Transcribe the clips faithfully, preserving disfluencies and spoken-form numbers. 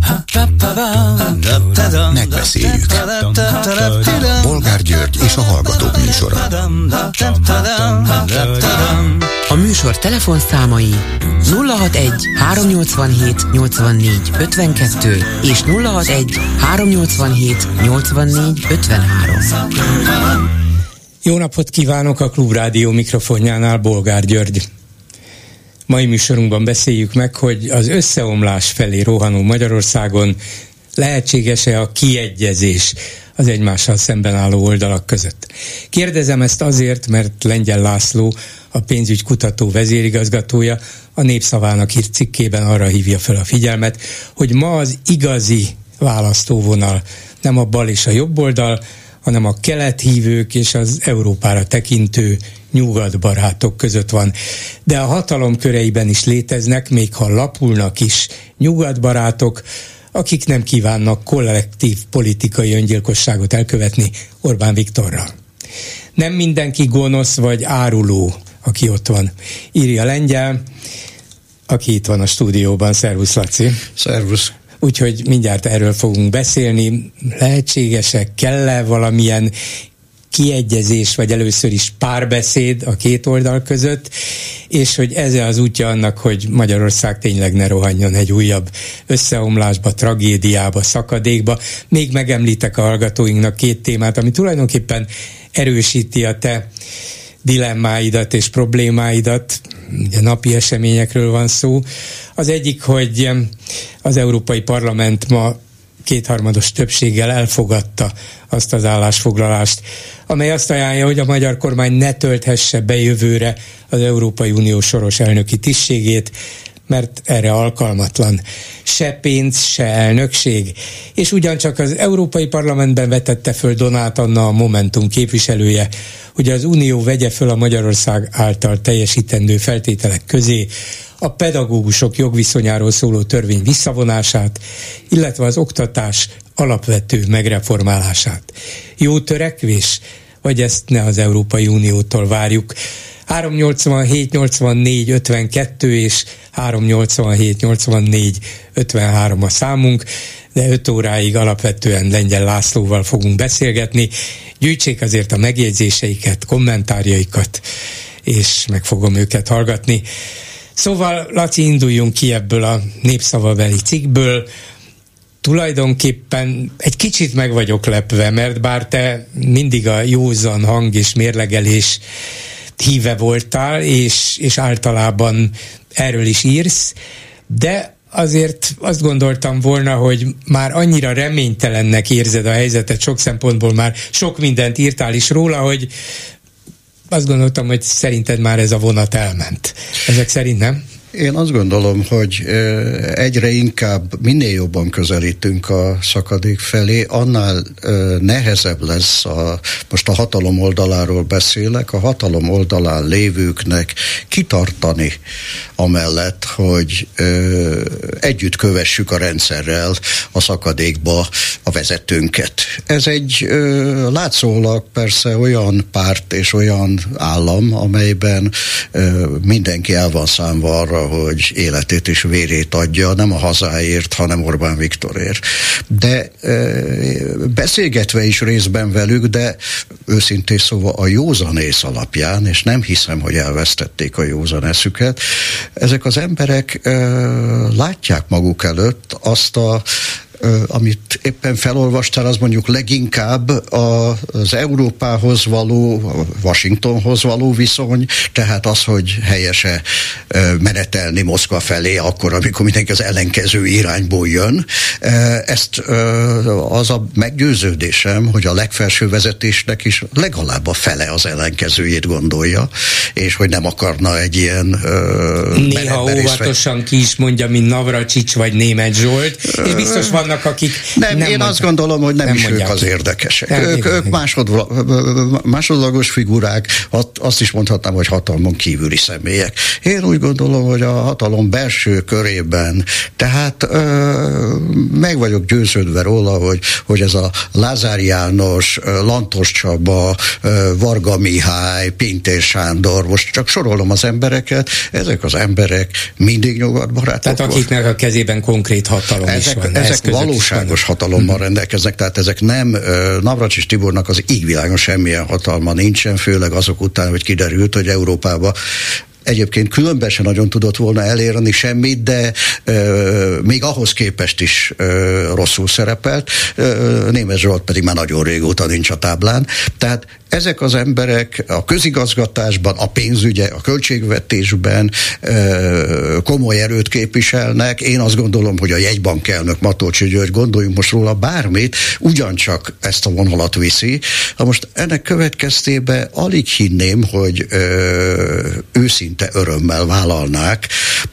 Megbeszéljük. Bolgár György és a Hallgatók műsora. A műsor telefonszámai nulla hatvanegy háromnyolcvanhét nyolcvannégy ötvenkettő és nulla hatvanegy háromnyolcvanhét nyolcvannégy ötvenhárom. Jó napot kívánok, a Klubrádió mikrofonjánál Bolgár György. Mai műsorunkban beszéljük meg, hogy az összeomlás felé rohanó Magyarországon lehetséges-e a kiegyezés az egymással szemben álló oldalak között. Kérdezem ezt azért, mert Lengyel László, a pénzügykutató vezérigazgatója a Népszavának írt cikkében arra hívja fel a figyelmet, hogy ma az igazi választóvonal nem a bal és a jobb oldal, hanem a kelethívők és az Európára tekintő nyugatbarátok között van. De a hatalom köreiben is léteznek, még ha lapulnak is, nyugatbarátok, akik nem kívánnak kollektív politikai öngyilkosságot elkövetni Orbán Viktorral. Nem mindenki gonosz vagy áruló, aki ott van, írja Lengyel, aki itt van a stúdióban. Szervusz, Laci! Szervusz! Úgyhogy mindjárt erről fogunk beszélni. Lehetséges-e, kell-e valamilyen kiegyezés, vagy először is párbeszéd a két oldal között, és hogy ez az útja annak, hogy Magyarország tényleg ne rohanjon egy újabb összeomlásba, tragédiába, szakadékba. Még megemlítek a hallgatóinknak két témát, ami tulajdonképpen erősíti a te dilemmáidat és problémáidat, ugye napi eseményekről van szó. Az egyik, hogy az Európai Parlament ma kétharmados többséggel elfogadta azt az állásfoglalást, amely azt ajánlja, hogy a magyar kormány ne tölthesse be jövőre az Európai Unió soros elnöki tisztségét, mert erre alkalmatlan. Se pénz, se elnökség. És ugyancsak az Európai Parlamentben vetette föl Donát Anna, a Momentum képviselője, hogy az Unió vegye föl a Magyarország által teljesítendő feltételek közé a pedagógusok jogviszonyáról szóló törvény visszavonását, illetve az oktatás alapvető megreformálását. Jó törekvés, vagy ezt ne az Európai Uniótól várjuk? három nyolcvanhét nyolcvannégy ötvenkettő és három nyolcvanhét nyolcvannégy ötvenhárom a számunk, de öt óráig alapvetően Lengyel Lászlóval fogunk beszélgetni. Gyűjtsék azért a megjegyzéseiket, kommentárjaikat, és meg fogom őket hallgatni. Szóval, Laci, induljunk ki ebből a népszavabeli cikkből. Tulajdonképpen egy kicsit meg vagyok lepve, mert bár te mindig a józan hang és mérlegelés híve voltál, és, és általában erről is írsz, de azért azt gondoltam volna, hogy már annyira reménytelennek érzed a helyzetet, sok szempontból már sok mindent írtál is róla, hogy azt gondoltam, hogy szerinted már ez a vonat elment. Ezek szerint nem? Én azt gondolom, hogy egyre inkább, minél jobban közelítünk a szakadék felé, annál nehezebb lesz, a, most a hatalom oldaláról beszélek, a hatalom oldalán lévőknek kitartani amellett, hogy együtt kövessük a rendszerrel a szakadékba a vezetőnket. Ez egy látszólag persze olyan párt és olyan állam, amelyben mindenki el van számva arra, hogy életét és vérét adja, nem a hazáért, hanem Orbán Viktorért. De e, beszélgetve is részben velük, de őszintén szóval a józanész alapján, és nem hiszem, hogy elvesztették a józan eszüket, ezek az emberek e, látják maguk előtt azt a amit éppen felolvastál, az mondjuk leginkább az Európához való, Washingtonhoz való viszony, tehát az, hogy helyese menetelni Moszkva felé, akkor, amikor mindenki az ellenkező irányból jön. Ezt az a meggyőződésem, hogy a legfelső vezetésnek is legalább a fele az ellenkezőjét gondolja, és hogy nem akarna egy ilyen néha óvatosan ki is mondja, mint Navracsics vagy Németh Zsolt, és biztos van akik nem, én mondtam. Azt gondolom, hogy nem, nem is ők az érdekesek. Nem, ők, ők másodla, másodlagos figurák, azt is mondhatnám, hogy hatalmon kívüli személyek. Én úgy gondolom, hogy a hatalom belső körében, tehát ö, meg vagyok győződve róla, hogy, hogy ez a Lázár János, Lantos Csaba, Varga Mihály, Pintér Sándor, most csak sorolom az embereket, ezek az emberek mindig nyugatbarátok. Tehát akiknek a kezében konkrét hatalom ezek, is van. Ezek valóságos hatalommal hmm. rendelkeznek, tehát ezek nem, Navracsics Tibornak az égvilágon semmilyen hatalma nincsen, főleg azok után, hogy kiderült, hogy Európában egyébként különben sem nagyon tudott volna elérni semmit, de euh, még ahhoz képest is euh, rosszul szerepelt. Euh, Németh Zsolt pedig már nagyon régóta nincs a táblán. Tehát ezek az emberek a közigazgatásban, a pénzügye, a költségvetésben euh, komoly erőt képviselnek. Én azt gondolom, hogy a jegybankelnök Matolcsy György, gondoljunk most róla bármit, ugyancsak ezt a vonalat viszi. Na most ennek következtében alig hinném, hogy euh, őszintén örömmel vállalnák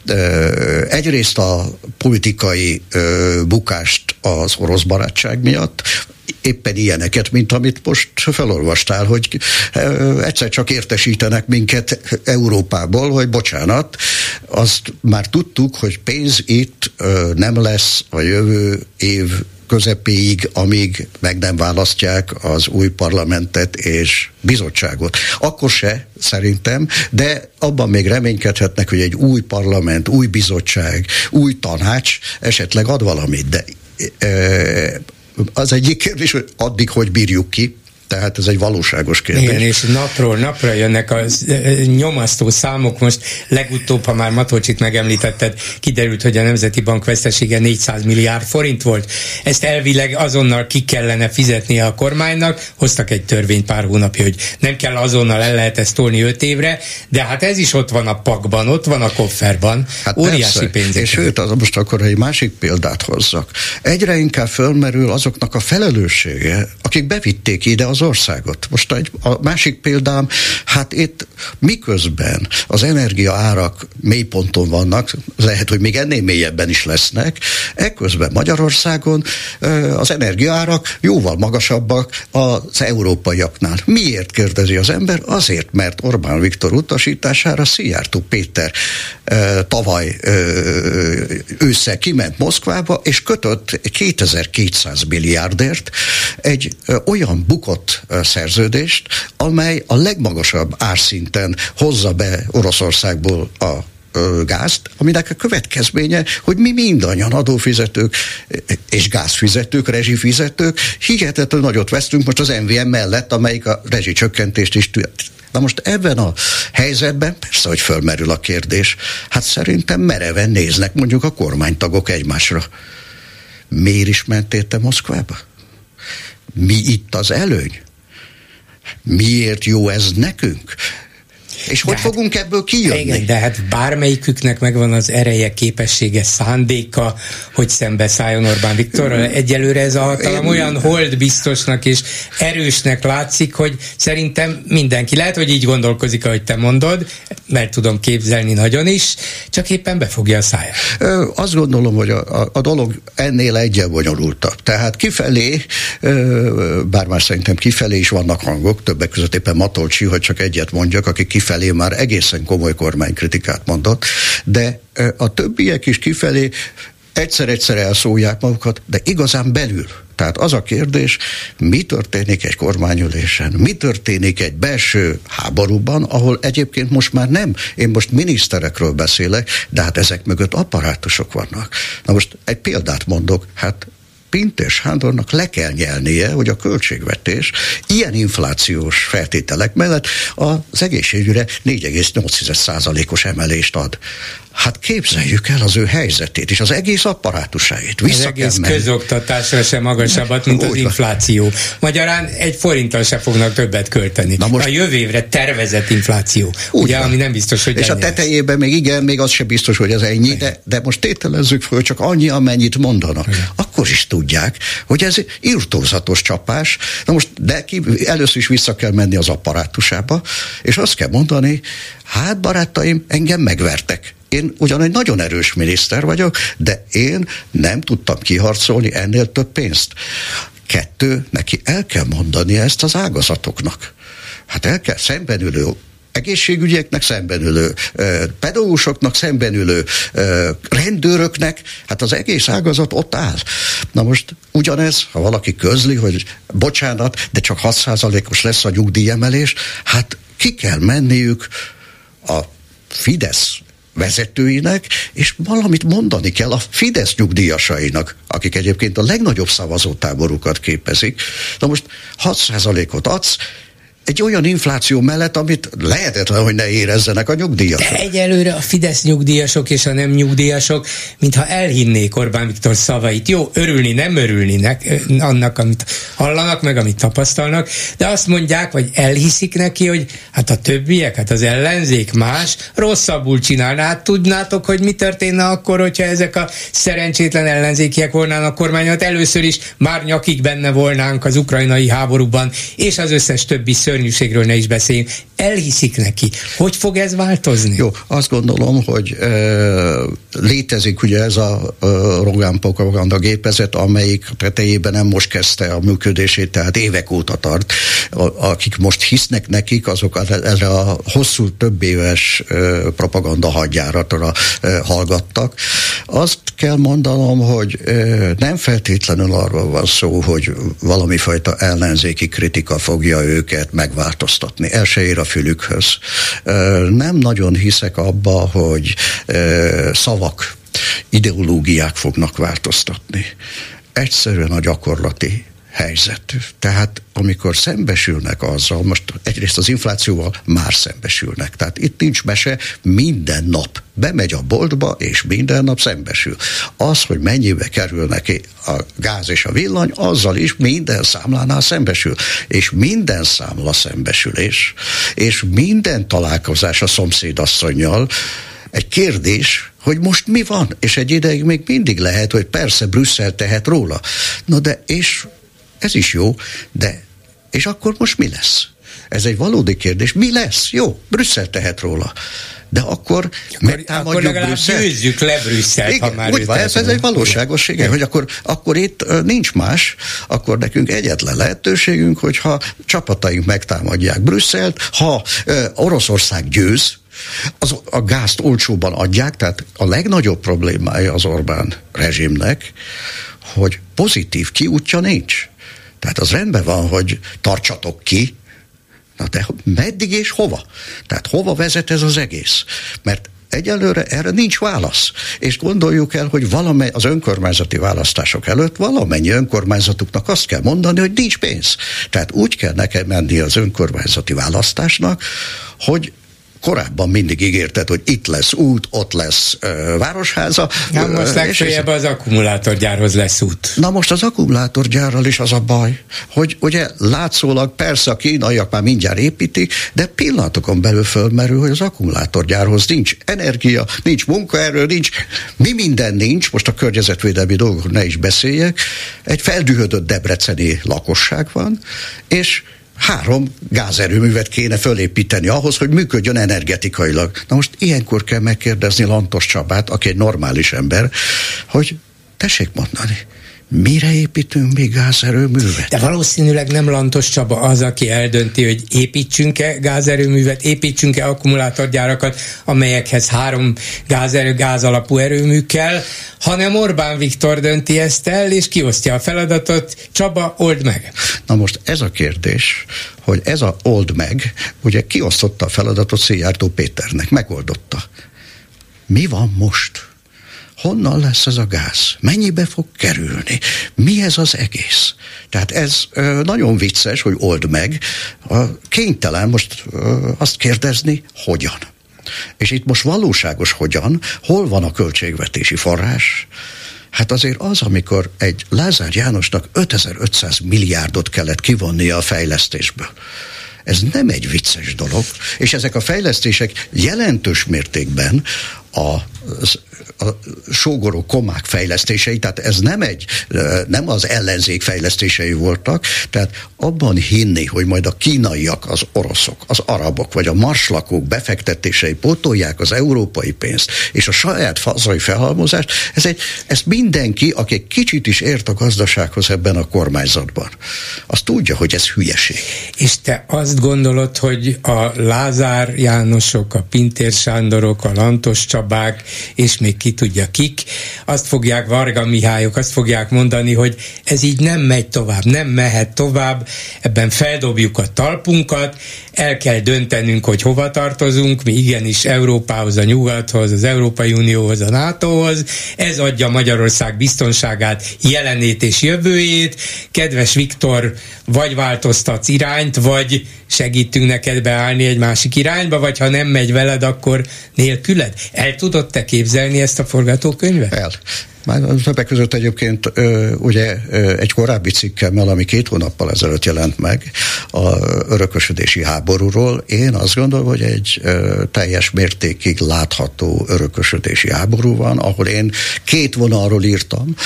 egyrészt a politikai bukást az orosz barátság miatt, éppen ilyeneket, mint amit most felolvastál, hogy egyszer csak értesítenek minket Európából, hogy bocsánat, azt már tudtuk, hogy pénz itt nem lesz a jövő év közepéig, amíg meg nem választják az új parlamentet és bizottságot. Akkor se, szerintem, de abban még reménykedhetnek, hogy egy új parlament, új bizottság, új tanács esetleg ad valamit, de e, az egyik kérdés, hogy addig hogy bírjuk ki. Tehát ez egy valóságos kérdés. Igen, és napról napra jönnek a nyomasztó számok. Most legutóbb, ha már Matolcsit megemlítetted, kiderült, hogy a Nemzeti Bank vesztesége négyszáz milliárd forint volt. Ezt elvileg azonnal ki kellene fizetnie a kormánynak. Hoztak egy törvényt pár hónapja, hogy nem kell azonnal, el lehet ezt tolni öt évre, de hát ez is ott van a pakban, ott van a kofferban. Hát óriási pénzek. És sőt, az most akkor egy másik példát hozzak. Egyre inkább fölmerül azoknak a felelőssége, akik bevitték ide az országot. Most egy, a másik példám, hát itt miközben az energia árak mélyponton vannak, lehet, hogy még ennél mélyebben is lesznek, ekközben Magyarországon az energia árak jóval magasabbak az európaiaknál. Miért, kérdezi az ember? Azért, mert Orbán Viktor utasítására Szijjártó Péter tavaly ősszel kiment Moszkvába, és kötött kétezer-kétszáz milliárdért egy olyan bukott szerződést, amely a legmagasabb árszinten hozza be Oroszországból a gázt, aminek a következménye, hogy mi mindannyian adófizetők és gázfizetők, rezsifizetők hihetetlen nagyot vesztünk most az em vé em mellett, amelyik a rezsicsökkentést is tűnt. Na most ebben a helyzetben persze, hogy fölmerül a kérdés. Hát szerintem mereven néznek mondjuk a kormánytagok egymásra. Miért is mentél te Moszkvába? Mi itt az előny? Miért jó ez nekünk? És hogy de fogunk hát, ebből kijönni? Igen, de hát bármelyiküknek megvan az ereje, képessége, szándéka, hogy szembeszálljon Orbán Viktorral. Egyelőre ez a hatalom olyan holdbiztosnak és erősnek látszik, hogy szerintem mindenki, lehet, hogy így gondolkozik, ahogy te mondod, mert tudom képzelni nagyon is, csak éppen befogja a száját. Ö, azt gondolom, hogy a, a, a dolog ennél egyen bonyolultabb. Tehát kifelé, ö, bár már szerintem kifelé is vannak hangok, többek között éppen Matolcsy, hogy csak egyet mondjak, aki kifelé felé már egészen komoly kormánykritikát mondott, de a többiek is kifelé egyszer-egyszer elszólják magukat, de igazán belül. Tehát az a kérdés, mi történik egy kormányülésen, mi történik egy belső háborúban, ahol egyébként most már nem, én most miniszterekről beszélek, de hát ezek mögött apparátusok vannak. Na most egy példát mondok, hát Pintér Sándornak le kell nyelnie, hogy a költségvetés ilyen inflációs feltételek mellett az egészségügyre négy egész nyolc százalékos emelést ad. Hát képzeljük el az ő helyzetét, és az egész apparátusáit. Vissza az egész közoktatásra sem magasabbat, mint az infláció. Magyarán egy forinttal se fognak többet költeni. Na most, a jövő évre tervezett infláció. Ugye, ami nem biztos, hogy és a tetejében még igen, még az sem biztos, hogy ez ennyi, de, de most tételezzük föl, csak annyi, amennyit mondanak. Igen. Akkor is tudják, hogy ez irtózatos csapás. Na most, de ki, először is vissza kell menni az apparátusába, és azt kell mondani, hát barátaim, engem megvertek. én ugyan egy nagyon erős miniszter vagyok, de én nem tudtam kiharcolni ennél több pénzt. Kettő, neki el kell mondani ezt az ágazatoknak. Hát el kell szembenülő egészségügyeknek szembenülő, pedagógusoknak szembenülő, rendőröknek, hát az egész ágazat ott áll. Na most ugyanez, ha valaki közli, hogy bocsánat, de csak hat százalékos lesz a nyugdíjemelés, hát ki kell menniük a Fidesz vezetőinek, és valamit mondani kell a Fidesz nyugdíjasainak, akik egyébként a legnagyobb szavazótáborukat képezik. Na most hat százalékot adsz, egy olyan infláció mellett, amit lehetetlen, hogy ne érezzenek a nyugdíjasok. De egyelőre a Fidesz nyugdíjasok és a nem nyugdíjasok, mintha elhinnék Orbán Viktor szavait. Jó, örülni, nem örülninek annak, amit hallanak, meg amit tapasztalnak, de azt mondják, vagy elhiszik neki, hogy hát a többiek, hát az ellenzék más, rosszabbul csinálná. Hát tudnátok, hogy mi történne akkor, hogyha ezek a szerencsétlen ellenzékiek volnának kormányot. Először is már nyakig benne volnánk az ukrajnai háborúban, és az összes többi szörnyűségről ne is beszéljünk. Elhiszik neki. Hogy fog ez változni? Jó, azt gondolom, hogy e, létezik ugye ez a e, Rogán propaganda gépezet, amelyik tetejében nem most kezdte a működését, tehát évek óta tart. A, akik most hisznek nekik, azok erre a hosszú több éves e, propaganda hadjáratra e, hallgattak. Azt kell mondanom, hogy e, nem feltétlenül arról van szó, hogy valami fajta ellenzéki kritika fogja őket megváltoztatni. El se ér a fülükhöz. Nem nagyon hiszek abba, hogy szavak, ideológiák fognak változtatni. Egyszerűen a gyakorlati helyzet. Tehát amikor szembesülnek azzal, most egyrészt az inflációval már szembesülnek. Tehát itt nincs mese, minden nap bemegy a boltba, és minden nap szembesül. Az, hogy mennyibe kerül neki a gáz és a villany, azzal is minden számlánál szembesül. És minden számla szembesülés, és minden találkozás a szomszédasszonnyal egy kérdés, hogy most mi van? És egy ideig még mindig lehet, hogy persze Brüsszel tehet róla. Na de és ez is jó, de és akkor most mi lesz? Ez egy valódi kérdés. Mi lesz? Jó, Brüsszel tehet róla. De akkor megtámadjuk akkor legalább Brüsszelt? Győzzük le Brüsszelt, igen, ha már úgy, ez, ez egy valóságosság, hogy akkor, akkor itt nincs más, akkor nekünk egyetlen lehetőségünk, hogyha csapataink megtámadják Brüsszelt, ha uh, Oroszország győz, az, a gázt olcsóban adják, tehát a legnagyobb problémája az Orbán rezsimnek, hogy pozitív kiútja nincs. Tehát az rendben van, hogy tartsatok ki, na de meddig és hova? Tehát hova vezet ez az egész? Mert egyelőre erre nincs válasz. És gondoljuk el, hogy valamely az önkormányzati választások előtt valamennyi önkormányzatuknak azt kell mondani, hogy nincs pénz. Tehát úgy kell nekem menni az önkormányzati választásnak, hogy korábban mindig ígérted, hogy itt lesz út, ott lesz ö, városháza. Na most legfeljebb az akkumulátorgyárhoz lesz út. Na most az akkumulátorgyárral is az a baj, hogy ugye látszólag persze a kínaiak már mindjárt építik, de pillanatokon belül fölmerül, hogy az akkumulátorgyárhoz nincs energia, nincs munkaerő, nincs, mi minden nincs, most a környezetvédelmi dolgokról ne is beszéljek, egy feldühödött debreceni lakosság van, és három gázerőművet kéne fölépíteni ahhoz, hogy működjön energetikailag. Na most ilyenkor kell megkérdezni Lantos Csabát, aki egy normális ember, hogy tessék mondani, mire építünk még gázerőművet? De valószínűleg nem Lantos Csaba az, aki eldönti, hogy építsünk-e gázerőművet, építsünk-e akkumulátorgyárakat, amelyekhez három gázerő, gázalapú erőmű kell, hanem Orbán Viktor dönti ezt el, és kiosztja a feladatot. Csaba, old meg! Na most ez a kérdés, hogy ez a old meg, ugye kiosztotta a feladatot Szijjártó Péternek, megoldotta. Mi van most? Honnan lesz ez a gáz? Mennyibe fog kerülni? Mi ez az egész? Tehát ez ö, nagyon vicces, hogy old meg. A, kénytelen most ö, azt kérdezni, hogyan? És itt most valóságos hogyan, hol van a költségvetési forrás? Hát azért az, amikor egy Lázár Jánosnak ötezer-ötszáz milliárdot kellett kivonnia a fejlesztésből. Ez nem egy vicces dolog, és ezek a fejlesztések jelentős mértékben a a sógorok, komák fejlesztései, tehát ez nem egy, nem az ellenzék fejlesztései voltak, tehát abban hinni, hogy majd a kínaiak, az oroszok, az arabok, vagy a marslakók befektetései pótolják az európai pénzt, és a saját hazai felhalmozást, ez egy, ezt mindenki, aki egy kicsit is ért a gazdasághoz ebben a kormányzatban, az tudja, hogy ez hülyeség. És te azt gondolod, hogy a Lázár Jánosok, a Pintér Sándorok, a Lantos Csabák, és még ki tudja kik, azt fogják, Varga Mihályok azt fogják mondani, hogy ez így nem megy tovább, nem mehet tovább, ebben feldobjuk a talpunkat, el kell döntenünk, hogy hova tartozunk, mi igenis Európához, a Nyugathoz, az Európai Unióhoz, a nátóhoz, ez adja Magyarország biztonságát, jelenét és jövőjét. Kedves Viktor, vagy változtatsz irányt, vagy segítünk neked beállni egy másik irányba, vagy ha nem megy veled, akkor nélküled. El tudod te képzelni ezt a forgatókönyvet? El. Már többek között egyébként ugye egy korábbi cikkemmel, ami két hónappal ezelőtt jelent meg, a örökösödési háborúról, én azt gondolom, hogy egy teljes mértékig látható örökösödési háború van, ahol én két vonalról írtam.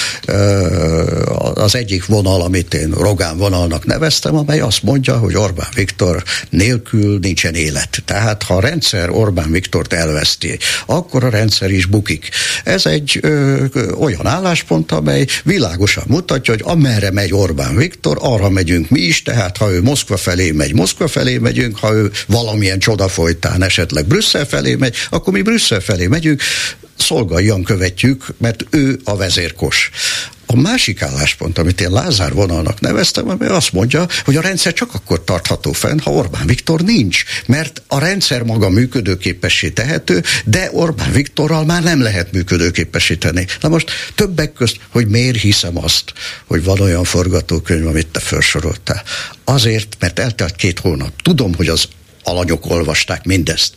Az egyik vonal, amit én Rogán vonalnak neveztem, amely azt mondja, hogy Orbán Viktor nélkül nincsen élet. Tehát ha a rendszer Orbán Viktort elveszti, akkor a rendszer is bukik. Ez egy olyan álláspont, amely világosan mutatja, hogy amerre megy Orbán Viktor, arra megyünk mi is, tehát ha ő Moszkva felé megy, Moszkva felé megyünk, ha ő valamilyen csoda folytán esetleg Brüsszel felé megy, akkor mi Brüsszel felé megyünk, szolgáljan követjük, mert ő a vezérkos. A másik álláspont, amit én Lázár vonalnak neveztem, amely azt mondja, hogy a rendszer csak akkor tartható fenn, ha Orbán Viktor nincs, mert a rendszer maga működőképessé tehető, de Orbán Viktorral már nem lehet működőképesíteni. Na most többek közt, hogy miért hiszem azt, hogy van olyan forgatókönyv, amit te felsoroltál. Azért, mert eltelt két hónap. Tudom, hogy az alanyok olvasták mindezt.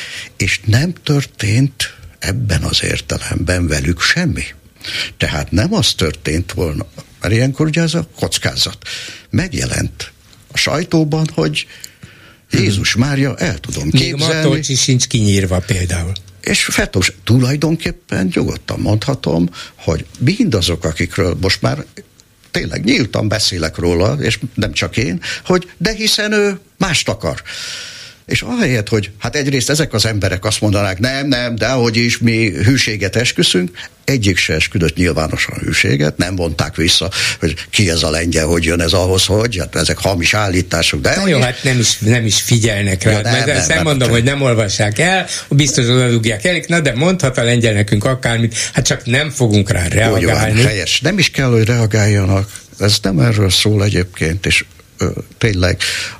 És nem történt ebben az értelemben velük semmi. Tehát nem az történt volna, mert ilyenkor ugye ez a kockázat. Megjelent a sajtóban, hogy Jézus Mária, el tudom képzelni. Még Matolcsi sincs kinyírva például. És feltós, tulajdonképpen nyugodtan mondhatom, hogy mindazok, akikről most már tényleg nyíltan beszélek róla, és nem csak én, hogy de hiszen ő mást akar. És ahelyett, hogy hát egyrészt ezek az emberek azt mondanák, nem, nem, de ahogy is mi hűséget esküszünk, egyik se esküdött nyilvánosan hűséget, nem vonták vissza, hogy ki ez a lengyel, hogy jön ez ahhoz, hogy hát ezek hamis állítások. De na jó, hát nem is, nem is figyelnek rá. Ja, nem, mert nem, ezt nem, nem mondom, nem. Hogy nem olvassák el, biztos odadugják el, na de mondhat a lengyel nekünk akármit, hát csak nem fogunk rá reagálni. Jó, helyes. Nem is kell, hogy reagáljanak. Ez nem erről szól egyébként, és tényleg,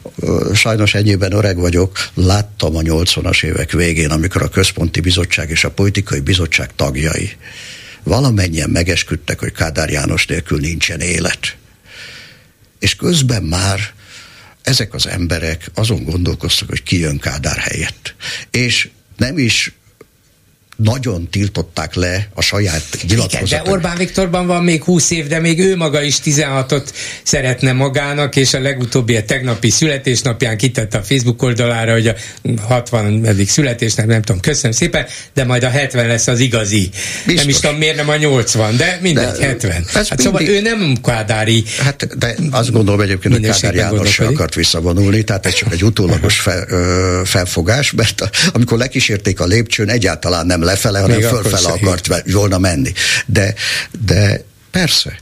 sajnos ennyiben öreg vagyok, láttam a nyolcvanas évek végén, amikor a Központi Bizottság és a Politikai Bizottság tagjai valamennyien megesküdtek, hogy Kádár János nélkül nincsen élet. És közben már ezek az emberek azon gondolkoztak, hogy ki jön Kádár helyett. És nem is nagyon tiltották le a saját nyilatkozatot. De Orbán Viktorban van még húsz év, de még ő maga is tizenhatot szeretne magának, és a legutóbbi, a tegnapi születésnapján kitette a Facebook oldalára, hogy a hatvanadik születésnap, nem tudom, köszönöm szépen, de majd a hetven lesz az igazi. Biztos. Nem is tudom, miért nem a nyolcvan, de mindegy, de hetven. Hát mindig... Szóval ő nem kádári. Hát, de azt gondolom egyébként, hogy Kádár János se akart visszavonulni, tehát ez csak egy utólagos fel, ö, felfogás, mert amikor lekísérték a lépcsőn, egyáltalán nem lefele, hanem még fölfele akart volna menni. De, de persze,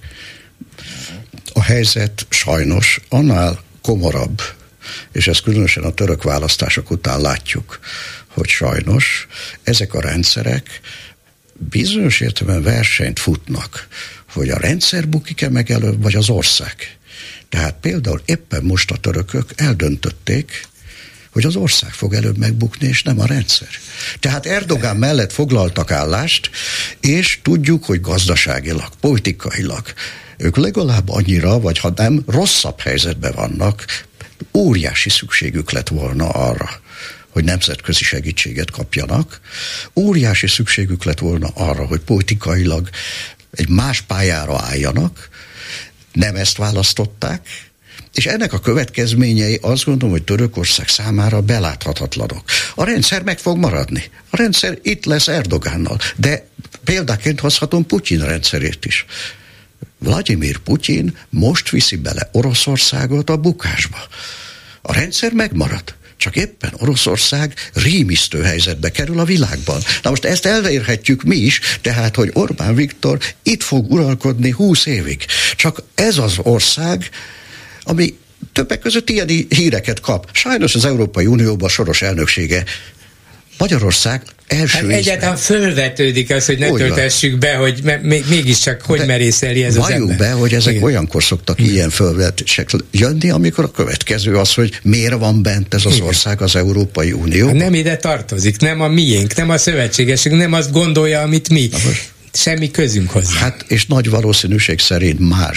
a helyzet sajnos annál komorabb, és ezt különösen a török választások után látjuk, hogy sajnos ezek a rendszerek bizonyos értelemben versenyt futnak, hogy a rendszer bukik-e meg előbb, vagy az ország. Tehát például éppen most a törökök eldöntötték, hogy az ország fog előbb megbukni, és nem a rendszer. Tehát Erdogán mellett foglaltak állást, és tudjuk, hogy gazdaságilag, politikailag ők legalább annyira, vagy ha nem, rosszabb helyzetben vannak, óriási szükségük lett volna arra, hogy nemzetközi segítséget kapjanak, óriási szükségük lett volna arra, hogy politikailag egy más pályára álljanak, nem ezt választották, És ennek a következményei azt gondolom, hogy Törökország számára beláthatatlanok. A rendszer meg fog maradni. A rendszer itt lesz Erdogánnal. De példaként hozhatom Putyin rendszerét is. Vladimir Putyin most viszi bele Oroszországot a bukásba. A rendszer megmarad. Csak éppen Oroszország rémisztő helyzetbe kerül a világban. Na most ezt elérhetjük mi is, tehát, hogy Orbán Viktor itt fog uralkodni húsz évig. Csak ez az ország, ami többek között ilyen híreket kap. Sajnos az Európai Unióban soros elnöksége Magyarország első hát egyáltalán fölvetődik az, hogy ne olyan töltessük be, hogy me- mégiscsak hogy de merészeli ez az ember. Valljuk be, hogy ezek igen. olyankor szoktak igen. ilyen fölvetések jönni, amikor a következő az, hogy miért van bent ez az igen. ország az Európai Unió. Hát nem ide tartozik, nem a miénk, nem a szövetségesünk, nem azt gondolja, amit mi. Semmi közünk hozzá. Hát és nagy valószínűség szerint már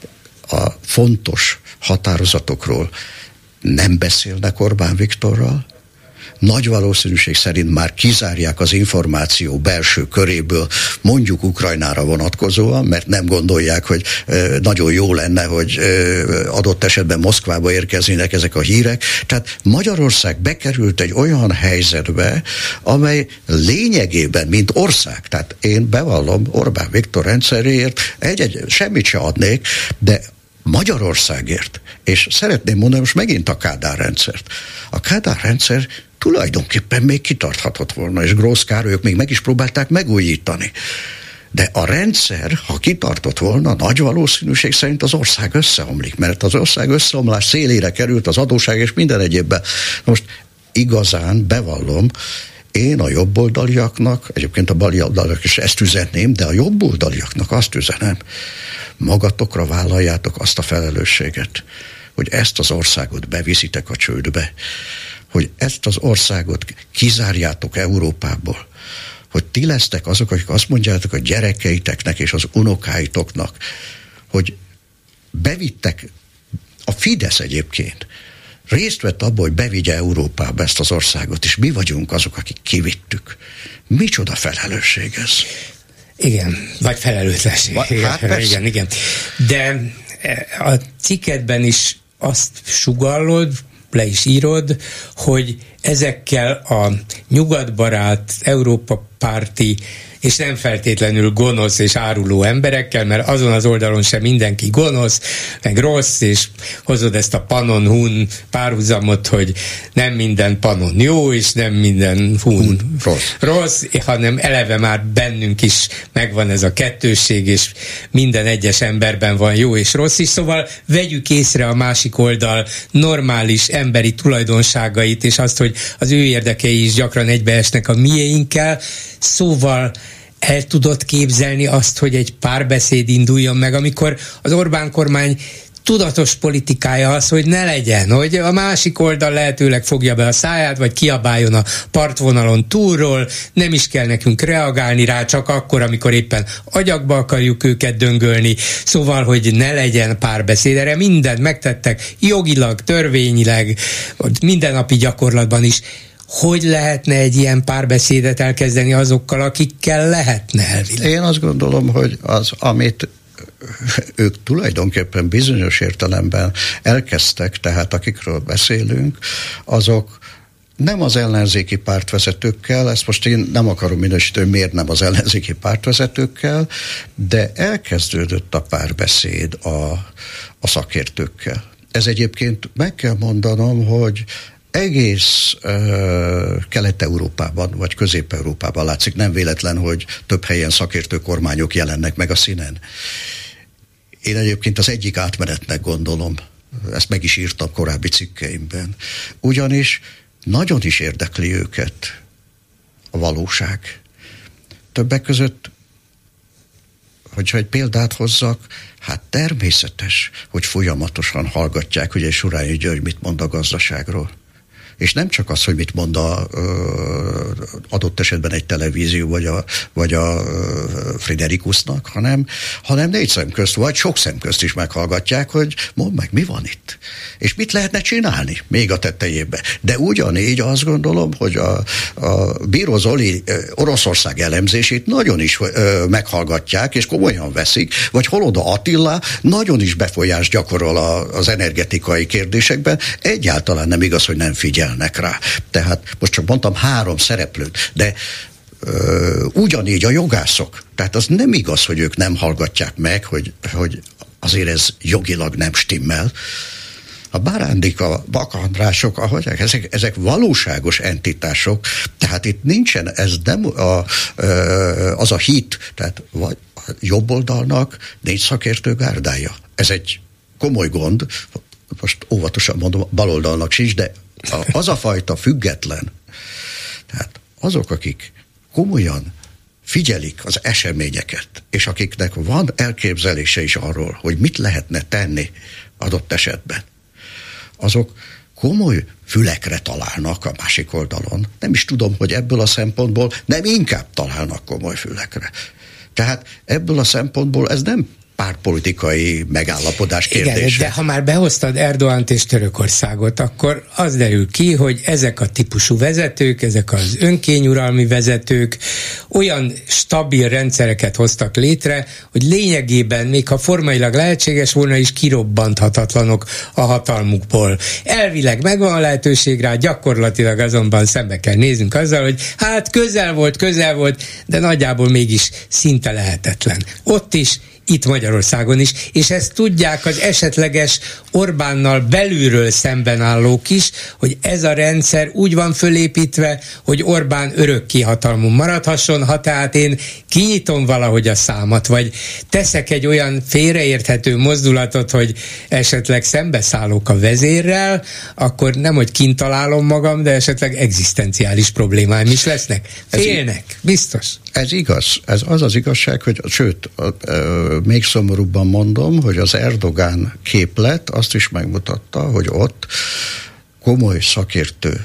a fontos határozatokról nem beszélnek Orbán Viktorral. Nagy valószínűség szerint már kizárják az információ belső köréből, mondjuk Ukrajnára vonatkozóan, mert nem gondolják, hogy nagyon jó lenne, hogy adott esetben Moszkvába érkeznének ezek a hírek. Tehát Magyarország bekerült egy olyan helyzetbe, amely lényegében, mint ország, tehát én bevallom Orbán Viktor rendszeréért egy-egy semmit se adnék, de Magyarországért, és szeretném mondani most megint a Kádár rendszert. A Kádár rendszer tulajdonképpen még kitarthatott volna, és Grósz Károlyok még meg is próbálták megújítani. De a rendszer, ha kitartott volna, nagy valószínűség szerint az ország összeomlik, mert az ország összeomlás szélére került az adósság és minden egyébben. Most igazán bevallom, én a jobboldaliaknak, egyébként a balioldaliak is ezt üzenném, de a jobboldaliaknak azt üzenem, magatokra vállaljátok azt a felelősséget, hogy ezt az országot beviszitek a csődbe, hogy ezt az országot kizárjátok Európából, hogy ti lesztek azok, akik azt mondjátok a gyerekeiteknek és az unokáitoknak, hogy bevittek, a Fidesz egyébként részt vett abból, hogy bevigye Európába ezt az országot, és mi vagyunk azok, akik kivittük. Micsoda felelősség ez? Igen, vagy felelőtlenség. Hát igen, igen. De a cikkedben is azt sugallod, le is írod, hogy ezekkel a nyugatbarát, Európa párti és nem feltétlenül gonosz és áruló emberekkel, mert azon az oldalon sem mindenki gonosz, meg rossz, és hozod ezt a panon-hun párhuzamot, hogy nem minden panon jó, és nem minden hun rossz. rossz, hanem eleve már bennünk is megvan ez a kettősség, és minden egyes emberben van jó és rossz is, szóval vegyük észre a másik oldal normális emberi tulajdonságait, és azt, hogy az ő érdekei is gyakran egybeesnek a miénkkel, szóval el tudod képzelni azt, hogy egy párbeszéd induljon meg, amikor az Orbán kormány tudatos politikája az, hogy ne legyen, hogy a másik oldal lehetőleg fogja be a száját, vagy kiabáljon a partvonalon túlról, nem is kell nekünk reagálni rá, csak akkor, amikor éppen agyakba akarjuk őket döngölni, szóval, hogy ne legyen párbeszéd. Erre mindent megtettek jogilag, törvényileg, mindennapi gyakorlatban is. Hogy lehetne egy ilyen párbeszédet elkezdeni azokkal, akikkel lehetne elvileg? Én azt gondolom, hogy az, amit ők tulajdonképpen bizonyos értelemben elkezdtek, tehát akikről beszélünk, azok nem az ellenzéki pártvezetőkkel, ezt most én nem akarom minősíteni, miért nem az ellenzéki pártvezetőkkel, de elkezdődött a párbeszéd a, a szakértőkkel. Ez egyébként meg kell mondanom, hogy egész uh, Kelet-Európában, vagy Közép-Európában látszik, nem véletlen, hogy több helyen szakértő kormányok jelennek meg a színen. Én egyébként az egyik átmenetnek gondolom, ezt meg is írtam korábbi cikkeimben. Ugyanis nagyon is érdekli őket a valóság. Többek között, hogyha egy példát hozzak, hát természetes, hogy folyamatosan hallgatják, hogy egy Surányi György mit mond a gazdaságról. és nem csak az, hogy mit mond a ö, adott esetben egy televízió, vagy a, vagy a Friderikusnak, hanem, hanem négy szem közt, vagy sok szem közt is meghallgatják, hogy mondd meg, mi van itt? És mit lehetne csinálni még a tetejében? De ugyanígy azt gondolom, hogy a, a Bíró Zoli Oroszország elemzését nagyon is ö, meghallgatják, és komolyan veszik, vagy Holoda Attila nagyon is befolyást gyakorol a, az energetikai kérdésekben, egyáltalán nem igaz, hogy nem figyelnek rá. Tehát most csak mondtam három szereplőt, de ö, ugyanígy a jogászok. Tehát az nem igaz, hogy ők nem hallgatják meg, hogy, hogy azért ez jogilag nem stimmel. A Bárándik, a Baka Andrások, ahogy ezek, ezek valóságos entitások, tehát itt nincsen, ez nem a, az a hit, tehát vagy a jobb oldalnak négy szakértő gárdája. Ez egy komoly gond, most óvatosan mondom, baloldalnak sincs, de az a fajta független, tehát azok, akik komolyan figyelik az eseményeket, és akiknek van elképzelése is arról, hogy mit lehetne tenni adott esetben, azok komoly fülekre találnak a másik oldalon. Nem is tudom, hogy ebből a szempontból nem inkább találnak komoly fülekre. Tehát ebből a szempontból ez nem pártpolitikai megállapodás kérdése. Igen, de ha már behoztad Erdoğant és Törökországot, akkor az derül ki, hogy ezek a típusú vezetők, ezek az önkényuralmi vezetők olyan stabil rendszereket hoztak létre, hogy lényegében, még ha formailag lehetséges volna is, kirobbanthatatlanok a hatalmukból. Elvileg megvan a lehetőség rá, gyakorlatilag azonban szembe kell néznünk azzal, hogy hát közel volt, közel volt, de nagyjából mégis szinte lehetetlen. Ott is, itt Magyarországon is, és ezt tudják az esetleges Orbánnal belülről szemben állók is, hogy ez a rendszer úgy van fölépítve, hogy Orbán örökké hatalmon maradhasson, ha tehát én kinyitom valahogy a számat, vagy teszek egy olyan félreérthető mozdulatot, hogy esetleg szembeszállok a vezérrel, akkor nem, hogy kint találom magam, de esetleg egzisztenciális problémáim is lesznek. Félnek, biztos. Ez igaz. Ez az az igazság, hogy sőt, még szomorúbban mondom, hogy az Erdoğan képlet azt is megmutatta, hogy ott komoly szakértő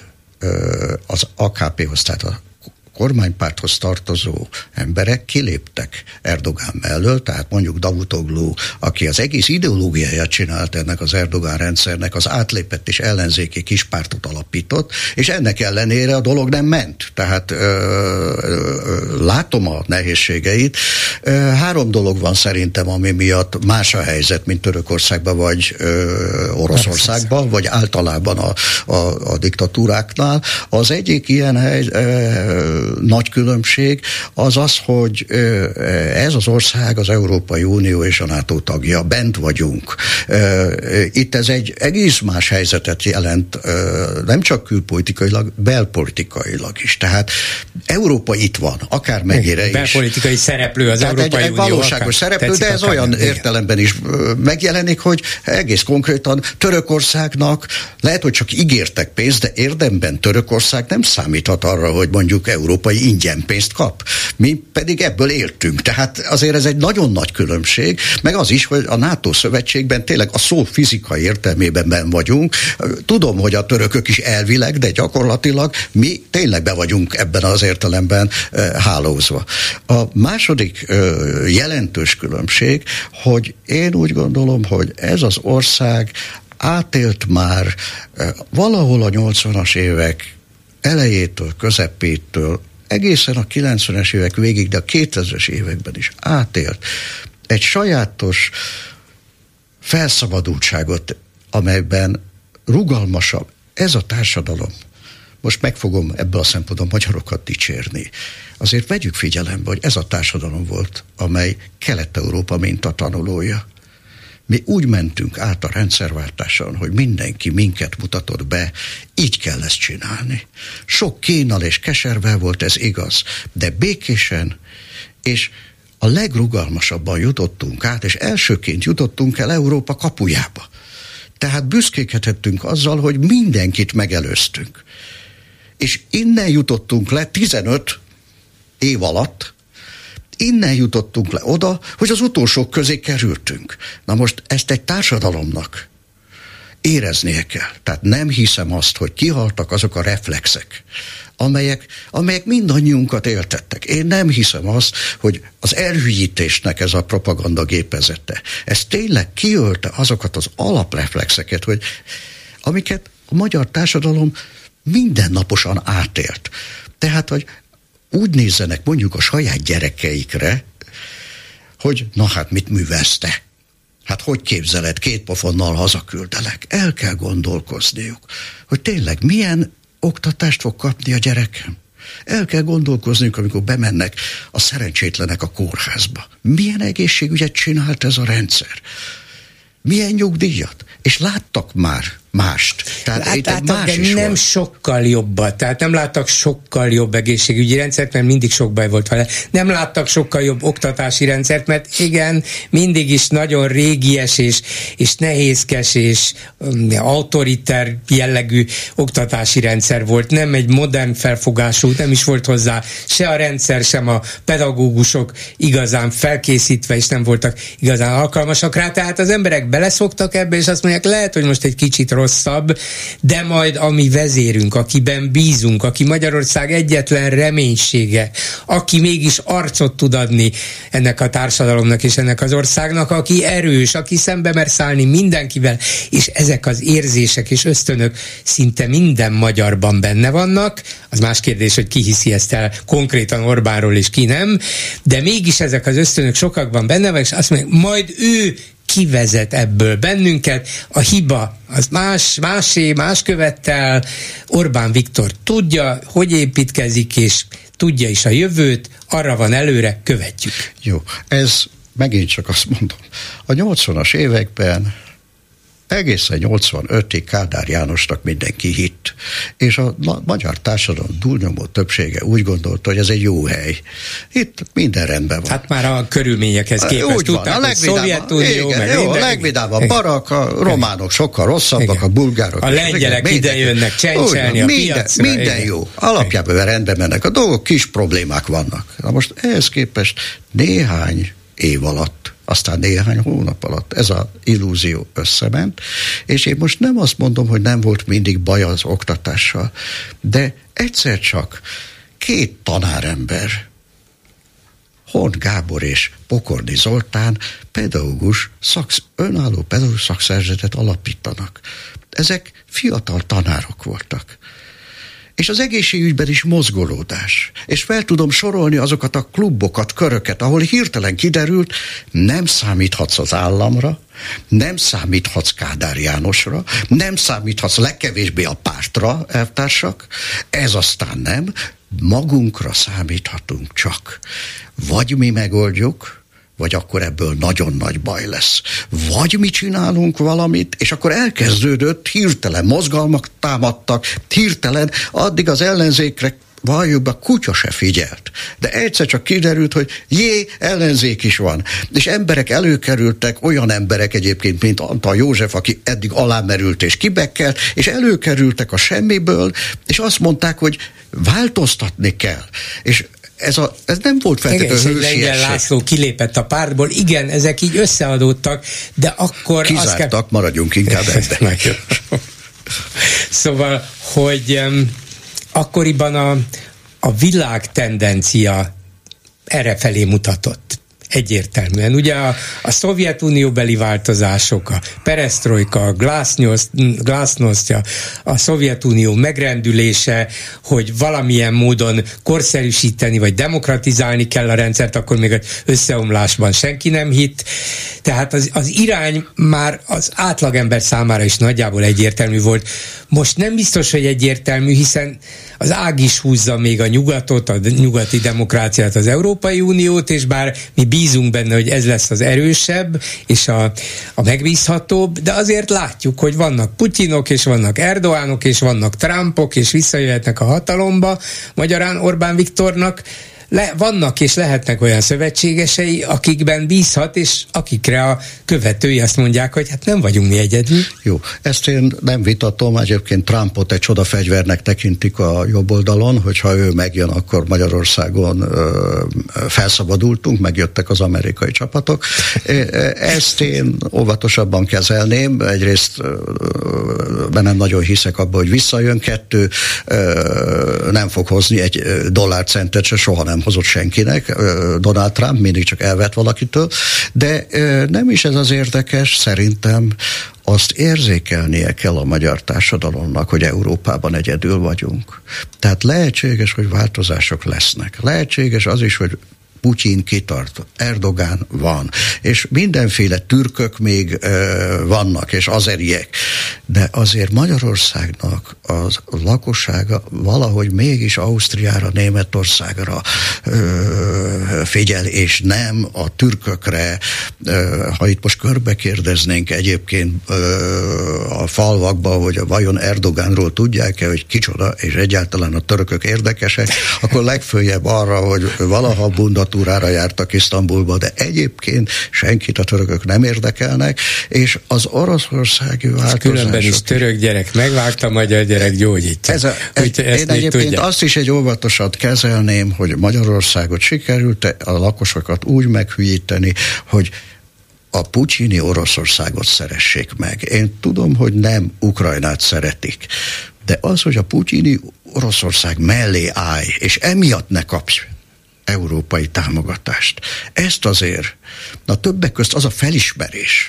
az á ká péhoz, tehát a kormánypárthoz tartozó emberek kiléptek Erdoğan mellől, tehát mondjuk Davutoglu, aki az egész ideológiáját csinált ennek az Erdoğan rendszernek, az átlépett és ellenzéki kispártot alapított, és ennek ellenére a dolog nem ment. Tehát ö, ö, látom a nehézségeit. Ö, három dolog van szerintem, ami miatt más a helyzet, mint Törökországban vagy ö, Oroszországban, vagy általában a, a, a diktatúráknál. Az egyik ilyen hely, ö, nagy különbség az az, hogy ez az ország az Európai Unió és a NATO tagja, bent vagyunk. Itt ez egy egész más helyzetet jelent, nem csak külpolitikailag, belpolitikailag is. Tehát Európa itt van, akármennyire is. Belpolitikai szereplő az Tehát Európai egy, Unió. egy valóságos szereplő, de ez akár, olyan igen. értelemben is megjelenik, hogy egész konkrétan Törökországnak lehet, hogy csak ígértek pénzt, de érdemben Törökország nem számíthat arra, hogy mondjuk Európa európai ingyen pénzt kap. Mi pedig ebből éltünk. Tehát azért ez egy nagyon nagy különbség, meg az is, hogy a NATO szövetségben tényleg a szó fizikai értelmében ben vagyunk. Tudom, hogy a törökök is elvileg, de gyakorlatilag mi tényleg be vagyunk ebben az értelemben e, hálózva. A második e, jelentős különbség, hogy én úgy gondolom, hogy ez az ország átélt már e, valahol a nyolcvanas évek elejétől, közepétől, egészen a kilencvenes évek végig, de a kétezres években is átélt egy sajátos felszabadultságot, amelyben rugalmasabb ez a társadalom. Most meg fogom ebből a szempontból magyarokat dicsérni. Azért vegyük figyelembe, hogy ez a társadalom volt, amely Kelet-Európa mintatanulója. Mi úgy mentünk át a rendszerváltáson, hogy mindenki minket mutatott be, így kell ezt csinálni. Sok kínnal és keservel volt, ez igaz, de békésen, és a legrugalmasabban jutottunk át, és elsőként jutottunk el Európa kapujába. Tehát büszkékedhettünk azzal, hogy mindenkit megelőztünk. És innen jutottunk le tizenöt év alatt, innen jutottunk le oda, hogy az utolsók közé kerültünk. Na most ezt egy társadalomnak éreznie kell. Tehát nem hiszem azt, hogy kihaltak azok a reflexek, amelyek, amelyek mindannyiunkat éltettek. Én nem hiszem azt, hogy az elhülyítésnek ez a propaganda gépezete. Ez tényleg kiölte azokat az alapreflexeket, hogy amiket a magyar társadalom mindennaposan átélt. Tehát, hogy úgy nézzenek mondjuk a saját gyerekeikre, hogy na hát mit művelsz te? Hát hogy képzeled, két pofonnal hazaküldelek? El kell gondolkozniuk, hogy tényleg milyen oktatást fog kapni a gyerekem. El kell gondolkozniuk, amikor bemennek a szerencsétlenek a kórházba. Milyen egészségügyet csinált ez a rendszer? Milyen nyugdíjat? És láttak már mást. Tehát Látták, más de is nem volt. sokkal jobbat. Tehát nem láttak sokkal jobb egészségügyi rendszert, mert mindig sok baj volt vele. Nem láttak sokkal jobb oktatási rendszert, mert igen, mindig is nagyon régies és, és nehézkes és um, autoriter jellegű oktatási rendszer volt. Nem egy modern felfogású, nem is volt hozzá se a rendszer, sem a pedagógusok igazán felkészítve, és nem voltak igazán alkalmasak rá. Tehát az emberek beleszoktak ebbe, és azt mondják, lehet, hogy most egy kicsit rosszabb, de majd a mi vezérünk, akiben bízunk, aki Magyarország egyetlen reménysége, aki mégis arcot tud adni ennek a társadalomnak és ennek az országnak, aki erős, aki szembe mer szállni mindenkivel, és ezek az érzések és ösztönök szinte minden magyarban benne vannak. Az más kérdés, hogy ki hiszi ezt el konkrétan Orbánról és ki nem, de mégis ezek az ösztönök sokakban benne van, és azt mondják, majd ő kivezet ebből bennünket, a hiba az más, másé, más követtel, Orbán Viktor tudja, hogy építkezik, és tudja is a jövőt, arra van előre, követjük. Jó, ez megint csak azt mondom, a nyolcvanas években egészen nyolcvanötig Kádár Jánosnak mindenki hitt, és a magyar társadalom túlnyomó többsége úgy gondolta, hogy ez egy jó hely. Itt minden rendben van. Hát már a körülményekhez képest úgy tudták, van, a hogy Szovjetunió, meg jó, minden. a legvidámabb barak, a románok sokkal rosszabbak, igen. A bulgárok. A lengyelek ide jönnek csencselni a minden, piacra. Minden igen. Jó. Alapjában igen. Rendben mennek a dolgok, kis problémák vannak. Na most ehhez képest néhány év alatt, aztán néhány hónap alatt ez az illúzió összement, és én most nem azt mondom, hogy nem volt mindig baj az oktatással, de egyszer csak két tanárember, Horn Gábor és Pokorni Zoltán pedagógus, szaksz, önálló pedagógus szakszervezetet alapítanak. Ezek fiatal tanárok voltak. És az egészségügyben is mozgolódás. És fel tudom sorolni azokat a klubokat, köröket, ahol hirtelen kiderült, nem számíthatsz az államra, nem számíthatsz Kádár Jánosra, nem számíthatsz legkevésbé a pártra, elvtársak, ez aztán nem, magunkra számíthatunk csak. Vagy mi megoldjuk, vagy akkor ebből nagyon nagy baj lesz. Vagy mi csinálunk valamit, és akkor elkezdődött, hirtelen mozgalmak támadtak, hirtelen, addig az ellenzékre valljuk be, a kutya se figyelt. De egyszer csak kiderült, hogy jé, ellenzék is van. És emberek előkerültek, olyan emberek egyébként, mint Antal József, aki eddig alámerült és kibekkelt, és előkerültek a semmiből, és azt mondták, hogy változtatni kell. És Ez, a, ez nem volt feltétlenül hősiesség. Lengyel László kilépett a pártból, igen, ezek így összeadódtak, de akkor... Kizártak, kell... maradjunk inkább ebben. Szóval, hogy um, akkoriban a, a világ tendencia errefelé mutatott. Egyértelműen. Ugye a, a Szovjetunióbeli változások, a peresztrojka, a glasznost, a, a Szovjetunió megrendülése, hogy valamilyen módon korszerűsíteni vagy demokratizálni kell a rendszert, akkor még az összeomlásban senki nem hitt. Tehát az, az irány már az átlagember számára is nagyjából egyértelmű volt. Most nem biztos, hogy egyértelmű, hiszen az ág is húzza még a nyugatot, a nyugati demokráciát, az Európai Uniót, és bár mi bízunk benne, hogy ez lesz az erősebb és a, a megbízhatóbb, de azért látjuk, hogy vannak Putyinok, és vannak Erdoğanok, és vannak Trumpok, és visszajöhetnek a hatalomba. Magyarán Orbán Viktornak le, vannak és lehetnek olyan szövetségesei, akikben bízhat, és akikre a követői azt mondják, hogy hát nem vagyunk mi egyedül. Jó, ezt én nem vitatom, egyébként Trumpot egy csodafegyvernek tekintik a jobb oldalon, hogyha ő megjön, akkor Magyarországon ö, felszabadultunk, megjöttek az amerikai csapatok. Ezt én óvatosabban kezelném, egyrészt nem nagyon hiszek abba, hogy visszajön, kettő, nem fog hozni egy dollárcentet se, soha nem hozott senkinek, Donald Trump mindig csak elvett valakitől, de nem is ez az érdekes, szerintem azt érzékelnie kell a magyar társadalomnak, hogy Európában egyedül vagyunk. Tehát lehetséges, hogy változások lesznek. Lehetséges az is, hogy Putyin kitart, Erdogán van, és mindenféle türkök még ö, vannak, és azeriek, de azért Magyarországnak az lakossága valahogy mégis Ausztriára, Németországra ö, figyel, és nem a türkökre. Ö, ha itt most körbe kérdeznénk egyébként ö, a falvakba, hogy vajon Erdogánról tudják-e, hogy kicsoda, és egyáltalán a törökök érdekesek, akkor legfőjebb arra, hogy valaha bunda túrára jártak Isztambulba, de egyébként senkit a törökök nem érdekelnek, és az oroszországi változások... Különben is török gyerek megvágta, magyar gyerek gyógyítja. Ez a, ez, én egyébként tudják. Azt is egy óvatosat kezelném, hogy Magyarországot sikerült a lakosokat úgy meghülyíteni, hogy a putyini Oroszországot szeressék meg. Én tudom, hogy nem Ukrajnát szeretik, de az, hogy a putyini Oroszország mellé állj, és emiatt ne kapj európai támogatást. Ezt azért, na többek közt az a felismerés,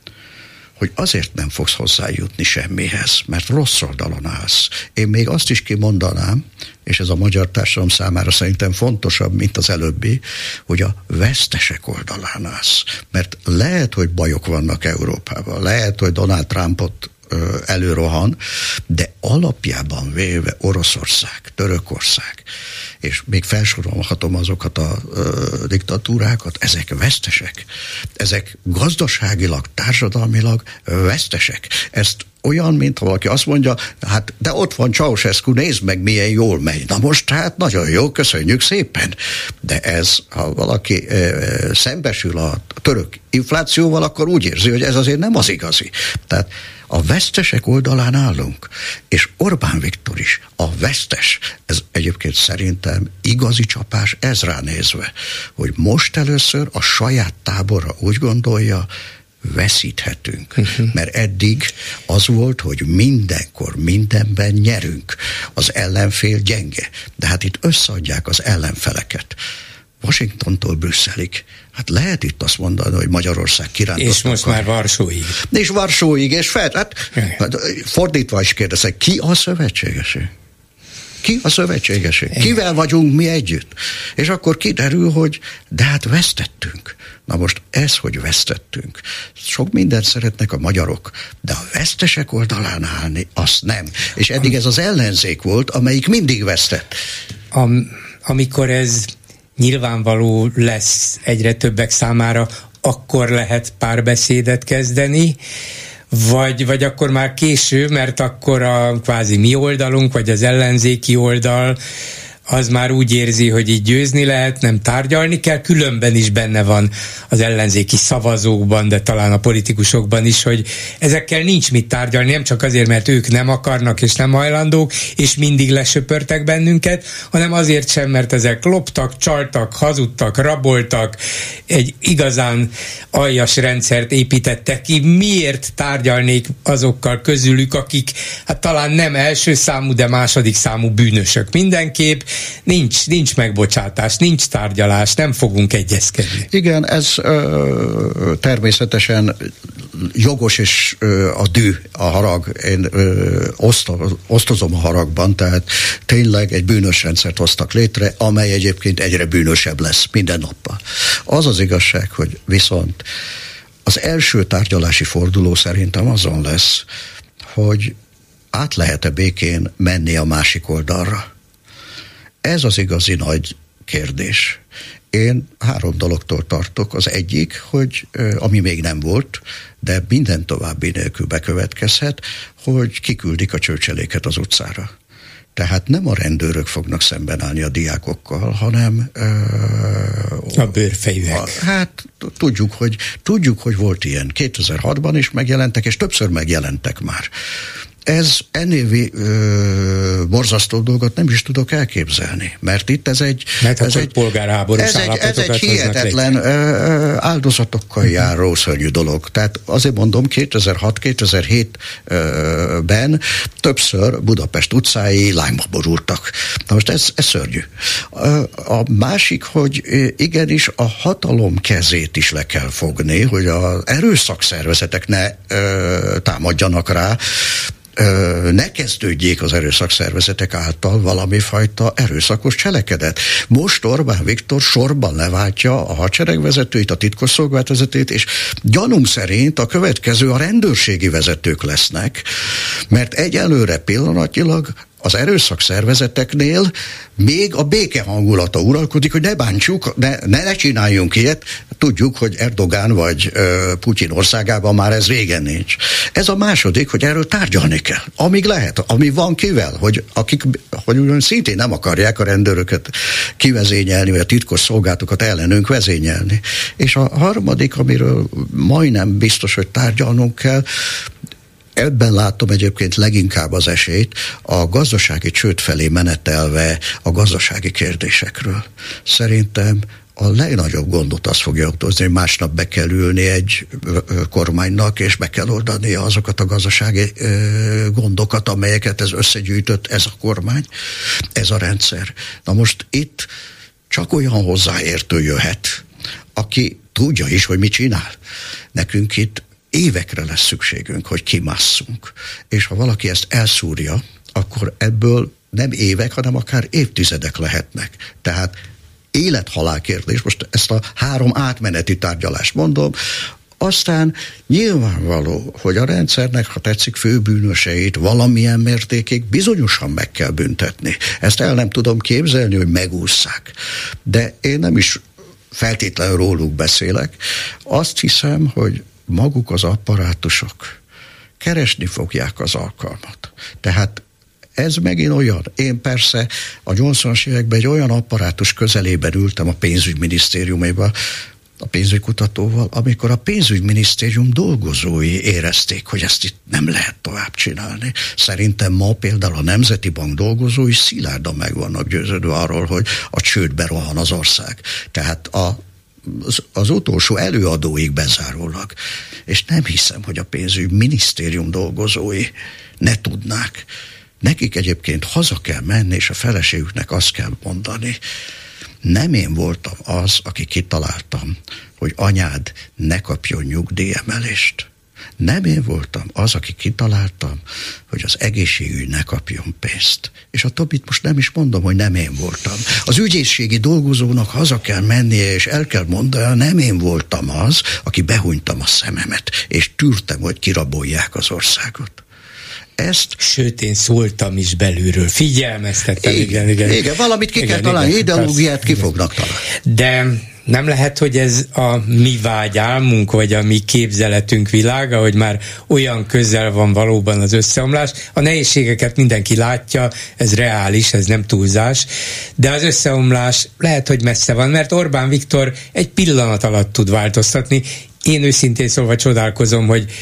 hogy azért nem fogsz hozzájutni semmihez, mert rossz oldalon állsz. Én még azt is kimondanám, és ez a magyar társadalom számára szerintem fontosabb, mint az előbbi, hogy a vesztesek oldalán állsz. Mert lehet, hogy bajok vannak Európában, lehet, hogy Donald Trumpot előrohan, de alapjában véve Oroszország, Törökország, és még felsorolhatom azokat a ö, diktatúrákat, ezek vesztesek. Ezek gazdaságilag, társadalmilag vesztesek. Ezt olyan, mint ha valaki azt mondja, hát de ott van Ceausescu, nézd meg, milyen jól megy. Na most hát nagyon jó, köszönjük szépen. De ez, ha valaki e, szembesül a török inflációval, akkor úgy érzi, hogy ez azért nem az igazi. Tehát a vesztesek oldalán állunk, és Orbán Viktor is a vesztes. Ez egyébként szerintem igazi csapás ez ránézve, hogy most először a saját tábora úgy gondolja, veszíthetünk. Uh-huh. Mert eddig az volt, hogy mindenkor, mindenben nyerünk. Az ellenfél gyenge. De hát itt összeadják az ellenfeleket. Washingtontól Brüsszelig. Hát lehet itt azt mondani, hogy Magyarország kirándott. És most akar. Már Varsóig. És Varsóig, és fel, hát, hát fordítva is kérdezek, ki a szövetségeség? Ki a szövetségeség? Kivel vagyunk mi együtt? És akkor kiderül, hogy de hát vesztettünk. Na most ez, hogy vesztettünk. Sok mindent szeretnek a magyarok, de a vesztesek oldalán állni, azt nem. És eddig ez az ellenzék volt, amelyik mindig vesztett. Am, amikor ez nyilvánvaló lesz egyre többek számára, akkor lehet párbeszédet kezdeni, Vagy, vagy akkor már késő, mert akkor a kvázi mi oldalunk, vagy az ellenzéki oldal az már úgy érzi, hogy így győzni lehet, nem tárgyalni kell, különben is benne van az ellenzéki szavazókban, de talán a politikusokban is, hogy ezekkel nincs mit tárgyalni, nem csak azért, mert ők nem akarnak és nem hajlandók, és mindig lesöpörtek bennünket, hanem azért sem, mert ezek loptak, csaltak, hazudtak, raboltak, egy igazán aljas rendszert építettek ki. Miért tárgyalnék azokkal közülük, akik hát talán nem első számú, de második számú bűnösök mindenképp. Nincs, nincs megbocsátás, nincs tárgyalás, nem fogunk egyezkedni. Igen, ez ö, természetesen jogos, és ö, a dű, a harag. Én ö, oszto, osztozom a haragban, tehát tényleg egy bűnös rendszert hoztak létre, amely egyébként egyre bűnösebb lesz minden nappal. Az az igazság, hogy viszont az első tárgyalási forduló szerintem azon lesz, hogy át lehet-e békén menni a másik oldalra. Ez az igazi nagy kérdés. Én három dologtól tartok. Az egyik, hogy ami még nem volt, de minden további nélkül bekövetkezhet, hogy kiküldik a csőcseléket az utcára. Tehát nem a rendőrök fognak szemben állni a diákokkal, hanem a bőrfejűek. Hát tudjuk, hogy, tudjuk, hogy volt ilyen. kétezer-hatban is megjelentek, és többször megjelentek már. Ez ennél ö, borzasztó dolgot nem is tudok elképzelni, mert itt ez egy... Mert ez egy polgárháborús ez egy, ez egy hihetetlen ö, áldozatokkal járó szörnyű dolog. Tehát azért mondom, kétezer-hat-kétezer-hétben többször Budapest utcái lányba borultak. Na most ez, ez szörnyű. A másik, hogy igenis a hatalom kezét is le kell fogni, hogy az erőszakszervezetek ne ö, támadjanak rá, ne kezdődjék az erőszakszervezetek által valami fajta erőszakos cselekedet. Most Orbán Viktor sorban leváltja a hadseregvezetőit, a titkosszolgálat vezetőit, és gyanúm szerint a következő a rendőrségi vezetők lesznek, mert egyelőre pillanatnyilag az erőszakszervezeteknél még a béke hangulata uralkodik, hogy ne bántsuk, ne, ne, ne csináljunk ilyet. Tudjuk, hogy Erdogán vagy ö, Putyin országában már ez régen nincs. Ez a második, hogy erről tárgyalni kell. Amíg lehet, ami van kivel, hogy akik hogy ugyan szintén nem akarják a rendőröket kivezényelni, vagy a titkos szolgálatokat ellenünk vezényelni. És a harmadik, amiről majdnem biztos, hogy tárgyalnunk kell, ebben látom egyébként leginkább az esélyt, a gazdasági csőd felé menetelve a gazdasági kérdésekről. Szerintem a legnagyobb gondot azt fogja okozni, hogy másnap be kell ülni egy kormánynak, és be kell oldani azokat a gazdasági gondokat, amelyeket ez összegyűjtött, ez a kormány, ez a rendszer. Na most itt csak olyan hozzáértő jöhet, aki tudja is, hogy mit csinál. Nekünk itt évekre lesz szükségünk, hogy kimasszunk. És ha valaki ezt elszúrja, akkor ebből nem évek, hanem akár évtizedek lehetnek. Tehát élet-halál kérdés, most ezt a három átmeneti tárgyalást mondom, aztán nyilvánvaló, hogy a rendszernek, ha tetszik, főbűnöseit valamilyen mértékig bizonyosan meg kell büntetni. Ezt el nem tudom képzelni, hogy megússzák. De én nem is feltétlenül róluk beszélek. Azt hiszem, hogy maguk az apparátusok keresni fogják az alkalmat. Tehát ez megint olyan. Én persze a nyolcvanas években egy olyan apparátus közelében ültem a pénzügyminisztériumában, a pénzügykutatóval, amikor a pénzügyminisztérium dolgozói érezték, hogy ezt itt nem lehet tovább csinálni. Szerintem ma például a Nemzeti Bank dolgozói szilárdan meg vannak győződve arról, hogy a csődbe rohan az ország. Tehát a Az, az utolsó előadóig bezárólag. És nem hiszem, hogy a pénzügyminisztérium dolgozói ne tudnák. Nekik egyébként haza kell menni, és a feleségüknek azt kell mondani, nem én voltam az, aki kitaláltam, hogy anyád ne kapjon nyugdíjemelést. Nem én voltam az, aki kitaláltam, hogy az egészségügy ne kapjon pénzt. És a többit most nem is mondom, hogy nem én voltam. Az ügyészségi dolgozónak haza kell mennie, és el kell mondani, nem én voltam az, aki behunytam a szememet, és tűrtem, hogy kirabolják az országot. Ezt... Sőt, én szóltam is belülről, figyelmeztettem. Igen, igen, igen. igen valamit ki igen, kell találni, ideológiát ki fognak találni. De nem lehet, hogy ez a mi vágyálmunk, vagy a mi képzeletünk világa, hogy már olyan közel van valóban az összeomlás. A nehézségeket mindenki látja, ez reális, ez nem túlzás, de az összeomlás lehet, hogy messze van, mert Orbán Viktor egy pillanat alatt tud változtatni. Én őszintén szólva csodálkozom, hogy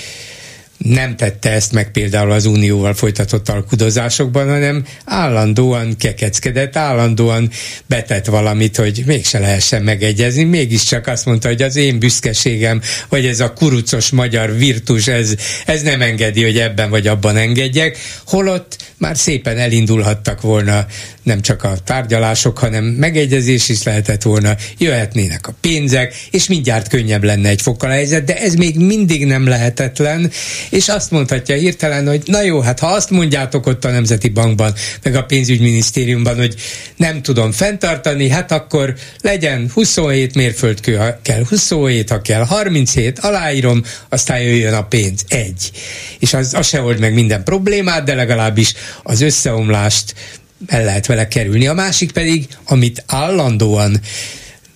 nem tette ezt meg például az Unióval folytatott alkudozásokban, hanem állandóan kekeckedett, állandóan betett valamit, hogy mégse lehessen megegyezni, mégiscsak azt mondta, hogy az én büszkeségem, vagy ez a kurucos magyar virtus, ez, ez nem engedi, hogy ebben vagy abban engedjek, holott már szépen elindulhattak volna nem csak a tárgyalások, hanem megegyezés is lehetett volna, jöhetnének a pénzek, és mindjárt könnyebb lenne egy fokkal a helyzet, de ez még mindig nem lehetetlen, és azt mondhatja hirtelen, hogy na jó, hát ha azt mondjátok ott a Nemzeti Bankban, meg a pénzügyminisztériumban, hogy nem tudom fenntartani, hát akkor legyen huszonhét mérföldkő, ha kell huszonhét, ha kell harminchét, aláírom, aztán jöjjön a pénz. Egy. És az, az se old meg minden problémát, de legalábbis az összeomlást el lehet vele kerülni. A másik pedig, amit állandóan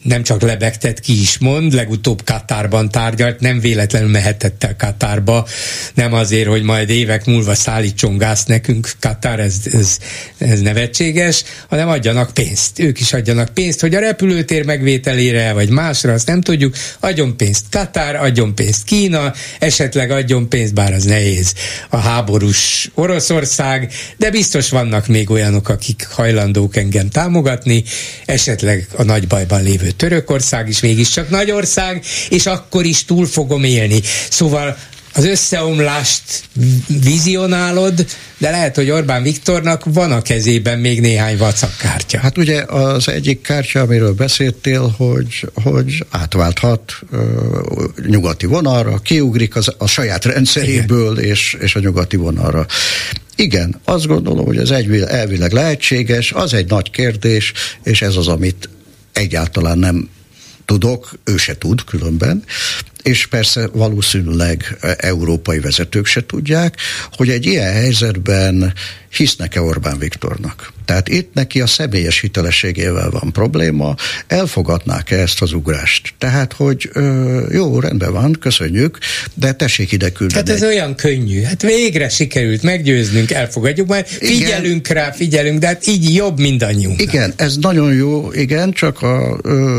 nem csak lebegtet, ki is mond, legutóbb Katárban tárgyalt, nem véletlenül mehetett el Katárba, nem azért, hogy majd évek múlva szállítson gázt nekünk Katár, ez, ez, ez nevetséges, hanem adjanak pénzt. Ők is adjanak pénzt, hogy a repülőtér megvételére, vagy másra, azt nem tudjuk, adjon pénzt Katár, adjon pénzt Kína, esetleg adjon pénzt, bár az nehéz, a háborús Oroszország, de biztos vannak még olyanok, akik hajlandók engem támogatni, esetleg a nagy bajban lévő Törökország is mégiscsak nagy ország, és akkor is túl fogom élni. Szóval az összeomlást vizionálod, de lehet, hogy Orbán Viktornak van a kezében még néhány vacakkártya. Hát ugye az egyik kártya, amiről beszéltél, hogy, hogy átválthat uh, nyugati vonalra, kiugrik az, a saját rendszeréből, és, és a nyugati vonalra. Igen, azt gondolom, hogy ez egy, elvileg lehetséges, az egy nagy kérdés, és ez az, amit egyáltalán nem tudok, ő se tud különben, és persze valószínűleg európai vezetők se tudják, hogy egy ilyen helyzetben hisznek-e Orbán Viktornak. Tehát itt neki a személyes hitelességével van probléma, elfogadnák-e ezt az ugrást. Tehát, hogy ö, jó, rendben van, köszönjük, de tessék ide küldeni. Hát ez olyan könnyű. Hát végre sikerült meggyőznünk, elfogadjuk, majd figyelünk igen. rá, figyelünk, de hát így jobb mindannyiunknak. Igen, ez nagyon jó, igen, csak a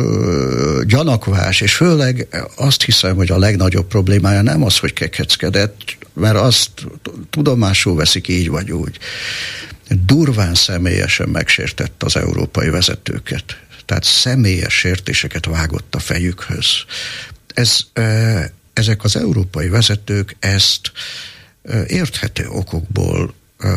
ö, gyanakvás, és főleg azt hiszem, hogy a legnagyobb problémája nem az, hogy kekeckedett, mert azt tudomásul veszik így vagy úgy. Durván személyesen megsértett az európai vezetőket. Tehát személyes sértéseket vágott a fejükhöz. Ez, ezek az európai vezetők ezt érthető okokból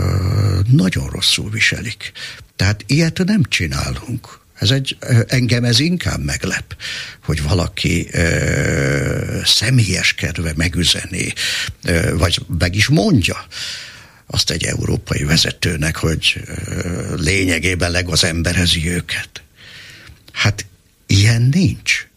nagyon rosszul viselik. Tehát ilyet nem csinálunk. Ez egy, engem ez inkább meglep, hogy valaki e, személyeskedve megüzeni, e, vagy meg is mondja azt egy európai vezetőnek, hogy e, lényegében legaz emberezi őket. Hát ilyen nincs.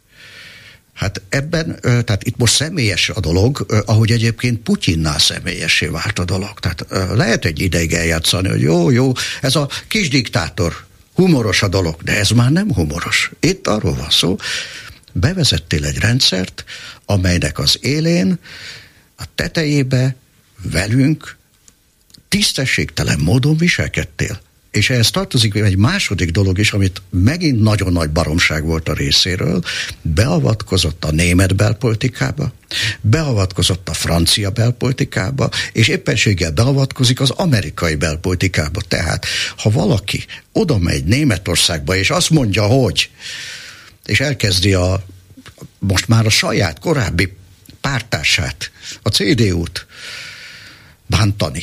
Hát ebben, tehát itt most személyes a dolog, ahogy egyébként Putyinnál személyessé vált a dolog. Tehát lehet egy ideig eljátszani, hogy jó, jó, ez a kis diktátor, humoros a dolog, de ez már nem humoros. Itt arról van szó, bevezettél egy rendszert, amelynek az élén, a tetejébe velünk tisztességtelen módon viselkedtél. És ehhez tartozik egy második dolog is, amit megint nagyon nagy baromság volt a részéről, beavatkozott a német belpolitikába, beavatkozott a francia belpolitikába, és éppenséggel beavatkozik az amerikai belpolitikába. Tehát, ha valaki oda megy Németországba, és azt mondja, hogy, és elkezdi a, most már a saját korábbi párttársát, a cé dé út bántani,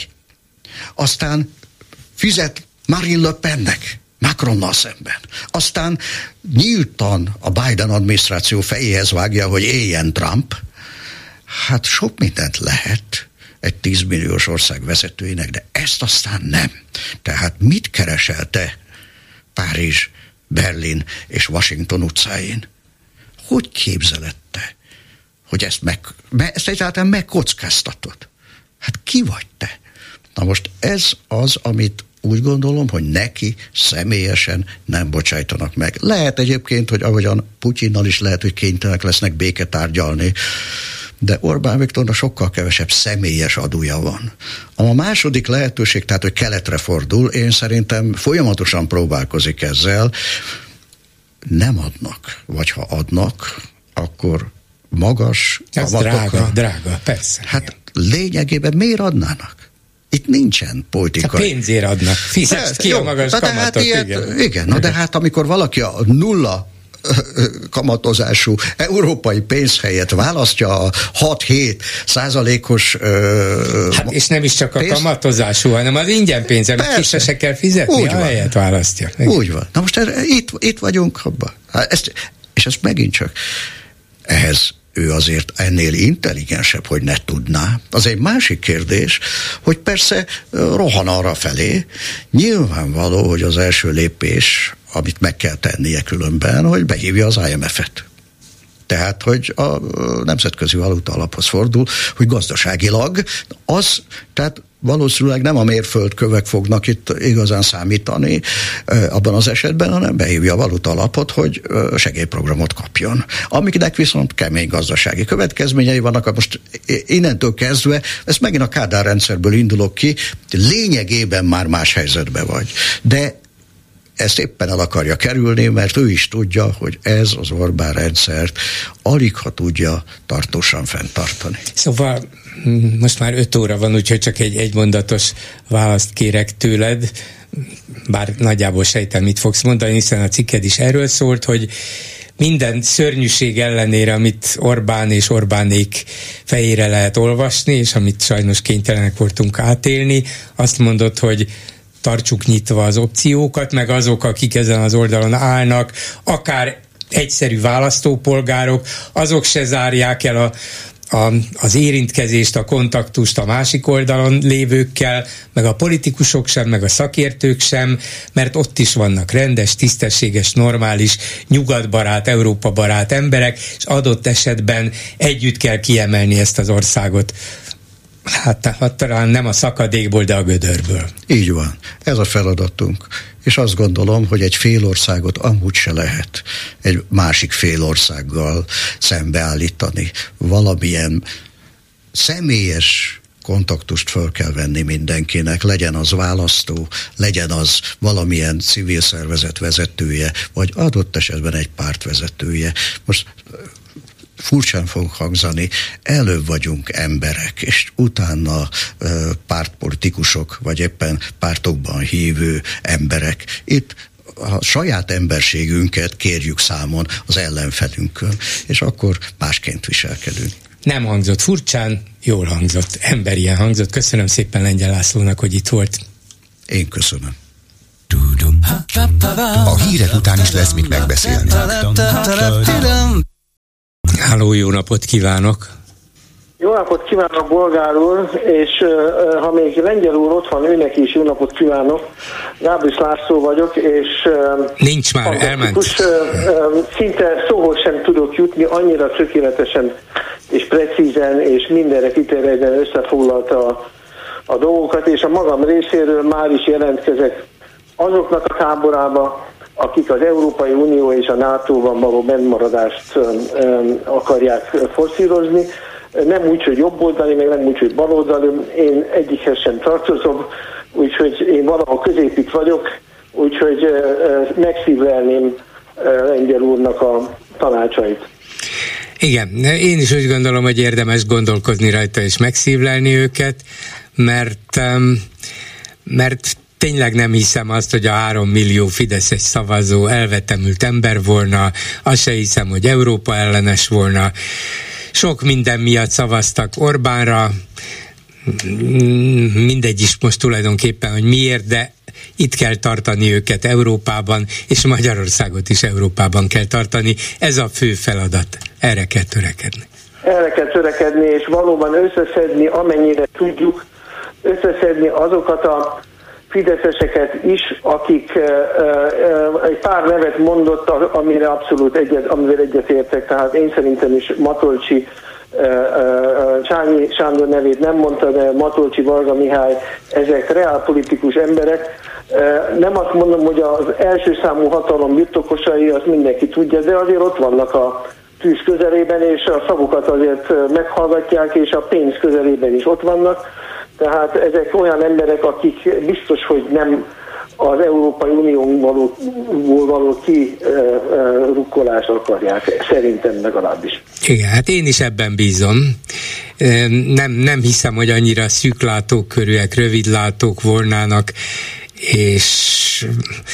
aztán fizet Marine Le Pennek, Macronnal szemben. Aztán nyíltan a Biden adminisztráció fejéhez vágja, hogy éljen Trump. Hát sok mindent lehet egy tízmilliós ország vezetőinek, de ezt aztán nem. Tehát mit keresel te Párizs, Berlin és Washington utcáin? Hogy képzeled te, hogy ezt, meg, ezt egyáltalán megkockáztatod? Hát ki vagy te? Na most ez az, amit úgy gondolom, hogy neki személyesen nem bocsájtanak meg. Lehet egyébként, hogy ahogyan Putyinnal is lehet, hogy kénytelenek lesznek béketárgyalni, de Orbán Viktornak sokkal kevesebb személyes adója van. A második lehetőség, tehát, hogy keletre fordul, én szerintem folyamatosan próbálkozik ezzel, nem adnak, vagy ha adnak, akkor magas ez drága, drága, persze. Hát lényegében miért adnának? Itt nincsen politikai. A pénzért adnak. Fizest ki jó, a magas kamatot. Hát ilyet, igen. igen, na de hát amikor valaki a nulla kamatozású európai pénz helyett választja a hat-hét százalékos ö, hát és nem is csak a pénz, kamatozású, hanem az ingyen pénz, amit kisre se kell fizetni, úgy a helyet választja. Úgy van. Na most erre, itt, itt vagyunk abban. Ezt, és ezt megint csak ehhez ő azért ennél intelligensebb, hogy ne tudná. Az egy másik kérdés, hogy persze rohan arra felé. Nyilvánvaló, hogy az első lépés, amit meg kell tennie különben, hogy behívja az i em ef-et. Tehát, hogy a Nemzetközi Valuta Alaphoz fordul, hogy gazdaságilag az, tehát valószínűleg nem a mérföldkövek fognak itt igazán számítani abban az esetben, hanem behívja a valuta alapot, hogy segélyprogramot kapjon. Amiknek viszont kemény gazdasági következményei vannak, most innentől kezdve, ezt megint a Kádár rendszerből indulok ki, lényegében már más helyzetben vagy. De ezt éppen el akarja kerülni, mert ő is tudja, hogy ez az Orbán rendszert alig ha tudja tartósan fenntartani. Szóval most már öt óra van, úgyhogy csak egy egymondatos választ kérek tőled, bár nagyjából sejtem, mit fogsz mondani, hiszen a cikked is erről szólt, hogy minden szörnyűség ellenére, amit Orbán és Orbánék fejére lehet olvasni, és amit sajnos kénytelenek voltunk átélni, azt mondod, hogy tartsuk nyitva az opciókat, meg azok, akik ezen az oldalon állnak, akár egyszerű választópolgárok, azok se zárják el a, a, az érintkezést, a kontaktust a másik oldalon lévőkkel, meg a politikusok sem, meg a szakértők sem, mert ott is vannak rendes, tisztességes, normális, nyugatbarát, Európa-barát emberek, és adott esetben együtt kell kiemelni ezt az országot. Hát, hát talán nem a szakadékból, de a gödörből. Így van. Ez a feladatunk. És azt gondolom, hogy egy fél országot amúgy se lehet egy másik fél országgal szembeállítani. Valamilyen személyes kontaktust föl kell venni mindenkinek, legyen az választó, legyen az valamilyen civil szervezet vezetője, vagy adott esetben egy párt vezetője. Most furcsán fog hangzani, előbb vagyunk emberek, és utána ö, pártpolitikusok, vagy éppen pártokban hívő emberek. Itt a saját emberségünket kérjük számon az ellenfelünkön, és akkor másként viselkedünk. Nem hangzott furcsán, jól hangzott, emberien hangzott. Köszönöm szépen Lengyel Lászlónak, hogy itt volt. Én köszönöm. A hírek után is lesz mit megbeszélni. Háló, jó napot kívánok! Jó napot kívánok, Bolgár úr, és uh, ha még Lengyel úr ott van, őnek is jó napot kívánok. Gábris László vagyok, és uh, nincs már, elment. Uh, uh, szinte szóhoz sem tudok jutni, annyira tökéletesen és precízen és mindenre kiterjedően összefoglalta a, a dolgokat, és a magam részéről már is jelentkezek azoknak a táborába, akik az Európai Unió és a nátóban való bennmaradást um, akarják forszírozni. Nem úgy, hogy jobboldali, meg nem úgy, hogy baloldali. Én egyikhez sem tartozom, úgyhogy én valahol középít vagyok, úgyhogy uh, megszívlelném uh, Lengyel úrnak a tanácsait. Igen, én is úgy gondolom, hogy érdemes gondolkozni rajta és megszívlelni őket, mert, um, mert tényleg nem hiszem azt, hogy a három millió fideszes szavazó elvetemült ember volna, azt se hiszem, hogy Európa ellenes volna. Sok minden miatt szavaztak Orbánra, mindegy is most tulajdonképpen, hogy miért, de itt kell tartani őket Európában, és Magyarországot is Európában kell tartani. Ez a fő feladat. Erre kell törekedni. Erre kell törekedni, és valóban összeszedni, amennyire tudjuk, összeszedni azokat a fideszeseket is, akik uh, uh, egy pár nevet mondott, amire abszolút egyet, amivel egyetértek, tehát én szerintem is Matolcsi, uh, uh, Csányi Sándor nevét nem mondta, de Matolcsi, Varga Mihály, ezek reálpolitikus emberek. Uh, nem azt mondom, hogy az első számú hatalom birtokosai, azt mindenki tudja, de azért ott vannak a tűz közelében, és a szavukat azért meghallgatják, és a pénz közelében is ott vannak. Tehát ezek olyan emberek, akik biztos, hogy nem az Európai Unión való, való kirukkolást akarják, szerintem legalábbis. Igen, hát én is ebben bízom. Nem, nem hiszem, hogy annyira szűklátókörűek, rövidlátók volnának, és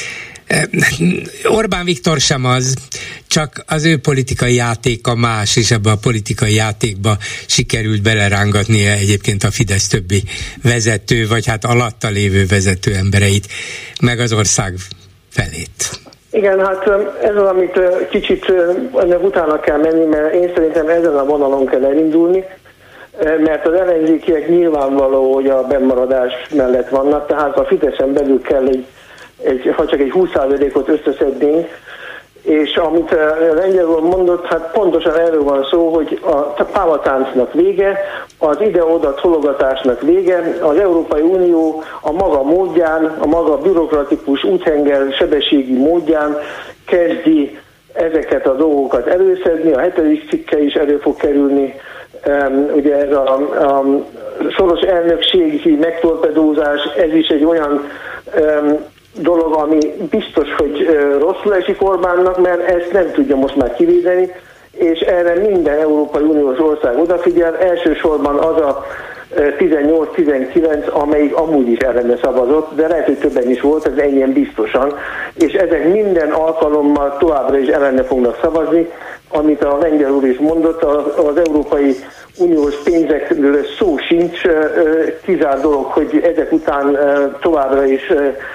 Orbán Viktor sem az, csak az ő politikai játéka más, és ebbe a politikai játékba sikerült belerángatnia egyébként a Fidesz többi vezető, vagy hát alatta lévő vezető embereit, meg az ország felét. Igen, hát ez az, amit kicsit ennek utána kell menni, mert én szerintem ezen a vonalon kell elindulni, mert az ellenzékiek nyilvánvaló, hogy a bennmaradás mellett vannak, tehát a Fideszen belül kell egy Egy, ha csak egy húsz százalékot összeszednénk, és amit Lengyel úr mondott, hát pontosan erről van szó, hogy a pávatáncnak vége, az ide-oda tologatásnak vége, az Európai Unió a maga módján, a maga bürokratikus úthenger sebességi módján kezdi ezeket a dolgokat előszedni, a hetedik cikke is elő fog kerülni, um, ugye ez a, a soros elnökségi megtorpedózás, ez is egy olyan um, dolog, ami biztos, hogy uh, rosszul esik Orbánnak, mert ezt nem tudja most már kivédeni, és erre minden Európai Uniós ország odafigyel, elsősorban az a tizennyolc tizenkilenc, amelyik amúgy is ellene szavazott, de lehet, hogy többen is volt, ez ennyien biztosan, és ezek minden alkalommal továbbra is ellene fognak szavazni, amit a Lengyel úr is mondott, az Európai Uniós pénzekről szó sincs, kizárt dolog, hogy ezek után továbbra is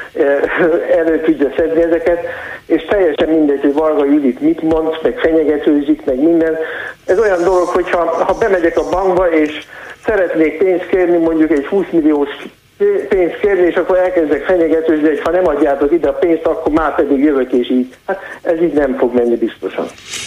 elő tudja szedni ezeket, és teljesen mindegy, hogy Varga Judit mit mond, meg fenyegetőzik, meg minden. Ez olyan dolog, hogy ha, ha bemegyek a bankba, és szeretnék pénzt kérni, mondjuk egy húsz milliós pénzt kérni, és akkor elkezdek fenyegetőzni, hogy ha nem adjátok ide a pénzt, akkor már pedig jövök, és így. Hát ez így nem fog menni biztosan.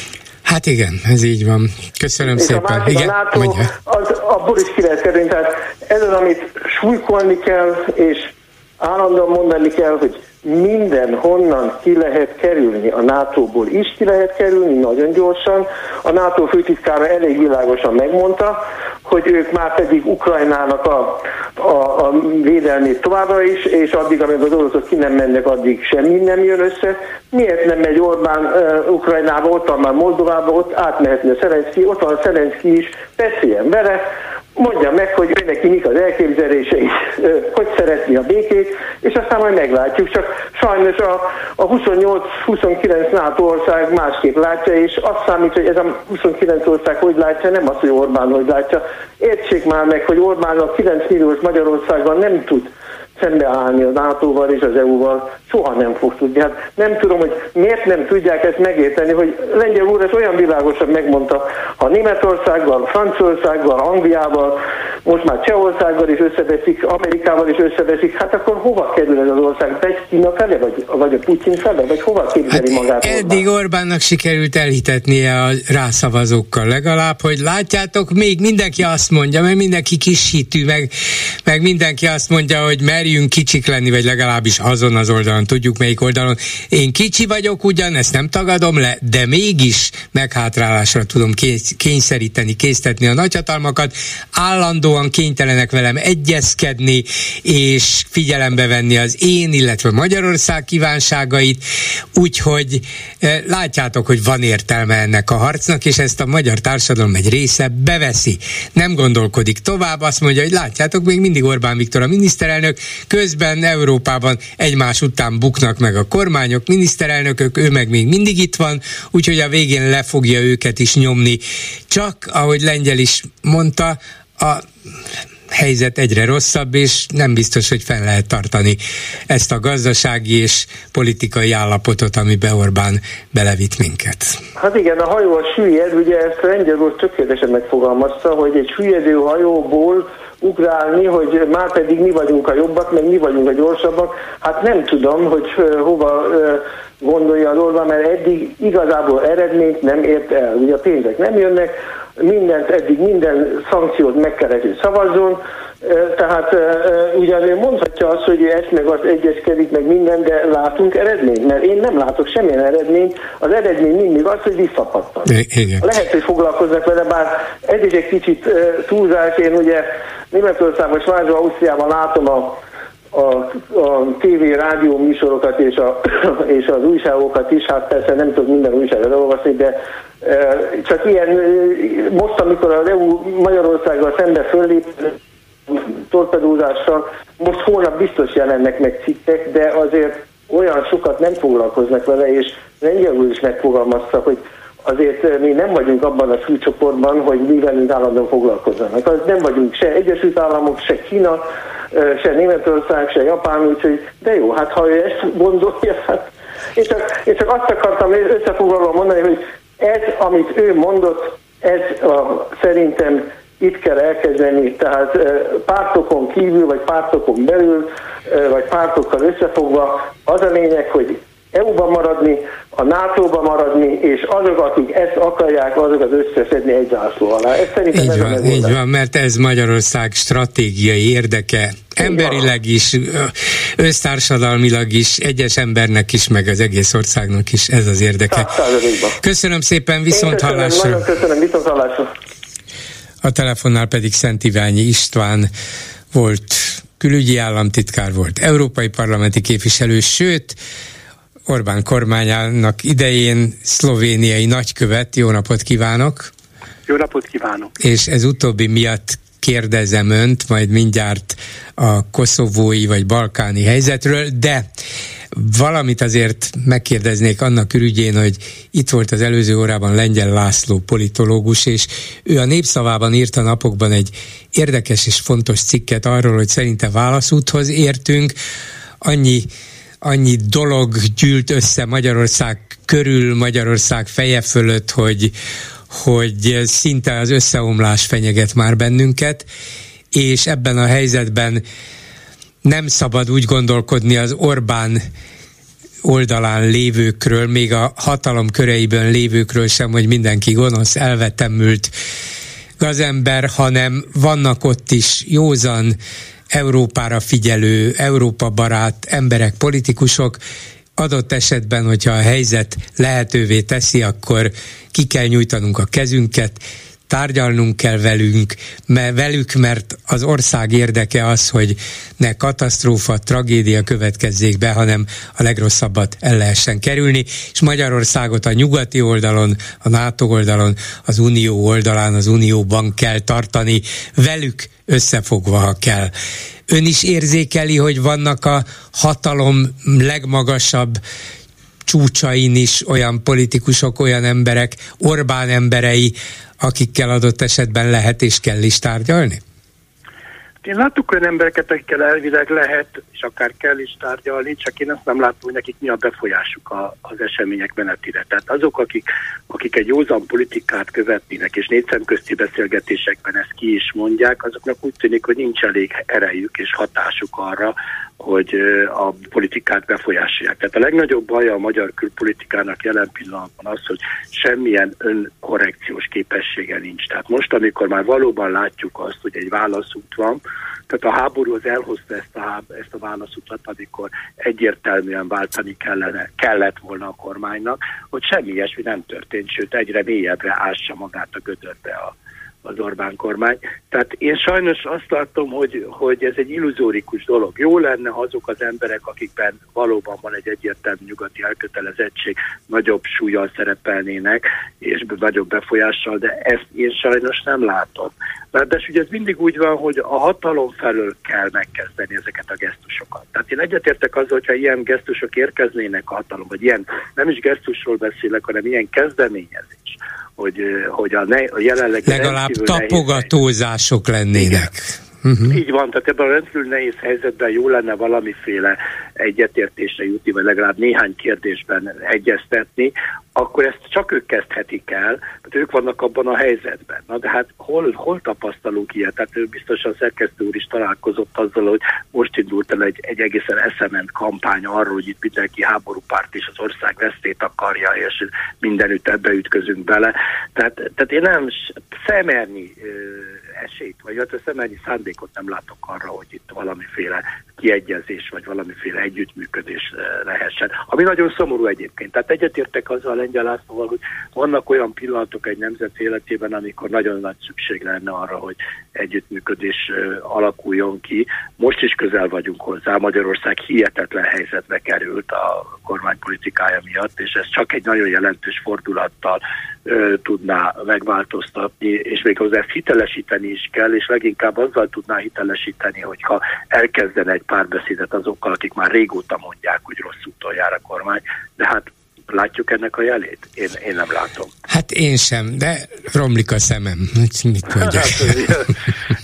Hát igen, ez így van. Köszönöm és szépen. A másik, igen, a NATO, az, abból is ki lehet kerülni. Tehát ez az, amit súlykolni kell, és állandóan mondani kell, hogy minden honnan ki lehet kerülni. A nátóból is ki lehet kerülni, nagyon gyorsan. A NATO főtitkára elég világosan megmondta, hogy ők már pedig Ukrajnának a, a, a védelmét továbbra is, és addig, amíg az oroszok ki nem mennek, addig semmi nem jön össze. Miért nem megy Orbán uh, Ukrajnába, ott van már Moldovába, ott átmehetne Zelenszky, ott van Zelenszky is, beszéljen vele, mondja meg, hogy ő neki mik az elképzelései, hogy szeretné a békét, és aztán majd meglátjuk. Csak sajnos a, a huszonnyolc huszonkilenc NATO ország másképp látja, és azt számít, hogy ez a huszonkilenc ország hogy látja, nem az, hogy Orbán hogy látja. Értsék már meg, hogy Orbán a kilenc milliós Magyarországban nem tud szembeállni a nátóval és az é u-val, soha nem fog tudni. Hát nem tudom, hogy miért nem tudják ezt megérteni, hogy Lengyel úr ezt olyan világosan megmondta, ha Németországgal, Franciaországgal, Angliával, most már Csehországgal is összeveszik, Amerikával is összeveszik, hát akkor hova kerül ez az ország? Egy Kína fele, vagy, vagy a Putyin fele, vagy hova képzeli hát magát? Eddig Orbán? Orbánnak sikerült elhitetnie a rászavazókkal legalább, hogy látjátok, még mindenki azt mondja, mert mindenki kis hitű, meg, meg mindenki azt mondja, hogy merjünk kicsik lenni, vagy legalábbis azon az oldalon, tudjuk melyik oldalon. Én kicsi vagyok ugyan, ezt nem tagadom le, de mégis meghátrálásra tudom kényszeríteni, késztetni a nagyhatalmakat, állandóan kénytelenek velem egyezkedni, és figyelembe venni az én, illetve Magyarország kívánságait, úgyhogy látjátok, hogy van értelme ennek a harcnak, és ezt a magyar társadalom egy része beveszi. Nem gondolkodik tovább, azt mondja, hogy látjátok, még mindig Orbán Viktor a miniszterelnök, közben Európában egymás után buknak meg a kormányok, miniszterelnökök, ő meg még mindig itt van, úgyhogy a végén le fogja őket is nyomni. Csak, ahogy Lengyel is mondta, a helyzet egyre rosszabb, és nem biztos, hogy fenn lehet tartani ezt a gazdasági és politikai állapotot, amiben Orbán belevitt minket. Hát igen, a hajó a süllyed, ugye ezt Lengyel úr tökéletesen megfogalmazta, hogy egy süllyedő hajóból ugrálni, hogy már pedig mi vagyunk a jobbak, meg mi vagyunk a gyorsabbak. Hát nem tudom, hogy hova gondolja az Orbán, mert eddig igazából eredményt nem ért el. Ugye a pénzek nem jönnek, mindent, eddig minden szankciót meg kellett, hogy szavazzon, tehát ugyan ő mondhatja azt, hogy ezt meg azt egyezkedik, meg minden, de látunk eredményt, mert én nem látok semmilyen eredményt, az eredmény mindig az, hogy visszapattan. Lehet, hogy foglalkoznak vele, bár ez is egy kicsit túlzás, én ugye Németországban, Svájcban, Ausztriában látom a a, a tévé, rádió műsorokat és, a, és az újságokat is, hát persze nem tudok minden újságot olvasni, de e, csak ilyen, most amikor az é u Magyarországgal szembe föllép torpedózással, most holnap biztos jelennek meg cikkek, de azért olyan sokat nem foglalkoznak vele, és Lengyel úr is megfogalmazta, hogy azért mi nem vagyunk abban a súlycsoportban, hogy mi velünk állandóan foglalkozzanak. Az nem vagyunk se Egyesült Államok, se Kína, se Németország, se Japán, úgyhogy de jó, hát ha ő ezt gondolja, hát én csak, én csak azt akartam összefoglalva mondani, hogy ez, amit ő mondott, ez a, szerintem itt kell elkezdeni, tehát pártokon kívül, vagy pártokon belül, vagy pártokkal összefogva, az a lényeg, hogy é u-ban maradni, a nátóban maradni, és azok, akik ezt akarják, azokat összeszedni egy zászló alá. Ez szerintem így ez van, így van, mert ez Magyarország stratégiai érdeke, emberileg is, össztársadalmilag is, egyes embernek is, meg az egész országnak is ez az érdeke. Köszönöm szépen, viszont hallásra. Nagyon köszönöm, viszont hallásra. A telefonnál pedig Szent Iványi István volt külügyi államtitkár, volt európai parlamenti képviselő, sőt, Orbán kormányának idején szlovéniai nagykövet. Jó napot kívánok! Jó napot kívánok! És ez utóbbi miatt kérdezem önt, majd mindjárt a koszovói vagy balkáni helyzetről, de valamit azért megkérdeznék annak ürügyén, hogy itt volt az előző órában Lengyel László politológus, és ő a Népszavában írt a napokban egy érdekes és fontos cikket arról, hogy szerinte válaszúthoz értünk. Annyi annyi dolog gyűlt össze Magyarország körül, Magyarország feje fölött, hogy, hogy szinte az összeomlás fenyeget már bennünket, és ebben a helyzetben nem szabad úgy gondolkodni az Orbán oldalán lévőkről, még a hatalom köreiben lévőkről sem, hogy mindenki gonosz, elvetemült gazember, hanem vannak ott is józan, Európára figyelő, Európa barát emberek, politikusok. Adott esetben, hogyha a helyzet lehetővé teszi, akkor ki kell nyújtanunk a kezünket, tárgyalnunk kell velünk, mert velük, mert az ország érdeke az, hogy ne katasztrófa, tragédia következzék be, hanem a legrosszabbat el lehessen kerülni, és Magyarországot a nyugati oldalon, a NATO oldalon, az Unió oldalán, az Unióban kell tartani, velük összefogva, ha kell. Ön is érzékeli, hogy vannak a hatalom legmagasabb csúcsain is olyan politikusok, olyan emberek, Orbán emberei, akikkel adott esetben lehet és kell is tárgyalni? Én láttuk olyan embereket, akikkel elvileg lehet, és akár kell is tárgyalni, csak én azt nem látom, hogy nekik mi a befolyásuk a, az események menetére. Tehát azok, akik, akik egy józan politikát követnének, és négy szemközti beszélgetésekben ezt ki is mondják, azoknak úgy tűnik, hogy nincs elég erejük és hatásuk arra, hogy a politikát befolyásolják. Tehát a legnagyobb baja a magyar külpolitikának jelen pillanatban az, hogy semmilyen önkorrekciós képessége nincs. Tehát most, amikor már valóban látjuk azt, hogy egy válaszút van, tehát a háború az elhozta ezt a, ezt a válaszutat, amikor egyértelműen váltani kellene, kellett volna a kormánynak, hogy semmi ilyesmi nem történt, sőt egyre mélyebbre ássa magát a gödörbe a az Orbán kormány. Tehát én sajnos azt látom, hogy, hogy ez egy illuzórikus dolog. Jó lenne, ha azok az emberek, akikben valóban van egy egyértelmű nyugati elkötelezettség, nagyobb súllyal szerepelnének, és nagyobb befolyással, de ezt én sajnos nem látom. Ráadásul ugye ez mindig úgy van, hogy a hatalom felől kell megkezdeni ezeket a gesztusokat. Tehát én egyetértek azzal, hogyha ilyen gesztusok érkeznének a hatalom, vagy ilyen, nem is gesztusról beszélek, hanem ilyen kezdeményezés, hogy, hogy a, ne, a jelenlegi legalább tapogatózások lennének. Uh-huh. Így van, tehát ebben a rendkívül nehéz helyzetben jó lenne valamiféle egyetértésre jutni, vagy legalább néhány kérdésben egyeztetni, akkor ezt csak ők kezdhetik el, tehát ők vannak abban a helyzetben. Na de hát hol, hol tapasztalunk ilyet? Tehát ő biztosan a szerkesztő úr is találkozott azzal, hogy most indult el egy, egy egészen eszement kampány arról, hogy itt mindenki háborúpárt és az ország vesztét akarja, és mindenütt ebbe ütközünk bele. Tehát, tehát én nem szemernyi esélyt, vagy hát szemernyi szándékot nem látok arra, hogy itt valamiféle kiegyezés, vagy valamiféle együttműködés lehessen. Ami nagyon szomorú egyébként. Tehát egyetértek azzal a Lengyel Lászlóval, hogy vannak olyan pillanatok egy nemzet életében, amikor nagyon nagy szükség lenne arra, hogy együttműködés alakuljon ki. Most is közel vagyunk hozzá. Magyarország hihetetlen helyzetbe került a kormánypolitikája miatt, és ez csak egy nagyon jelentős fordulattal ö, tudná megváltoztatni, és még hozzá ezt hitelesíteni is kell, és leginkább azzal tudná hitelesíteni, hogyha elkezdene egy párbeszédet azokkal, akik már régóta mondják, hogy rossz úton jár a kormány, de hát látjuk ennek a jelét? Én, én nem látom. Hát én sem, de romlik a szemem. Mit mondjak?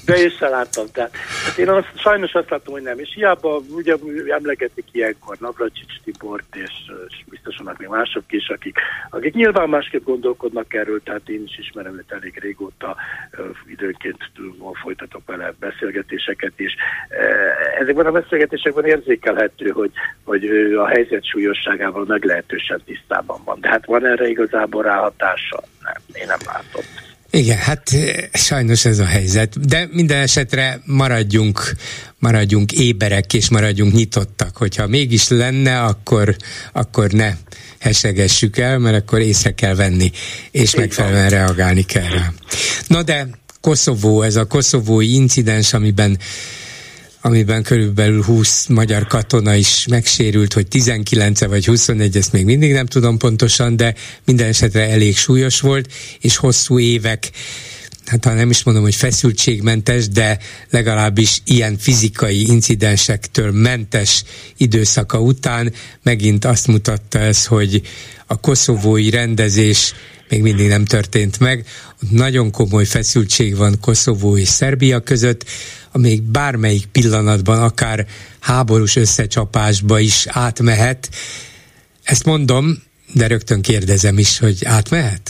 De én sem láttam. Tehát, hát én azt, sajnos azt látom, hogy nem. És hiába ugye emlegetik ilyenkor Navracsics Tibort, és, és biztos vannak még mások is, akik, akik nyilván másképp gondolkodnak erről, tehát én is ismerem őt elég régóta, időnként folytatok vele beszélgetéseket is. Ezekben a beszélgetésekben érzékelhető, hogy, hogy ő a helyzet súlyosságával meglehetősen tisztában van. De hát van erre igazából ráhatása? Nem, én nem látom. Igen, hát sajnos ez a helyzet, de minden esetre maradjunk, maradjunk éberek és maradjunk nyitottak, hogyha mégis lenne, akkor, akkor ne hesegessük el, mert akkor észre kell venni, és Én megfelelően van. reagálni kell rá. Na de Koszovó, ez a koszovói incidens, amiben amiben körülbelül húsz magyar katona is megsérült, hogy tizenkilenc vagy huszonegy, ezt még mindig nem tudom pontosan, de minden esetre elég súlyos volt, és hosszú évek, hát ha nem is mondom, hogy feszültségmentes, de legalábbis ilyen fizikai incidensektől mentes időszaka után megint azt mutatta ez, hogy a koszovói rendezés még mindig nem történt meg. Nagyon komoly feszültség van Koszovó és Szerbia között, amíg bármelyik pillanatban akár háborús összecsapásba is átmehet. Ezt mondom, de rögtön kérdezem is, hogy átmehet?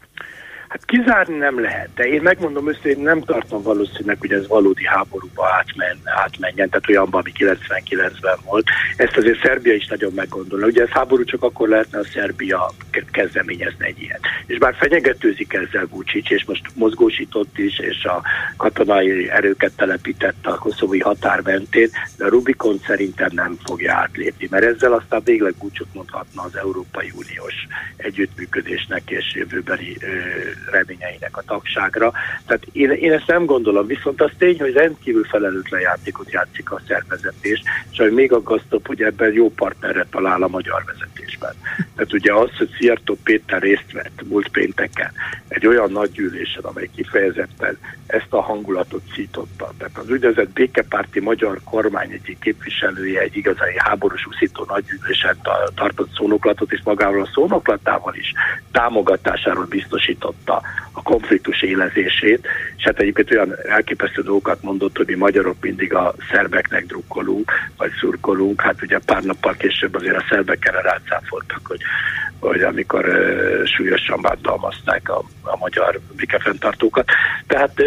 Hát kizárni nem lehet, de én megmondom össze, én nem tartom valószínűleg, hogy ez valódi háborúba átmen, átmenjen, tehát olyanban, ami kilencvenkilencben volt. Ezt azért Szerbia is nagyon meggondolna. Ugye ez háború csak akkor lehetne, a Szerbia kezdeményezne egy ilyet. És bár fenyegetőzik ezzel Vučić, és most mozgósított is, és a katonai erőket telepített a koszovói határ mentén, de a Rubikon szerintem nem fogja átlépni, mert ezzel aztán végleg búcsút mondhatna az Európai Uniós együttműködésnek és jövőbeli ö, reményeinek a tagságra. Tehát én, én ezt nem gondolom, viszont az tény, hogy rendkívül felelőtlen játékot játszik a szervezetés, és ami még aggasztóbb, hogy ebben jó partnerre talál a magyar vezetésben. Tehát ugye az, hogy Szijjártó Péter részt vett múlt pénteken egy olyan nagy gyűlésen, amely kifejezetten ezt a hangulatot szította. Tehát az úgynevezett békepárti magyar kormány egyik képviselője egy igazán háborús uszító nagygyűlésen tartott szónoklatot, és magával a szónoklatával is támogatásáról biztosította a konfliktus élezését, és hát egyébként olyan elképesztő dolgokat mondott, hogy mi magyarok mindig a szerbeknek drukkolunk, vagy szurkolunk, hát ugye pár nappal később azért a szerbek erre rácáfoltak, hogy, hogy amikor uh, súlyosan bántalmazták a, a magyar békefenntartókat. Tehát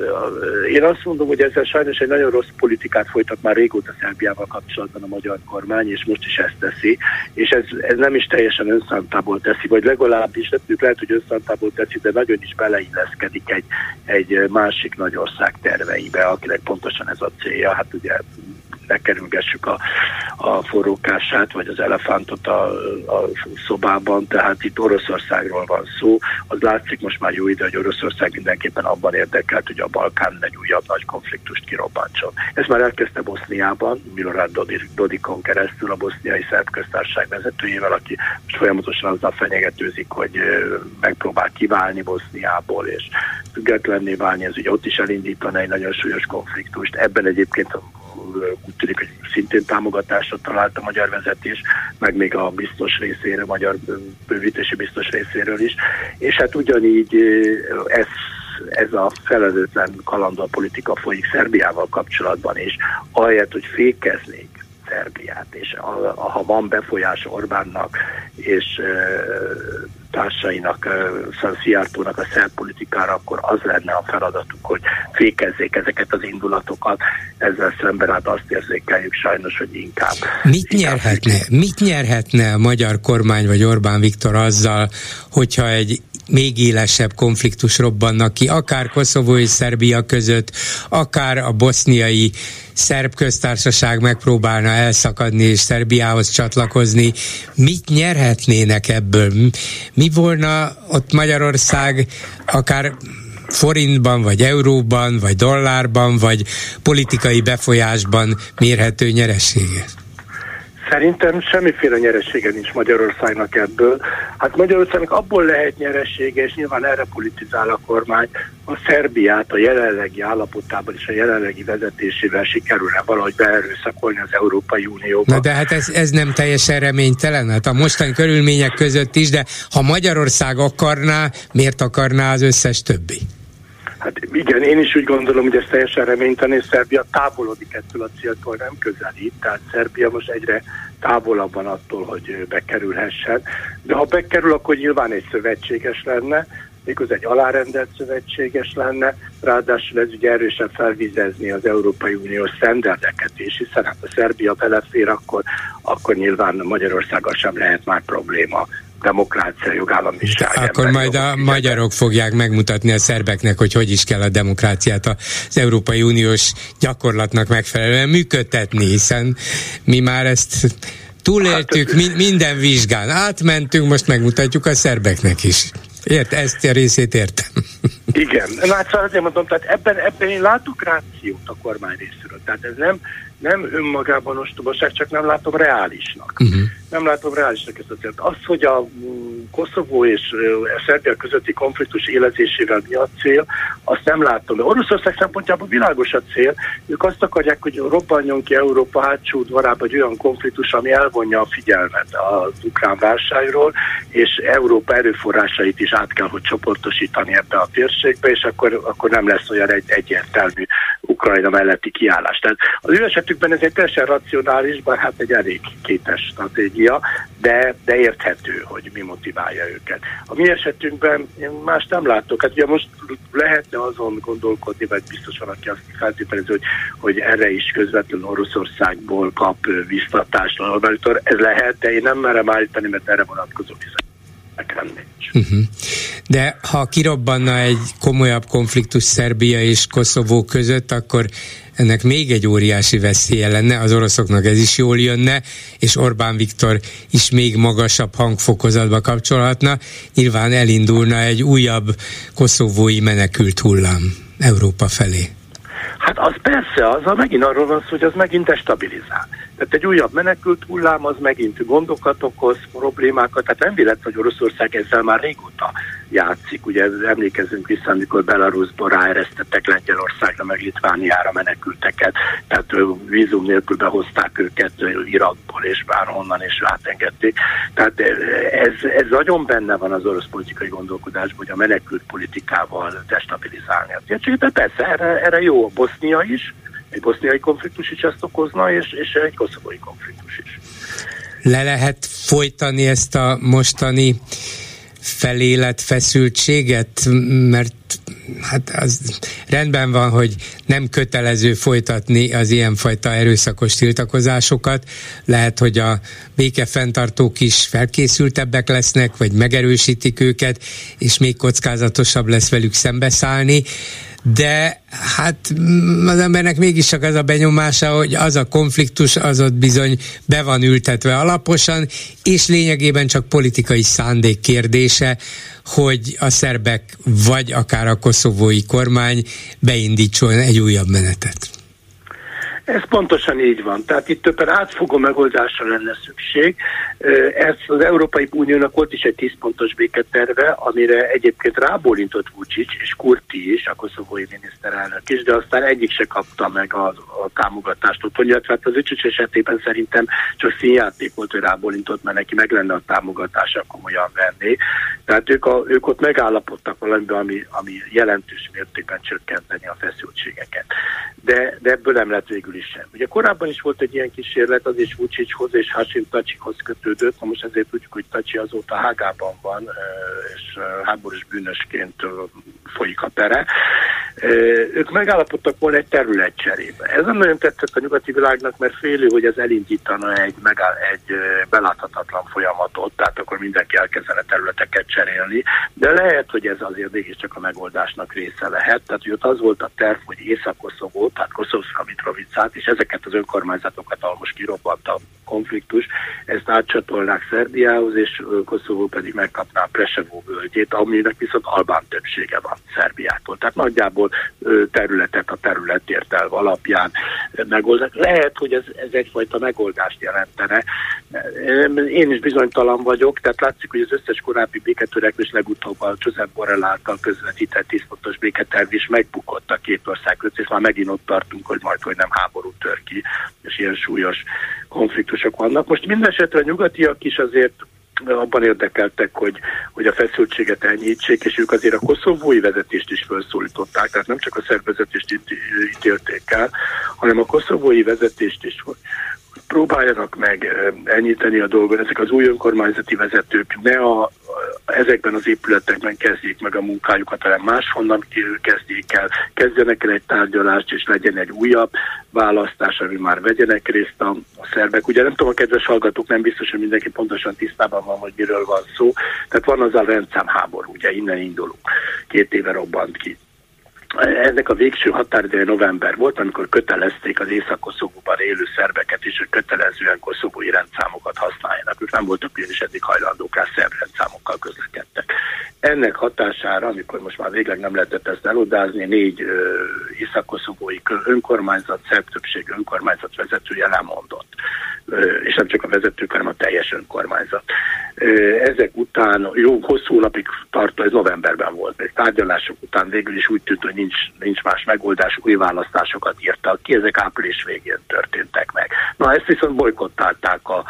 uh, én azt mondom, hogy ezzel sajnos egy nagyon rossz politikát folytat már régóta Szerbiával kapcsolatban a magyar kormány, és most is ezt teszi, és ez, ez nem is teljesen önszántából teszi, vagy legalábbis lehet, hogy önszántából teszi, de nagyon is beleilleszkedik egy, egy másik nagy ország terveibe, akinek pontosan ez a célja. Hát ugye ne kerülgessük a, a forrókását, vagy az elefántot a, a szobában, tehát itt Oroszországról van szó. Az látszik most már jó ide, hogy Oroszország mindenképpen abban érdekelt, hogy a Balkán egy újabb nagy konfliktust kirobbantson. Ez már elkezdte Boszniában, Milorad Dodikon keresztül, a boszniai szerb köztársaság vezetőjével, aki most folyamatosan azzal fenyegetőzik, hogy megpróbál kiválni Boszniából, és függetlenné válni, ez ugye ott is elindítana egy nagyon súlyos konfliktust. Ebben egyébként úgy tűnik, hogy szintén támogatásra talált a magyar vezetés, meg még a biztos részére, a magyar bővítési biztos részéről is. És hát ugyanígy ez, ez a felelőtlen kalandor politika folyik Szerbiával kapcsolatban is, ahelyett, hogy fékeznék Szerbiát, és a, a, ha van befolyás Orbánnak és e, társainak, e, Szijjártónak a szerb politikára, akkor az lenne a feladatuk, hogy fékezzék ezeket az indulatokat. Ezzel szemben hát azt érzékeljük sajnos, hogy inkább... Mit inkább nyerhetne? Mit nyerhetne a magyar kormány vagy Orbán Viktor azzal, hogyha egy még élesebb konfliktus robbannak ki, akár Koszovó és Szerbia között, akár a boszniai szerb köztársaság megpróbálna elszakadni és Szerbiához csatlakozni. Mit nyerhetnének ebből? Mi volna ott Magyarország akár forintban, vagy euróban, vagy dollárban, vagy politikai befolyásban mérhető nyeresége? Szerintem semmiféle nyeresége nincs Magyarországnak ebből. Hát Magyarországnak abból lehet nyeresége, és nyilván erre politizál a kormány, a Szerbiát a jelenlegi állapotában és a jelenlegi vezetésével sikerülne valahogy beerőszakolni az Európai Unióba. Na de hát ez, ez nem teljesen reménytelen, hát a mostani körülmények között is, de ha Magyarország akarná, miért akarná az összes többi? Hát igen, én is úgy gondolom, hogy ez teljesen reménytelen, és Szerbia távolodik ettől a céltól, nem közelít, tehát Szerbia most egyre távolabb van attól, hogy bekerülhessen, de ha bekerül, akkor nyilván egy szövetséges lenne, méghozzá egy alárendelt szövetséges lenne, ráadásul ez ugye erősen felvizezni az Európai Uniós sztenderdeket is, hiszen hát a Szerbia belefér, akkor, akkor nyilván Magyarországgal sem lehet már probléma. Demokrácia, jogállamiság. Akkor majd a magyarok fogják megmutatni a szerbeknek, hogy hogy is kell a demokráciát az Európai Uniós gyakorlatnak megfelelően működtetni, hiszen mi már ezt túléltük hát, minden vizsgán. Átmentünk, most megmutatjuk a szerbeknek is. Ért, ezt a részét értem. Igen, hát szóval azért mondom, tehát ebben, ebben én látok rációt a kormány részéről. Tehát ez nem, nem önmagában ostobaság, csak nem látom reálisnak. Uh-huh. Nem látom reálisnak ezt a célt. Az, hogy a Koszovó és a Szerbia közötti konfliktus élezésével mi a cél, azt nem látom. De Oroszország szempontjából világos a cél. Ők azt akarják, hogy robbanjon ki Európa hátsó udvarába egy olyan konfliktus, ami elvonja a figyelmet az ukrán válságról, és Európa erőforrásait is át kell, hogy csoportosítani ebbe a térségbe, és akkor, akkor nem lesz olyan egy, egyértelmű Ukrajna melletti kiállás. Tehát az ő esetükben ez egy teljesen racionális, bár hát egy elég kétes stratégia, de, de érthető, hogy mi motiválja őket. A mi esetünkben én más nem látok. Hát ugye most lehetne azon gondolkodni, vagy biztos van, aki azt feltételező, hogy, hogy erre is közvetlenül Oroszországból kap biztatást. Ez lehet, de én nem merem állítani, mert erre vonatkozó bizony. Uh-huh. De ha kirobbanna egy komolyabb konfliktus Szerbia és Koszovó között, akkor ennek még egy óriási veszélye lenne, az oroszoknak ez is jól jönne, és Orbán Viktor is még magasabb hangfokozatba kapcsolhatna, nyilván elindulna egy újabb koszovói menekült hullám Európa felé. Hát az persze, az megint arról van szó, hogy az megint destabilizál. Tehát egy újabb menekült hullám, az megint gondokat okoz, problémákat, tehát nem véletlen, hogy Oroszország ezzel már régóta játszik. Ugye emlékezzünk vissza, amikor Belarusból ráeresztettek Lengyelországra, meg Litvániára menekülteket, tehát vízum nélkül behozták őket Irakból, és bárhonnan, és átengedték. Tehát ez, ez nagyon benne van az orosz politikai gondolkodásban, hogy a menekült politikával destabilizálni a térséget. De persze, erre, erre jó a Bosznia is, egy boszniai konfliktus is ezt okozna, és, és egy koszovói konfliktus is. Le lehet folytani ezt a mostani felélet feszültséget, mert hát az rendben van, hogy nem kötelező folytatni az ilyenfajta erőszakos tiltakozásokat. Lehet, hogy a békefenntartók is felkészültebbek lesznek, vagy megerősítik őket, és még kockázatosabb lesz velük szembeszállni. De hát az embernek mégis csak az a benyomása, hogy az a konfliktus az ott bizony be van ültetve alaposan, és lényegében csak politikai szándék kérdése, hogy a szerbek vagy akár a koszovói kormány beindítson egy újabb menetet. Ez pontosan így van. Tehát itt többen átfogó megoldásra lenne szükség. Ez az Európai Uniónak volt is egy tíz pontos béketerve, amire egyébként rábólintott Vučić és Kurti is, a koszovói miniszterelnök is, de aztán egyik se kapta meg a, a támogatást otthon, illetve az Vučić esetében szerintem csak színjáték volt, hogy rábólintott, mert neki meg lenne a támogatása, komolyan venné. Tehát ők, a, ők ott megállapodtak valamiben, ami, ami jelentős mértékben csökkenteni a feszültségeket. De, de ebből nem lett végül is sem. Ugye korábban is volt egy ilyen kísérlet, az is Vučićhoz és Hašim Tačihoz kötődött, na most ezért tudjuk, hogy Tači azóta Hágában van, és háborús bűnösként folyik a pere. Ők megállapodtak volna egy területcserébe. Ez nem nagyon tetszett a nyugati világnak, mert félő, hogy ez elindítana egy, megáll, egy beláthatatlan folyamatot, tehát akkor mindenki elkezdene területeket cserélni, de lehet, hogy ez azért mégiscsak a megoldásnak része lehet. Tehát hogy ott az volt a terv, hogy Észak-Koszovó, tehát Koszovska Mitrovicát, és ezeket az önkormányzatokat, ahol most kirobbant a konfliktus, ezt átcsatolnák Szerbiához, és Koszovó pedig megkapná Preševo völgyét, aminek viszont albán többsége van Szerbiától. Tehát nagyjából területet a területért elv alapján megoldani. Lehet, hogy ez, ez egyfajta megoldást jelentene. Én is bizonytalan vagyok, tehát látszik, hogy az összes korábbi béketörekvés legutóbb a Josep Borrell által közvetített tíz pontos béketerv is megbukott a két ország között, és már megint ott tartunk, hogy majd, hogy nem háború tör ki, és ilyen súlyos konfliktusok vannak. Most mindenesetre a nyugatiak is azért abban érdekeltek, hogy, hogy a feszültséget enyhítsék, és ők azért a koszovói vezetést is felszólították, tehát nem csak a szerb vezetést ítélték el, hanem a koszovói vezetést is, hogy próbáljanak meg enyhíteni a dolgot. Ezek az új önkormányzati vezetők ne a, ezekben az épületekben kezdjék meg a munkájukat, hanem máshonnan kezdjék el, kezdjenek el egy tárgyalást, és legyen egy újabb választás, ami már vegyenek részt a, a szerbek. Ugye nem tudom, a kedves hallgatók, nem biztos, hogy mindenki pontosan tisztában van, hogy miről van szó. Tehát van az a rendszámháború, ugye innen indulunk. Két éve robbant ki. Ennek a végső határideje november volt, amikor kötelezték az Észak-Koszovóban élő szerbeket is, hogy kötelezően koszovói rendszámokat használjanak. Ők nem voltak ugyanis eddig hajlandók rá, szerb rendszámokkal közlekedtek. Ennek hatására, amikor most már végleg nem lehetett ezt elodázni, négy ö, észak-koszovói önkormányzat, szerb többségű önkormányzat vezetője lemondott. Ö, és nem csak a vezetők, hanem a teljes önkormányzat. Ö, ezek után, jó, hosszú napig tartó, ez novemberben volt, még tárgyalások után végül is úgy tűnt, hogy nincs, nincs más megoldás, új választásokat írtak ki, ezek április végén történtek meg. Na, ezt viszont bolykottálták a,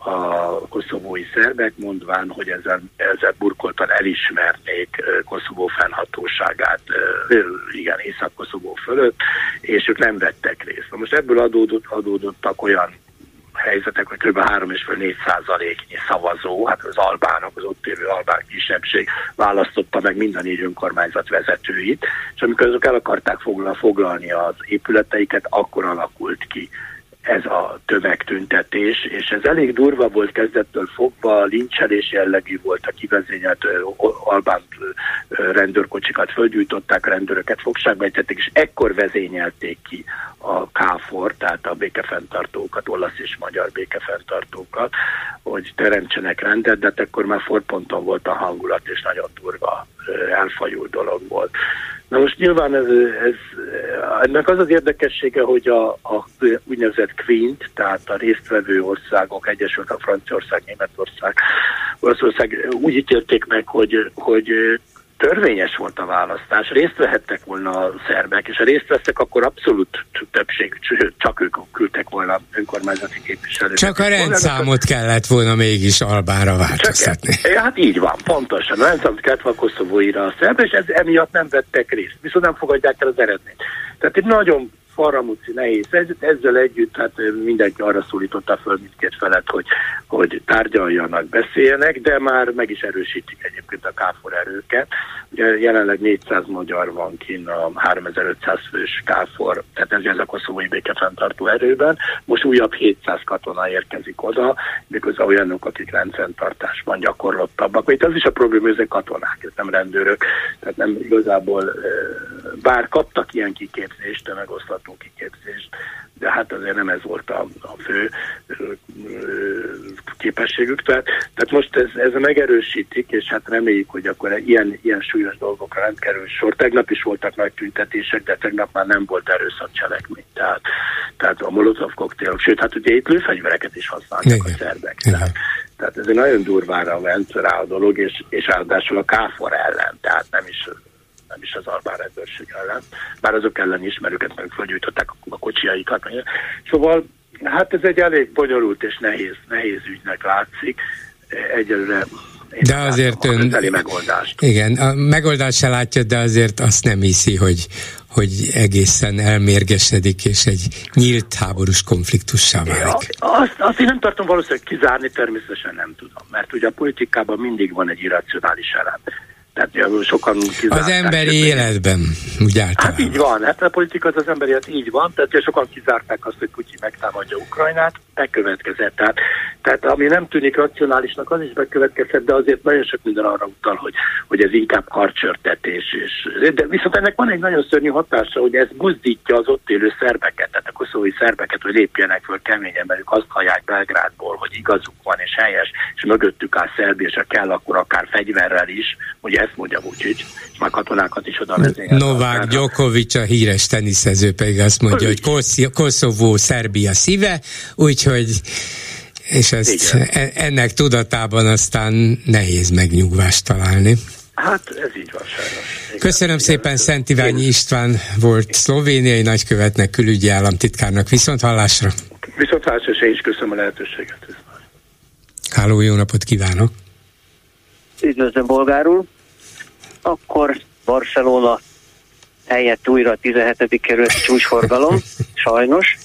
a koszovói szerbek, mondván, hogy ezzel, ezzel burkoltan elismernék Koszovó fennhatóságát, igen, Észak-Koszovó fölött, és ők nem vettek részt. Most ebből adódott, adódottak olyan helyzetek, hogy kb. három egész öt százaléknyi szavazó, hát az albánok, az ott élő albán kisebbség választotta meg mind a négy önkormányzat vezetőit, és amikor azok el akarták foglalni az épületeiket, akkor alakult ki ez a tömegtüntetés, és ez elég durva volt kezdettől fogva, lincselés jellegű volt, a kivezényelt albán rendőrkocsikat fölgyújtották, a rendőröket fogságba ejtették, és ekkor vezényelték ki a káfor, tehát a békefenntartókat, olasz és magyar békefenntartókat, hogy teremtsenek rendet, de ekkor már forponton volt a hangulat, és nagyon durva, elfajult dolog volt. Na most nyilván ez, ez, ennek az az érdekessége, hogy a, a úgynevezett Quint, tehát a résztvevő országok, Egyesült a Franciaország, Németország, Olaszország úgy ítélték meg, hogy, hogy törvényes volt a választás, részt vehettek volna a szerbek, és ha részt vesztek, akkor abszolút többség, csak ők küldtek volna önkormányzati képviselőket. Csak a rendszámot kellett volna mégis albánra változtatni. Csak, hát így van, pontosan. A rendszámot kellett volna koszovóira a szerb, és ez emiatt nem vettek részt. Viszont nem fogadják el az eredményt. Tehát itt nagyon faramúci, nehéz. Ezzel együtt hát mindenki arra szólította föl mindkét felet, hogy, hogy tárgyaljanak, beszéljenek, de már meg is erősítik egyébként a káfor erőket. Ugye jelenleg négyszáz magyar van kinn a háromezer-ötszáz fős káfor, tehát ez, ez a koszovói békefenntartó erőben. Most újabb hétszáz katona érkezik oda, miközben olyanok, akik rendfenntartásban gyakorlottabbak. Itt az is a probléma, hogy ezek katonák, ez nem rendőrök, tehát nem igazából, bár kaptak ilyen kiképzést, de megosztott kiképzést, de hát azért nem ez volt a, a fő képességük. Tehát, tehát most ez, ez megerősítik, és hát reméljük, hogy akkor ilyen, ilyen súlyos dolgokra nem kerül sor. Tegnap is voltak nagy tüntetések, de tegnap már nem volt erőszakcselekmény. Tehát, tehát a molotov koktélok, sőt, hát ugye itt lőfegyvereket is használnak a szerbek. Tehát, tehát ez egy nagyon durvára ment rá a dolog, és, és ráadásul a káfor ellen, tehát nem is nem is az albán rendőrség ellen, bár azok ellen is, mert őket meg fölgyújtották a kocsiaikat. Szóval, hát ez egy elég bonyolult és nehéz, nehéz ügynek látszik. Egyelőre de azért ön, megoldást. Igen, a megoldást se látja, de azért azt nem hiszi, hogy, hogy egészen elmérgesedik, és egy nyílt háborús konfliktussá válik. Azt, azt én nem tartom valószínűleg kizárni, természetesen nem tudom, mert ugye a politikában mindig van egy irracionális elem. Tehát sokan az emberi életben, úgy általában. Hát így van, hát a politika az az emberi élet így van, tehát sokan kizárták azt, hogy Putyin megtámadja Ukrajnát, bekövetkezett. Tehát, tehát ami nem tűnik racionálisnak, az is bekövetkezett, de azért nagyon sok minden arra utal, hogy, hogy ez inkább karcsörtetés. És, de viszont ennek van egy nagyon szörnyű hatása, hogy ez buzdítja az ott élő szerbeket, tehát a koszovói szerbeket, hogy lépjenek föl keményen, mert ők azt hallják Belgrádból, hogy igazuk van és helyes, és mögöttük áll Szerbia, és ha kell, akkor akár fegyverrel is, ugye ezt mondja Vučić, és már katonákat is oda vezényel. Novák Djokovic, a híres teniszező pedig azt mondja, hogy Kosz- Koszovó Szerbia szíve, úgyhogy és ezt Igen. ennek tudatában aztán nehéz megnyugvást találni. Hát ez így van sajnos. Igen, Köszönöm igen, szépen, igen. Szent Iványi István volt szlovéniai nagykövetnek, külügyi államtitkárnak. Viszont hallásra. Viszont hallásra, és én is köszönöm a lehetőséget. Háló, jó napot kívánok! Üdvözlöm, bolgár úr! Akkor Barcelona helyett újra a tizenhetedik kerületi csúcsforgalom, sajnos.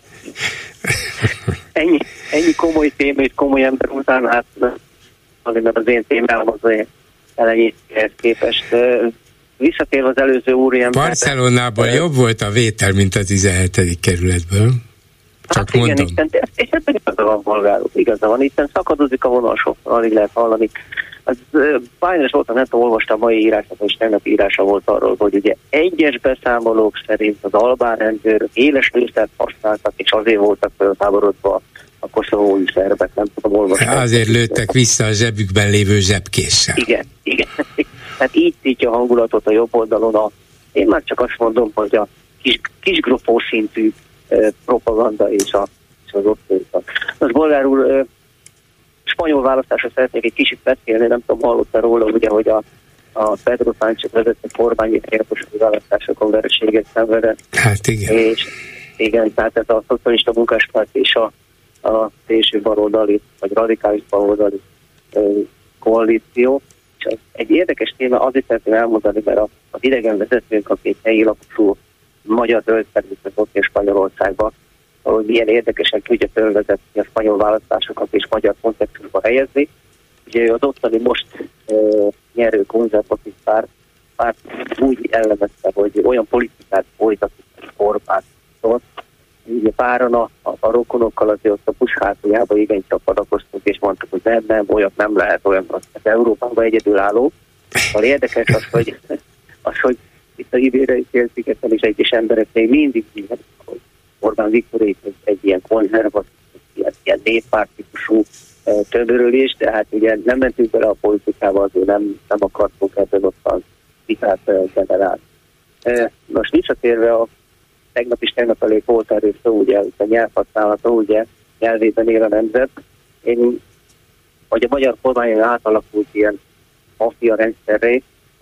Ennyi, ennyi komoly témét, komoly ember után, hát azért, mert az én témám az elenyészhez képest. Visszatérve az előző úriember... Barcelonában jobb volt a vétel, mint a tizenhetedik kerületből. Csak hát mondom. Igen, itten, és ebben igaza van, bolgár úr, igaza van, itten szakadozik a vonal sokkal, alig lehet hallani. Az Bájnos volt, nem tudom, olvastam a mai írásnak, és tegnap írása volt arról, hogy ugye egyes beszámolók szerint az albán rendőrök éles lőszert használtak, és azért voltak föltáborodva a koszovói szerbek, nem tudom olvasni. Azért lőttek vissza a zsebükben lévő zsebkéssel. Igen, igen. Tehát így szítja a hangulatot a jobb oldalon. A, én már csak azt mondom, hogy a kis, kisgropó szintű eh, propaganda és, a, és az ott lőtt. Az bolgár úr, eh, spanyol választásra szeretnék egy kicsit beszélni, nem tudom, hallotta róla, ugye, hogy a, a Pedro Sánchez vezette kormány helyettesítő választásokon vereséget szenvedett. Hát igen. És igen, tehát ez a szocialista munkáspárt és a, a szélső baloldali, vagy radikális baloldali e, koalíció. És az egy érdekes téma, azért szeretném elmondani, mert a, az idegen vezetőnk, aki egy helyi lakosú magyar zöldtermészetben ott és Spanyolországban, hogy milyen érdekesen tudja fölvezetni a spanyol választásokat és magyar kontextusba helyezni. Ugye az ottani most e, nyerő konzervatív párt, párt úgy elemezte, hogy olyan politikát folytatik Orbántól. Ugye páran a, a, a rokonokkal azért ott a Bush hátuljába igen csapadakoztunk, és mondtuk, hogy nem, nem, olyat nem lehet, olyan az Európában egyedülálló. A érdekes az, hogy, az, hogy itt a Ibériai félszigeten is egyes emberek még mindig minden, hogy Orbán Viktor egy, egy ilyen konzervatív, ilyen, ilyen néppártikusú e, többörölés, de hát ugye nem mentünk bele a politikába, azért nem, nem akartunk ebben ott a vitát e, generálni. E, most visszatérve a tegnap is tegnap elég volt erről szó, ugye, a nyelvhasználata, ugye, nyelvében él a nemzet. Én, hogy a magyar kormányon átalakult ilyen maffia rendszerré,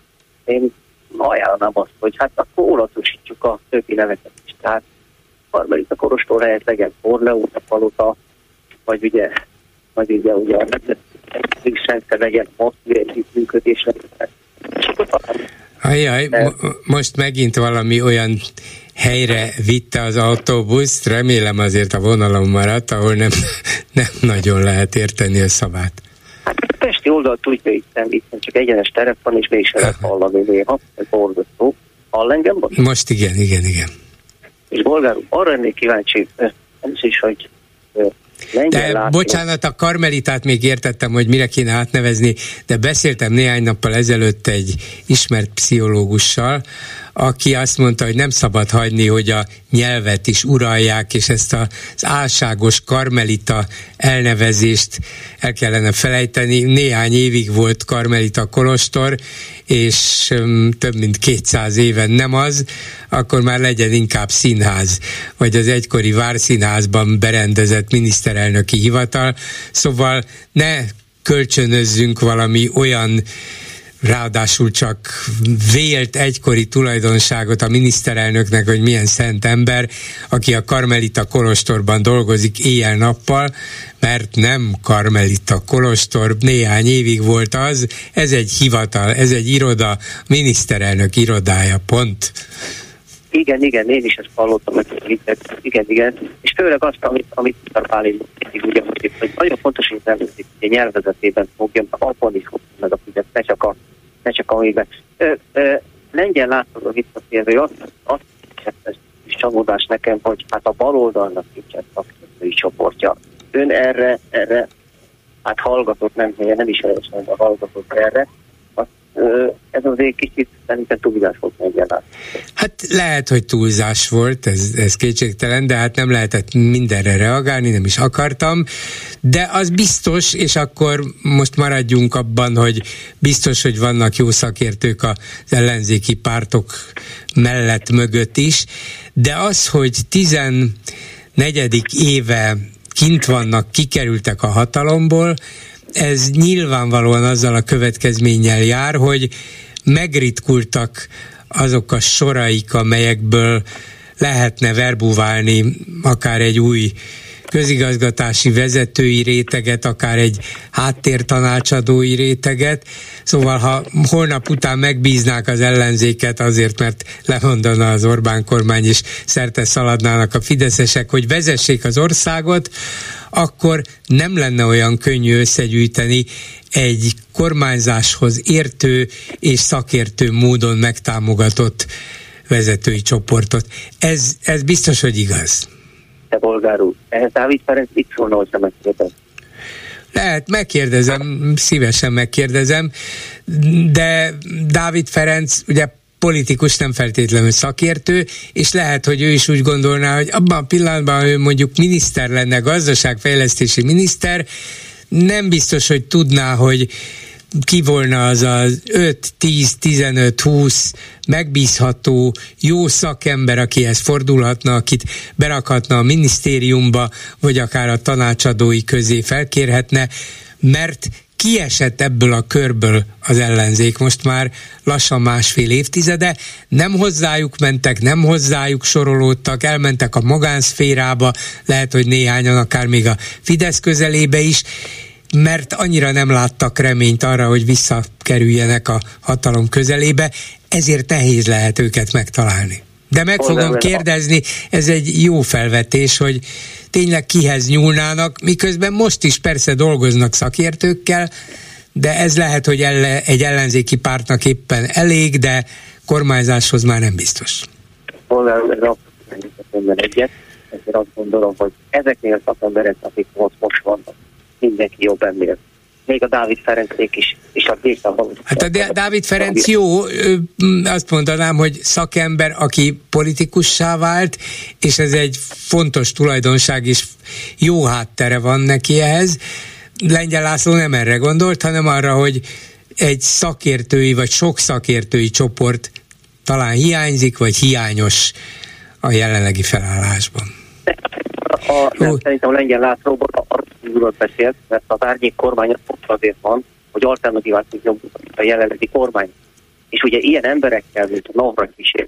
én ajánlanám azt, hogy hát akkor olaszosítsuk a többi neveket is. Tehát Karmelita Kolostor helyett legyen Forleóta palota, vagy ugye, vagy ugye, ugye a nemzeti rendszer legyen maffia együttműködés. Ajjaj, mo- most megint valami olyan helyre vitte az autóbuszt, remélem azért a vonalon maradt, ahol nem, nem nagyon lehet érteni a szavát. Hát a pesti oldal tudja, itt itt csak egyenes terep van, és mégis lehet hallani néha, ez borzasztó. Hall engem? Most igen, igen, igen. És bolgár, arra lennék kíváncsi, ez is, hogy de látni. Bocsánat, a Karmelitát még értettem, hogy mire kéne átnevezni, de beszéltem néhány nappal ezelőtt egy ismert pszichológussal, aki azt mondta, hogy nem szabad hagyni, hogy a nyelvet is uralják, és ezt az álságos karmelita elnevezést el kellene felejteni. Néhány évig volt Karmelita kolostor, és um, több mint kétszáz éven nem az, akkor már legyen inkább színház, vagy az egykori Várszínházban berendezett miniszterelnöki hivatal. Szóval ne kölcsönözzünk valami olyan, ráadásul csak vélt egykori tulajdonságot a miniszterelnöknek, hogy milyen szent ember, aki a Karmelita kolostorban dolgozik éjjel-nappal, mert nem Karmelita kolostor, néhány évig volt az, ez egy hivatal, ez egy iroda, miniszterelnök irodája, pont. Igen, igen, én is ezt hallottam, hogy igen, igen, és főleg azt, amit, amit Pálin ugye, hogy nagyon fontos, hogy nem hogy a nyelvezetében fogja, abban is fogja meg a Fidesz, ne csak a ne csak amiben. Lengyel látszóra visszatérve, azt, azt ez is csalódás nekem, hogy hát a baloldalnak nincsen szakértői csoportja. Ön erre, erre, hát hallgatott, nem, nem is helyesen, de hallgatott erre. Azt, ez azért kicsit szerintem túlzás volt megjelent. Hát lehet, hogy túlzás volt, ez, ez kétségtelen, de hát nem lehetett mindenre reagálni, nem is akartam, de az biztos, és akkor most maradjunk abban, hogy biztos, hogy vannak jó szakértők az ellenzéki pártok mellett mögött is, de az, hogy tizennegyedik éve kint vannak, kikerültek a hatalomból, ez nyilvánvalóan azzal a következménnyel jár, hogy megritkultak azok a soraik, amelyekből lehetne verbuválni akár egy új közigazgatási vezetői réteget, akár egy háttértanácsadói réteget. Szóval ha holnap után megbíznák az ellenzéket azért, mert lemondana az Orbán kormány és szerte szaladnának a fideszesek, hogy vezessék az országot, akkor nem lenne olyan könnyű összegyűjteni egy kormányzáshoz értő és szakértő módon megtámogatott vezetői csoportot. Ez, ez biztos, hogy igaz. Te Bolgár úr, ehhez Dávid Ferenc mit szólna, hogyha megkérdez? Lehet, megkérdezem, szívesen megkérdezem, de Dávid Ferenc ugye politikus, nem feltétlenül szakértő, és lehet, hogy ő is úgy gondolná, hogy abban a pillanatban, ő mondjuk miniszter lenne, gazdaságfejlesztési miniszter, nem biztos, hogy tudná, hogy ki volna az az öt, tíz, tizenöt, húsz megbízható, jó szakember, akihez fordulhatna, akit berakhatna a minisztériumba, vagy akár a tanácsadói közé felkérhetne, mert kiesett ebből a körből az ellenzék most már lassan másfél évtizede, nem hozzájuk mentek, nem hozzájuk sorolódtak, elmentek a magánszférába, lehet, hogy néhányan akár még a Fidesz közelébe is, mert annyira nem láttak reményt arra, hogy visszakerüljenek a hatalom közelébe, ezért nehéz lehet őket megtalálni. De meg fogom kérdezni, ez egy jó felvetés, hogy tényleg kihez nyúlnának, miközben most is persze dolgoznak szakértőkkel, de ez lehet, hogy elle, egy ellenzéki pártnak éppen elég, de kormányzáshoz már nem biztos. Polgárokra minden egyet, ezért azt gondolom, hogy ezeknél a szakemberek, akik most, most vannak, mindenki jobb ennél. Még a Dávid Ferencék is, és a Géza. Hát a Dávid Ferenc jó, azt mondanám, hogy szakember, aki politikussá vált, és ez egy fontos tulajdonság, és jó háttere van neki ehhez. Lengyel László nem erre gondolt, hanem arra, hogy egy szakértői, vagy sok szakértői csoport talán hiányzik, vagy hiányos a jelenlegi felállásban. A, nem, szerintem a Lengyel Lászlóban arról beszélt, mert az árnyék kormány azért van, hogy alternatívát tudjon a jelenlegi kormány. És ugye ilyen emberekkel, mint a Navracsics,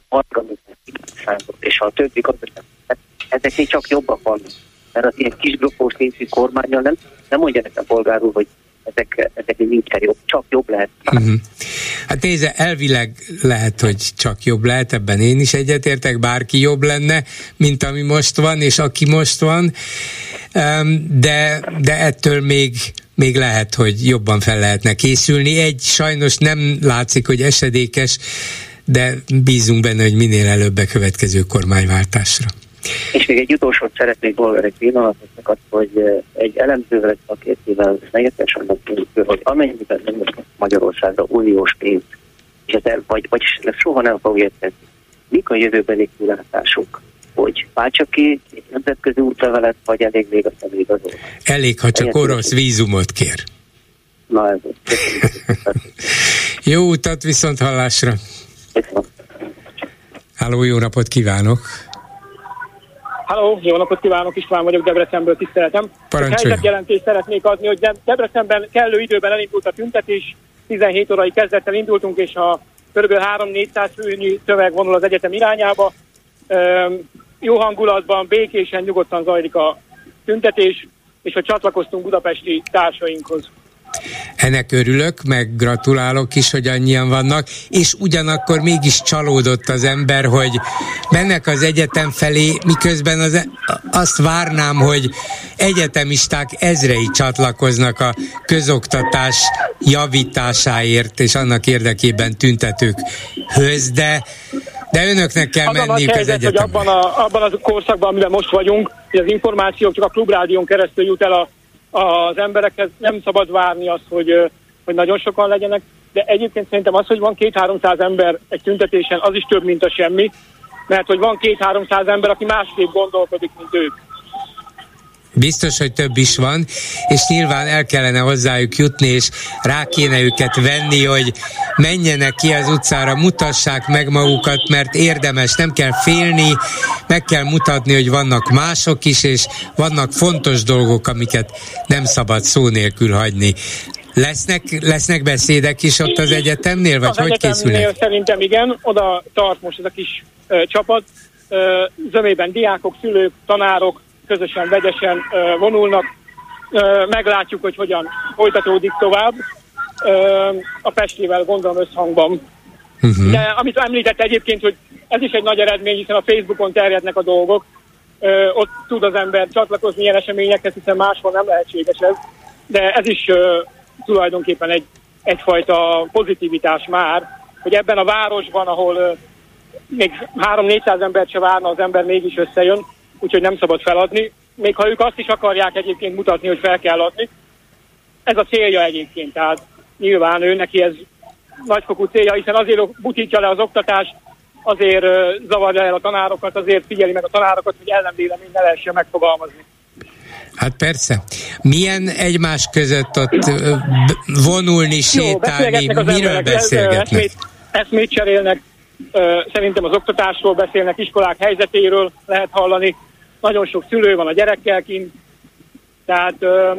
és a többi gazdaság, ezeknél csak jobbak vannak. Mert az ilyen kis blokkós szintű kormánnyal nem, nem mondja nekem Bolgár úr, hogy ezek, ezek nincsen jobb, csak jobb lehet. Uh-huh. Hát nézze, elvileg lehet, hogy csak jobb lehet, ebben én is egyetértek, bárki jobb lenne, mint ami most van, és aki most van, de, de ettől még, még lehet, hogy jobban fel lehetne készülni. Egy sajnos nem látszik, hogy esedékes, de bízunk benne, hogy minél előbb bekövetkező kormányváltásra. És még egy utolsót szeretnék Bolgár egy pillanatoknak azt, hogy egy elemzővel, egy szakértővel megértés annak, hogy amennyiben nem lesz Magyarországra uniós pénz, és ez el, vagy, vagy soha nem fog érkezni. Mik a jövőbeni kilátások? Hogy váltsak ki egy nemzetközi útlevelet, vagy elég még a személyigazolvány? Elég, ha csak orosz vízumot kér. Na ez Jó utat, viszont hallásra. Háló, jó napot kívánok! Halló, jó napot kívánok, István vagyok, Debrecenből, tiszteletem. Helyzetjelentést szeretnék adni, hogy Debrecenben kellő időben elindult a tüntetés, tizenhét órai kezdettel indultunk, és a kb. három-négyszáz főnyi tömeg vonul az egyetem irányába. Jó hangulatban, békésen, nyugodtan zajlik a tüntetés, és hogy csatlakoztunk budapesti társainkhoz. Ennek örülök, meg gratulálok is, hogy annyian vannak, és ugyanakkor mégis csalódott az ember, hogy mennek az egyetem felé, miközben az, azt várnám, hogy egyetemisták ezrei csatlakoznak a közoktatás javításáért, és annak érdekében tüntetőkhöz, de, de önöknek kell az menniük az egyetemre. Hogy abban, a, abban az korszakban, amiben most vagyunk, hogy az információk csak a Klubrádión keresztül jut el a az emberekhez, nem szabad várni azt, hogy, hogy nagyon sokan legyenek, de egyébként szerintem az, hogy van két-háromszáz ember egy tüntetésen, az is több, mint a semmi, mert hogy van két-háromszáz ember, aki másképp gondolkodik, mint ők. Biztos, hogy több is van, és nyilván el kellene hozzájuk jutni, és rá kéne őket venni, hogy menjenek ki az utcára, mutassák meg magukat, mert érdemes, nem kell félni, meg kell mutatni, hogy vannak mások is, és vannak fontos dolgok, amiket nem szabad szó nélkül hagyni. Lesznek, lesznek beszédek is ott az egyetemnél, vagy az hogy készülnek? Szerintem igen, oda tart most ez a kis uh, csapat, uh, zömében diákok, szülők, tanárok, közösen, vegyesen vonulnak. Meglátjuk, hogy hogyan folytatódik tovább. A Pestével gondolom összhangban. Uh-huh. De amit említett egyébként, hogy ez is egy nagy eredmény, hiszen a Facebookon terjednek a dolgok. Ott tud az ember csatlakozni ilyen eseményekhez, hiszen máshol nem lehetséges ez. De ez is tulajdonképpen egy, egyfajta pozitivitás már, hogy ebben a városban, ahol még három-négyszáz embert se várna, az ember mégis összejön, úgyhogy nem szabad feladni. Még ha ők azt is akarják egyébként mutatni, hogy fel kell adni. Ez a célja egyébként, tehát nyilván ő neki ez nagyfokú célja, hiszen azért butítja le az oktatást, azért zavarja el a tanárokat, azért figyeli meg a tanárokat, hogy ellenvélemény ne lehessen megfogalmazni. Hát persze. Milyen egymás között ott vonulni, sétálni, jó, miről beszélgetnek? Eszmét, eszmét cserélnek, szerintem az oktatásról beszélnek, iskolák helyzetéről lehet hallani. Nagyon sok szülő van a gyerekkel kint, tehát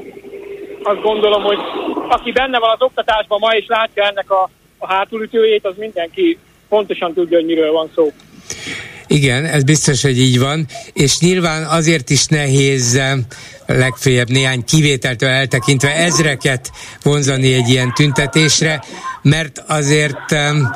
azt gondolom, hogy aki benne van az oktatásban ma és látja ennek a, a hátulütőjét, az mindenki pontosan tudja, hogy miről van szó. Igen, ez biztos, hogy így van, és nyilván azért is nehéz legfeljebb néhány kivételtől eltekintve ezreket vonzani egy ilyen tüntetésre, mert azért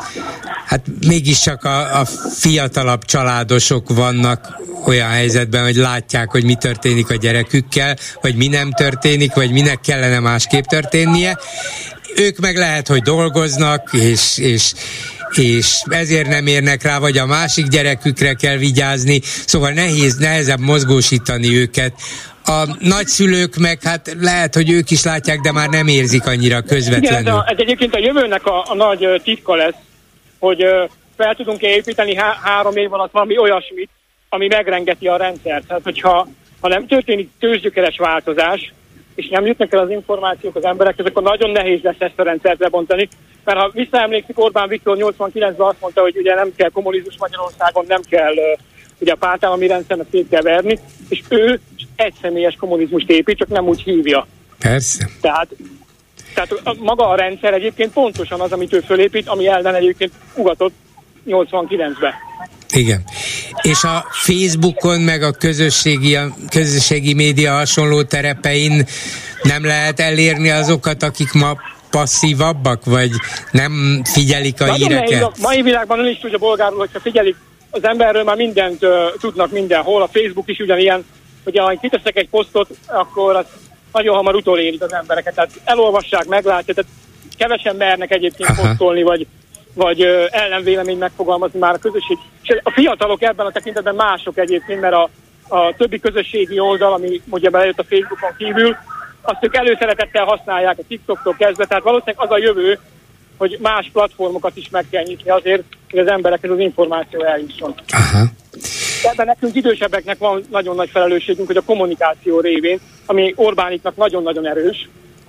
hát mégiscsak a, a fiatalabb családosok vannak olyan helyzetben, hogy látják, hogy mi történik a gyerekükkel, vagy mi nem történik, vagy minek kellene másképp történnie. Ők meg lehet, hogy dolgoznak, és, és és ezért nem érnek rá, vagy a másik gyerekükre kell vigyázni, szóval nehéz, nehezebb mozgósítani őket. A nagyszülők meg hát lehet, hogy ők is látják, de már nem érzik annyira közvetlenül. Igen, ez, a, ez egyébként a jövőnek a, a nagy titka lesz, hogy fel tudunk építeni há- három év alatt valami olyasmit, ami megrengeti a rendszert. Tehát, hogyha ha nem történik tőzsgyökeres változás, és nem jutnak el az információk az emberekhez, akkor nagyon nehéz lesz ezt a rendszert lebontani. Mert ha visszaemlékszik, Orbán Viktor nyolcvankilencben azt mondta, hogy ugye nem kell kommunizmus Magyarországon, nem kell ugye a pártállami rendszernek szét kell verni, és ő egyszemélyes kommunizmust épít, csak nem úgy hívja. Persze. Tehát, tehát maga a rendszer egyébként pontosan az, amit ő fölépít, ami ellen egyébként ugatott nyolcvankilencben. Igen. És a Facebookon, meg a közösségi, a közösségi média hasonló terepein nem lehet elérni azokat, akik ma passzívabbak, vagy nem figyelik a nagyon híreket? Nehéz, a mai világban ön is tudja bolgárul, hogyha figyelik az emberről, már mindent uh, tudnak mindenhol, a Facebook is ugyanilyen, hogy ha kiteszek egy posztot, akkor az nagyon hamar utolérik az embereket, tehát elolvassák, meglátják, tehát kevesen mernek egyébként Aha. posztolni, vagy, vagy uh, ellenvéleményt megfogalmazni már a közösség. És a fiatalok ebben a tekintetben mások egyébként, mert a, a többi közösségi oldal, ami ugye belejött a Facebookon kívül, azt ők előszeretettel használják a TikToktól kezdve, tehát valószínűleg az a jövő, hogy más platformokat is meg kell nyitni azért, hogy az emberekhez az információ eljusson. Aha. Ebben nekünk idősebbeknek van nagyon nagy felelősségünk, hogy a kommunikáció révén, ami Orbániknak nagyon-nagyon erős,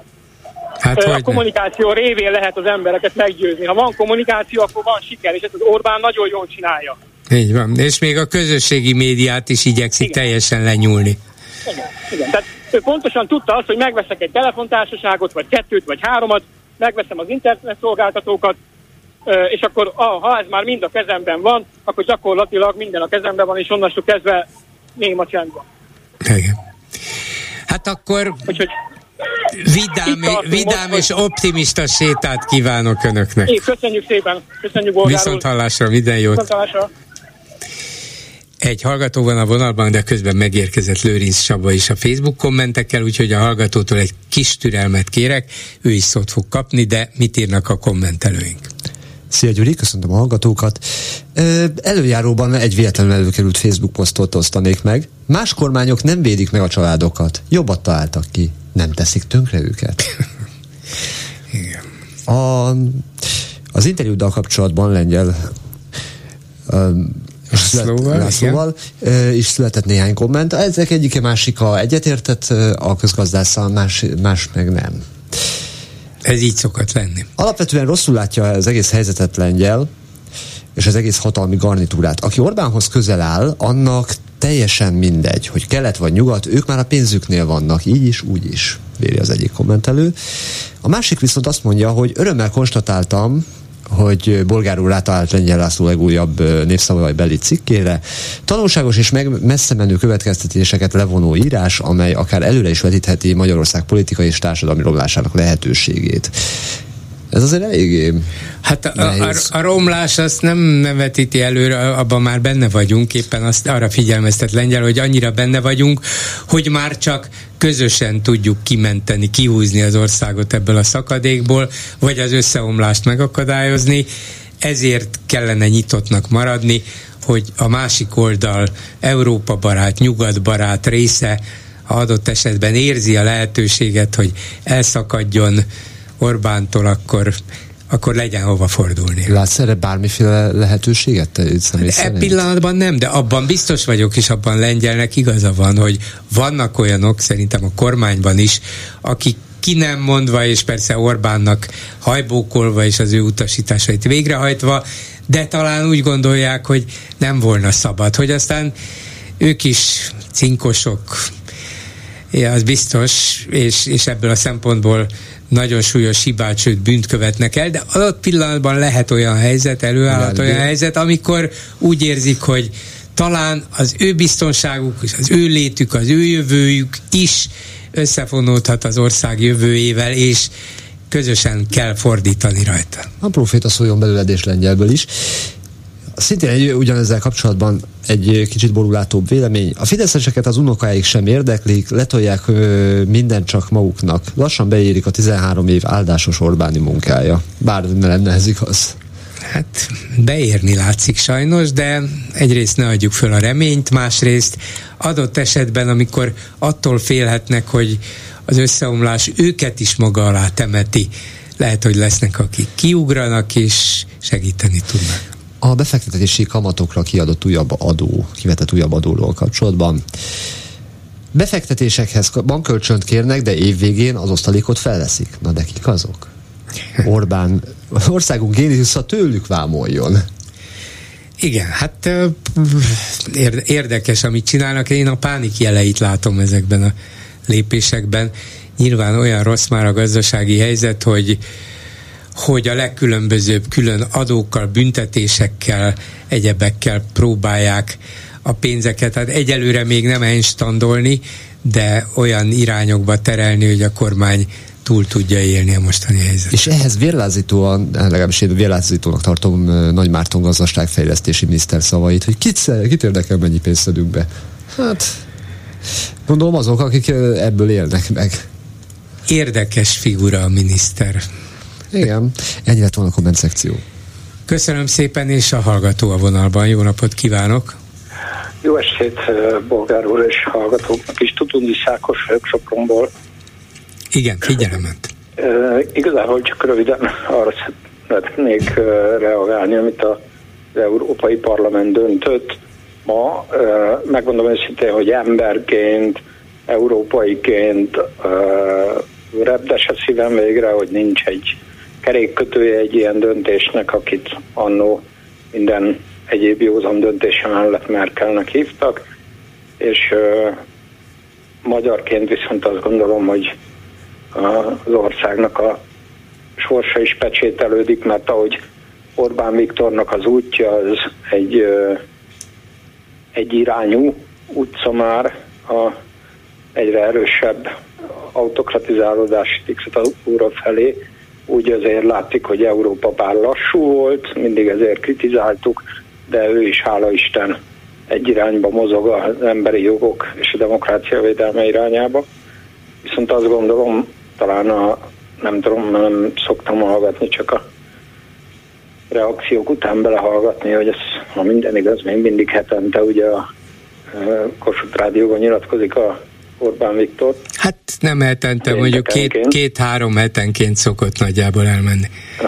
hát a kommunikáció révén lehet az embereket meggyőzni. Ha van kommunikáció, akkor van siker, és ezt az Orbán nagyon jól csinálja. Így van, és még a közösségi médiát is igyekszik igen. teljesen lenyúlni. Igen, igen. Tehát ő pontosan tudta azt, hogy megveszek egy telefontársaságot, vagy kettőt, vagy háromat, megveszem az internetszolgáltatókat, és akkor ha ez már mind a kezemben van, akkor gyakorlatilag minden a kezemben van, és onnastól kezdve néma csend van. Igen. Hát akkor Úgyhogy vidám, vidám most, és optimista sétát kívánok önöknek. É, köszönjük szépen, köszönjük bolgárul. Viszont hallásra, minden jót. Viszont hallásra. Egy hallgató van a vonalban, de közben megérkezett Lőrinc Csaba is a Facebook kommentekkel, úgyhogy a hallgatótól egy kis türelmet kérek, ő is szót fog kapni, de mit írnak a kommentelőink? Szia Gyuri, köszöntöm a hallgatókat. Előjáróban egy véletlenül előkerült Facebook posztot osztanék meg. Más kormányok nem védik meg a családokat. Jobbat találtak ki. Nem teszik tönkre őket. Igen. A, az interjúddal kapcsolatban Lengyel Lászlóval, Lászlóval is született néhány komment. Ezek egyike másika egyetértett a közgazdásszal, más, más meg nem. Ez így szokott lenni. Alapvetően rosszul látja az egész helyzetet Lengyel, és az egész hatalmi garnitúrát. Aki Orbánhoz közel áll, annak teljesen mindegy, hogy kelet vagy nyugat, ők már a pénzüknél vannak, így is, úgy is, véli az egyik kommentelő. A másik viszont azt mondja, hogy örömmel konstatáltam, hogy Bolgár úr rátalált Lengyel László legújabb népszavai cikkére. Tanulságos és meg messze menő következtetéseket levonó írás, amely akár előre is vetítheti Magyarország politikai és társadalmi romlásának lehetőségét. Ez azért eléggé Hát a, a, a romlás azt nem, nem vetíti előre, abban már benne vagyunk, éppen azt arra figyelmeztet Lengyel, hogy annyira benne vagyunk, hogy már csak közösen tudjuk kimenteni, kihúzni az országot ebből a szakadékból, vagy az összeomlást megakadályozni, ezért kellene nyitottnak maradni, hogy a másik oldal Európa barát, nyugat barát része, ha adott esetben érzi a lehetőséget, hogy elszakadjon Orbántól, akkor, akkor legyen hova fordulni. Látsz erre bármiféle lehetőséget? Te e pillanatban nem, de abban biztos vagyok, és abban Lengyelnek igaza van, hogy vannak olyanok, szerintem a kormányban is, akik ki nem mondva, és persze Orbánnak hajbókolva, és az ő utasításait végrehajtva, de talán úgy gondolják, hogy nem volna szabad, hogy aztán ők is cinkosok, ja, az biztos, és, és ebből a szempontból nagyon súlyos hibát, sőt bűnt követnek el, de adott pillanatban lehet olyan helyzet, előállhat olyan helyzet, amikor úgy érzik, hogy talán az ő biztonságuk, az ő létük, az ő jövőjük is összefonódhat az ország jövőjével, és közösen kell fordítani rajta. A proféta szóljon belőled és Lengyelből is. Szintén egy, ugyanezzel kapcsolatban egy kicsit borulátóbb vélemény. A fideszeseket az unokáik sem érdeklik, letolják ö, mindent csak maguknak. Lassan beérik a tizenhárom év áldásos Orbáni munkája. Bár ne lenne ez igaz. Hát beérni látszik sajnos, de egyrészt ne adjuk föl a reményt, másrészt adott esetben, amikor attól félhetnek, hogy az összeomlás őket is maga alá temeti, lehet, hogy lesznek, akik kiugranak és segíteni tudnak. A befektetési kamatokra kiadott újabb adó, kivetett újabb adóról kapcsolatban. Befektetésekhez bankkölcsönt kérnek, de évvégén az osztalékot felveszik. Na de kik azok? Orbán, országunk géniusza tőlük vámoljon. Igen, hát érdekes, amit csinálnak. Én a pánik jeleit látom ezekben a lépésekben. Nyilván olyan rossz már a gazdasági helyzet, hogy hogy a legkülönbözőbb külön adókkal, büntetésekkel, egyebekkel próbálják a pénzeket, hát egyelőre még nem enstandolni, de olyan irányokba terelni, hogy a kormány túl tudja élni a mostani helyzetet. És ehhez vérlázítóan, legalábbis én vérlázítónak tartom Nagy Márton gazdaságfejlesztési miniszter szavait, hogy kit, kit érdekel, mennyi pénzt szedünk be. Hát, gondolom azok, akik ebből élnek meg. Érdekes figura a miniszter. Igen, ennyi lett volna a komment szekció. Köszönöm szépen, és a hallgató a vonalban. Jó napot kívánok! Jó estét, Bolgár úr és hallgatóknak is. Tutundi Szákos vagyok Sopronból. Igen, figyelemet. E, igazából csak röviden arra szeretnék reagálni, amit az Európai Parlament döntött ma. E, megmondom őszintén, hogy emberként, európaiként e, repdes a szívem végre, hogy nincs egy kerékkötője egy ilyen döntésnek, akit annó minden egyéb józan döntése mellett Merkelnek hívtak, és uh, magyarként viszont azt gondolom, hogy az országnak a sorsa is pecsételődik, mert ahogy Orbán Viktornak az útja az egy, uh, egy irányú utca már a egyre erősebb autokratizálódási diktatúra felé, úgy azért látszik, hogy Európa bár lassú volt, mindig ezért kritizáltuk, de ő is, hála Isten, egy irányba mozog az emberi jogok és a demokrácia védelme irányába. Viszont azt gondolom, talán a, nem tudom, nem szoktam hallgatni, csak a reakciók után belehallgatni, hogy ez, ha minden igaz, még mindig hetente ugye a Kossuth Rádióban nyilatkozik a Orbán Viktor. Hát nem hetente, mondjuk két, két-három hetenként szokott nagyjából elmenni.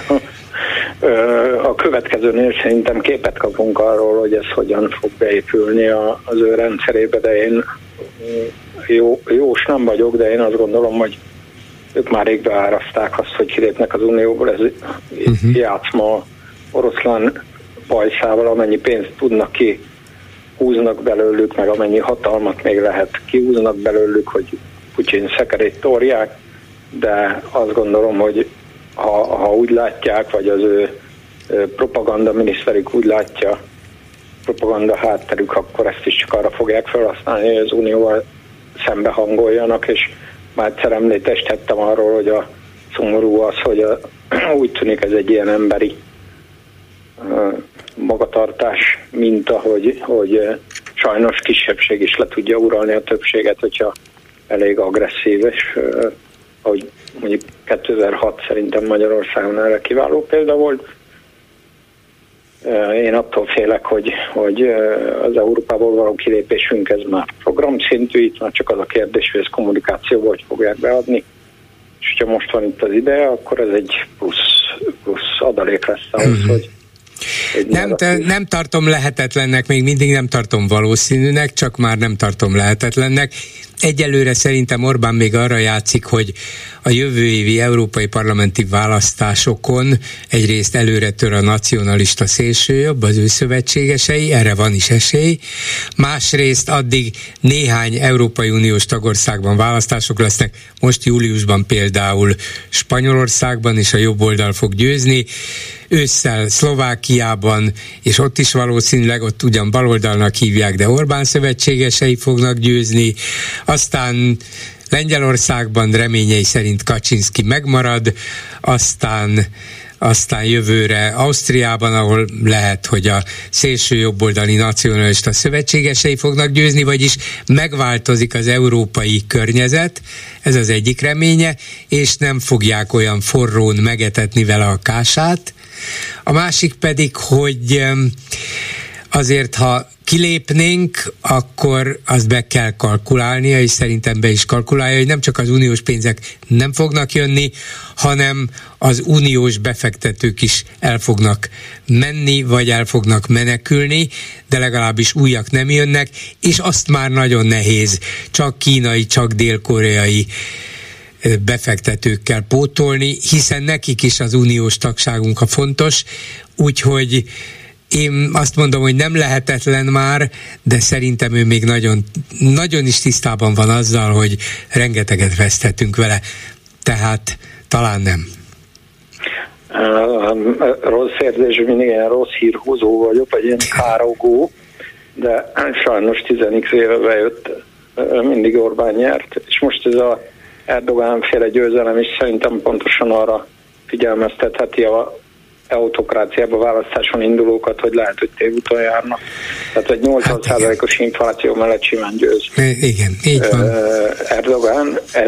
A következőnél szerintem képet kapunk arról, hogy ez hogyan fog beépülni az ő rendszerébe, de én jó, jós nem vagyok, de én azt gondolom, hogy ők már rég beáraszták azt, hogy kilépnek az Unióból, ez uh-huh. játszma oroszlán pajszával, amennyi pénzt tudnak ki, húznak belőlük, meg amennyi hatalmat még lehet kihúznak belőlük, hogy Putyin szekerét torják, de azt gondolom, hogy ha, ha úgy látják, vagy az ő propaganda miniszterük úgy látja, propaganda hátterük, akkor ezt is csak arra fogják felhasználni, hogy az Unióval szembe hangoljanak, és már egyszer említést tettem arról, hogy a szomorú az, hogy a, úgy tűnik ez egy ilyen emberi uh, magatartás minta, hogy, hogy uh, sajnos kisebbség is le tudja uralni a többséget, hogyha elég agresszív, és uh, ahogy mondjuk kétezer-hat szerintem Magyarországon erre kiváló példa volt. Uh, én attól félek, hogy, hogy uh, az Európából való kilépésünk ez már programszintű, itt már csak az a kérdés, hogy ezt kommunikációban hogy fogják beadni. És ha most van itt az ideje, akkor ez egy plusz, plusz adalék lesz ahhoz, mm-hmm. hogy nem, te, nem tartom lehetetlennek, még mindig nem tartom valószínűnek, csak már nem tartom lehetetlennek. Egyelőre szerintem Orbán még arra játszik, hogy a jövő évi európai parlamenti választásokon egyrészt előre tör a nacionalista szélsőjobb, az ő szövetségesei, erre van is esély. Másrészt addig néhány Európai Uniós tagországban választások lesznek, most júliusban például Spanyolországban, és a jobb oldal fog győzni, ősszel Szlovákiában, és ott is valószínűleg, ott ugyan baloldalnak hívják, de Orbán szövetségesei fognak győzni, aztán Lengyelországban reményei szerint Kaczynszki megmarad, aztán aztán jövőre Ausztriában, ahol lehet, hogy a szélső jobboldali nacionalista szövetségesei fognak győzni, vagyis megváltozik az európai környezet, ez az egyik reménye, és nem fogják olyan forrón megetetni vele a kását. A másik pedig, hogy azért, ha kilépnénk, akkor azt be kell kalkulálnia, és szerintem be is kalkulálja, hogy nem csak az uniós pénzek nem fognak jönni, hanem az uniós befektetők is el fognak menni, vagy el fognak menekülni, de legalábbis újak nem jönnek, és azt már nagyon nehéz csak kínai, csak dél-koreai befektetőkkel pótolni, hiszen nekik is az uniós tagságunk a fontos, úgyhogy én azt mondom, hogy nem lehetetlen már, de szerintem ő még nagyon, nagyon is tisztában van azzal, hogy rengeteget vesztettünk vele, tehát talán nem. Uh, rossz érzés, mindig ilyen rossz hírhozó vagyok, vagy ilyen károgó, de sajnos tizenik éve bejött, mindig Orbán nyert, és most ez a Erdogán-féle győzelem is szerintem pontosan arra figyelmeztetheti a autokráciába választáson indulókat, hogy lehet, hogy tévúton járnak. Tehát egy nyolcvan százalékos hát infláció mellett simán győz. Igen, így van. Erdogán, ez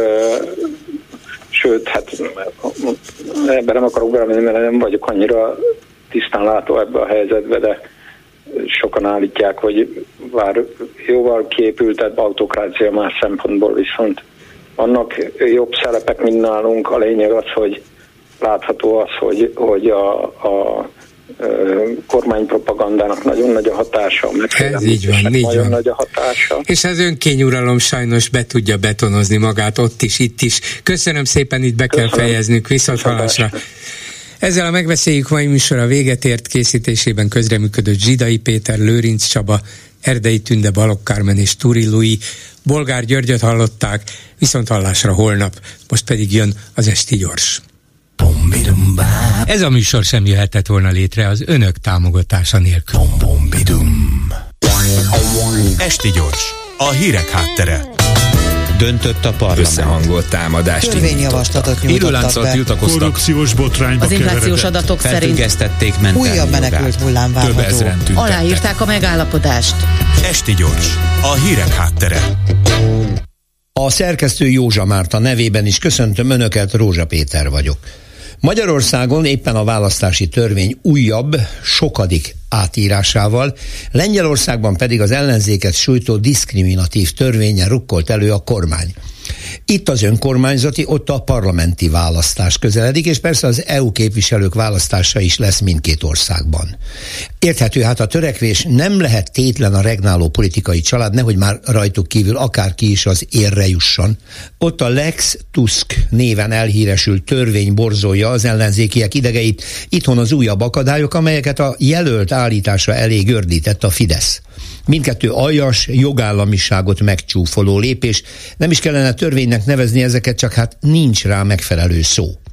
sőt, hát ebben nem akarok belemenni, mert nem vagyok annyira tisztán látó ebbe a helyzetbe, de sokan állítják, hogy bár jóval kiépültebb autokrácia más szempontból, viszont vannak jobb szerepek, mint nálunk. A lényeg az, hogy látható az, hogy, hogy a, a, a kormánypropagandának nagyon nagy a hatása, ez így van, így nagyon van. Nagy a hatása. És az önkényuralom sajnos be tudja betonozni magát ott is, itt is. Köszönöm szépen, itt be kell Köszönöm. fejeznünk, viszonthallásra. Ezzel a megbeszéljük mai műsora véget ért, készítésében közreműködött Zsidai Péter, Lőrinc Csaba, Erdei Tünde, Balogh Kármen és Túri Lui. Bolgár Györgyöt hallották, viszonthallásra holnap, most pedig jön az Esti Gyors. Ez a műsor sem jöhetett volna létre az önök támogatása nélkül. Esti Gyors, a hírek háttere. Döntött a parlament. Összehangolt támadást törvényjavaslatot nyújtottak be. tiltakoztak. Korrupciós botrányba Az inflációs keveredett. adatok szerint Felfüggesztették mentelmi újabb menekült hullám Több várható. ezren tüntettek. Aláírták a megállapodást. Esti Gyors, a hírek háttere. A szerkesztő Józsa Márta nevében is köszöntöm Önöket, Rózsa Péter vagyok. Magyarországon éppen a választási törvény újabb, sokadik átírásával, Lengyelországban pedig az ellenzéket sújtó diszkriminatív törvényen rukkolt elő a kormány. Itt az önkormányzati, ott a parlamenti választás közeledik, és persze az é u képviselők választása is lesz mindkét országban. Érthető hát a törekvés, nem lehet tétlen a regnáló politikai család, nehogy már rajtuk kívül akárki is az érre jusson. Ott a Lex Tusk néven elhíresült törvény borzolja az ellenzékiek idegeit, itthon az újabb akadályok, amelyeket a jelölt állítása elé gördített a Fidesz. Mindkettő aljas, jogállamiságot megcsúfoló lépés, nem is kellene törvénynek nevezni ezeket, csak hát nincs rá megfelelő szó.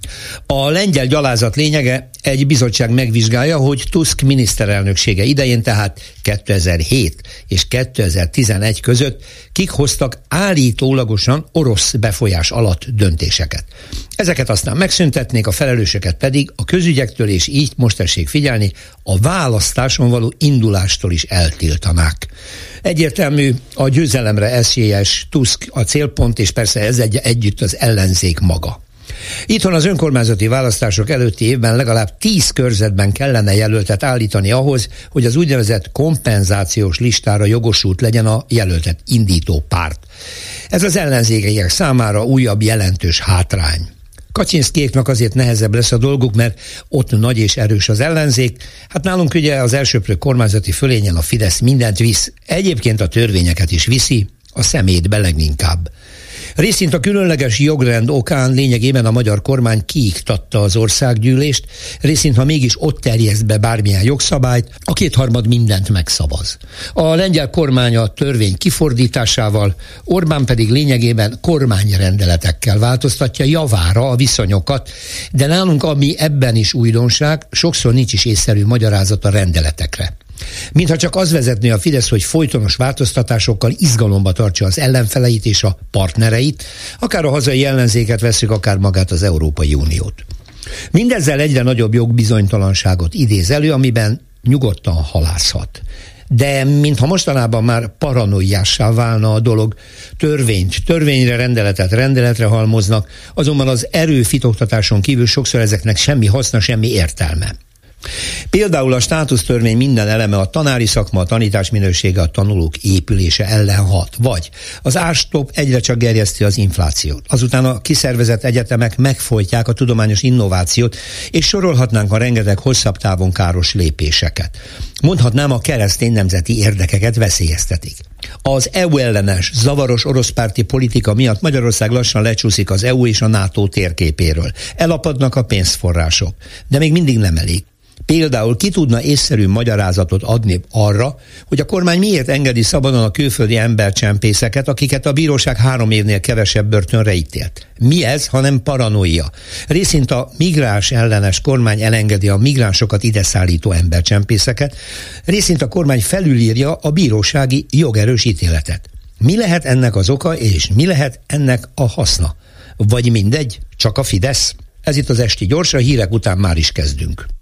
A lengyel gyalázat lényege: egy bizottság megvizsgálja, hogy Tusk miniszterelnöksége idején, tehát kétezer-hét és kétezer-tizenegy között kik hoztak állítólagosan orosz befolyás alatt döntéseket. Ezeket aztán megszüntetnék, a felelősöket pedig a közügyektől, és így most tessék figyelni, a választáson való indulástól is eltiltanák. Egyértelmű, a győzelemre esélyes Tusk a célpont, és persze ez egy, együtt az ellenzék maga. Itthon az önkormányzati választások előtti évben legalább tíz körzetben kellene jelöltet állítani ahhoz, hogy az úgynevezett kompenzációs listára jogosult legyen a jelöltet indító párt. Ez az ellenzékiek számára újabb jelentős hátrány. Kaczynszkijéknak azért nehezebb lesz a dolguk, mert ott nagy és erős az ellenzék. Hát nálunk ugye az elsöprő kormányzati fölényen a Fidesz mindent visz, egyébként a törvényeket is viszi, a szemétbe leginkább. Részint a különleges jogrend okán lényegében a magyar kormány kiiktatta az országgyűlést, részint ha mégis ott terjeszt be bármilyen jogszabályt, a kétharmad mindent megszavaz. A lengyel kormány a törvény kifordításával, Orbán pedig lényegében kormányrendeletekkel változtatja javára a viszonyokat, de nálunk, ami ebben is újdonság, sokszor nincs is észszerű magyarázat a rendeletekre. Mintha csak az vezetné a Fidesz, hogy folytonos változtatásokkal izgalomba tartsa az ellenfeleit és a partnereit, akár a hazai ellenzéket vesszük, akár magát az Európai Uniót. Mindezzel egyre nagyobb jogbizonytalanságot idéz elő, amiben nyugodtan halászhat. De mintha mostanában már paranoiássá válna a dolog, törvényt, törvényre, rendeletet, rendeletre halmoznak, azonban az erőfitoktatáson kívül sokszor ezeknek semmi haszna, semmi értelme. Például a státusztörvény minden eleme, a tanári szakma, a tanítás minősége, a tanulók épülése ellen hat, vagy az árstop egyre csak gerjeszti az inflációt. Azután a kiszervezett egyetemek megfojtják a tudományos innovációt, és sorolhatnánk a rengeteg hosszabb távon káros lépéseket. Mondhatnám, a keresztény nemzeti érdekeket veszélyeztetik. Az é u ellenes, zavaros oroszpárti politika miatt Magyarország lassan lecsúszik az é u és a NATO térképéről. Elapadnak a pénzforrások, de még mindig nem elég. Például ki tudna észszerű magyarázatot adni arra, hogy a kormány miért engedi szabadon a külföldi embercsempészeket, akiket a bíróság három évnél kevesebb börtönre ítélt? Mi ez, hanem paranoia? Részint a migráns ellenes kormány elengedi a migránsokat ide szállító embercsempészeket, részint a kormány felülírja a bírósági jogerős ítéletet. Mi lehet ennek az oka, és mi lehet ennek a haszna? Vagy mindegy, csak a Fidesz? Ez itt az Esti Gyors, a hírek után már is kezdünk.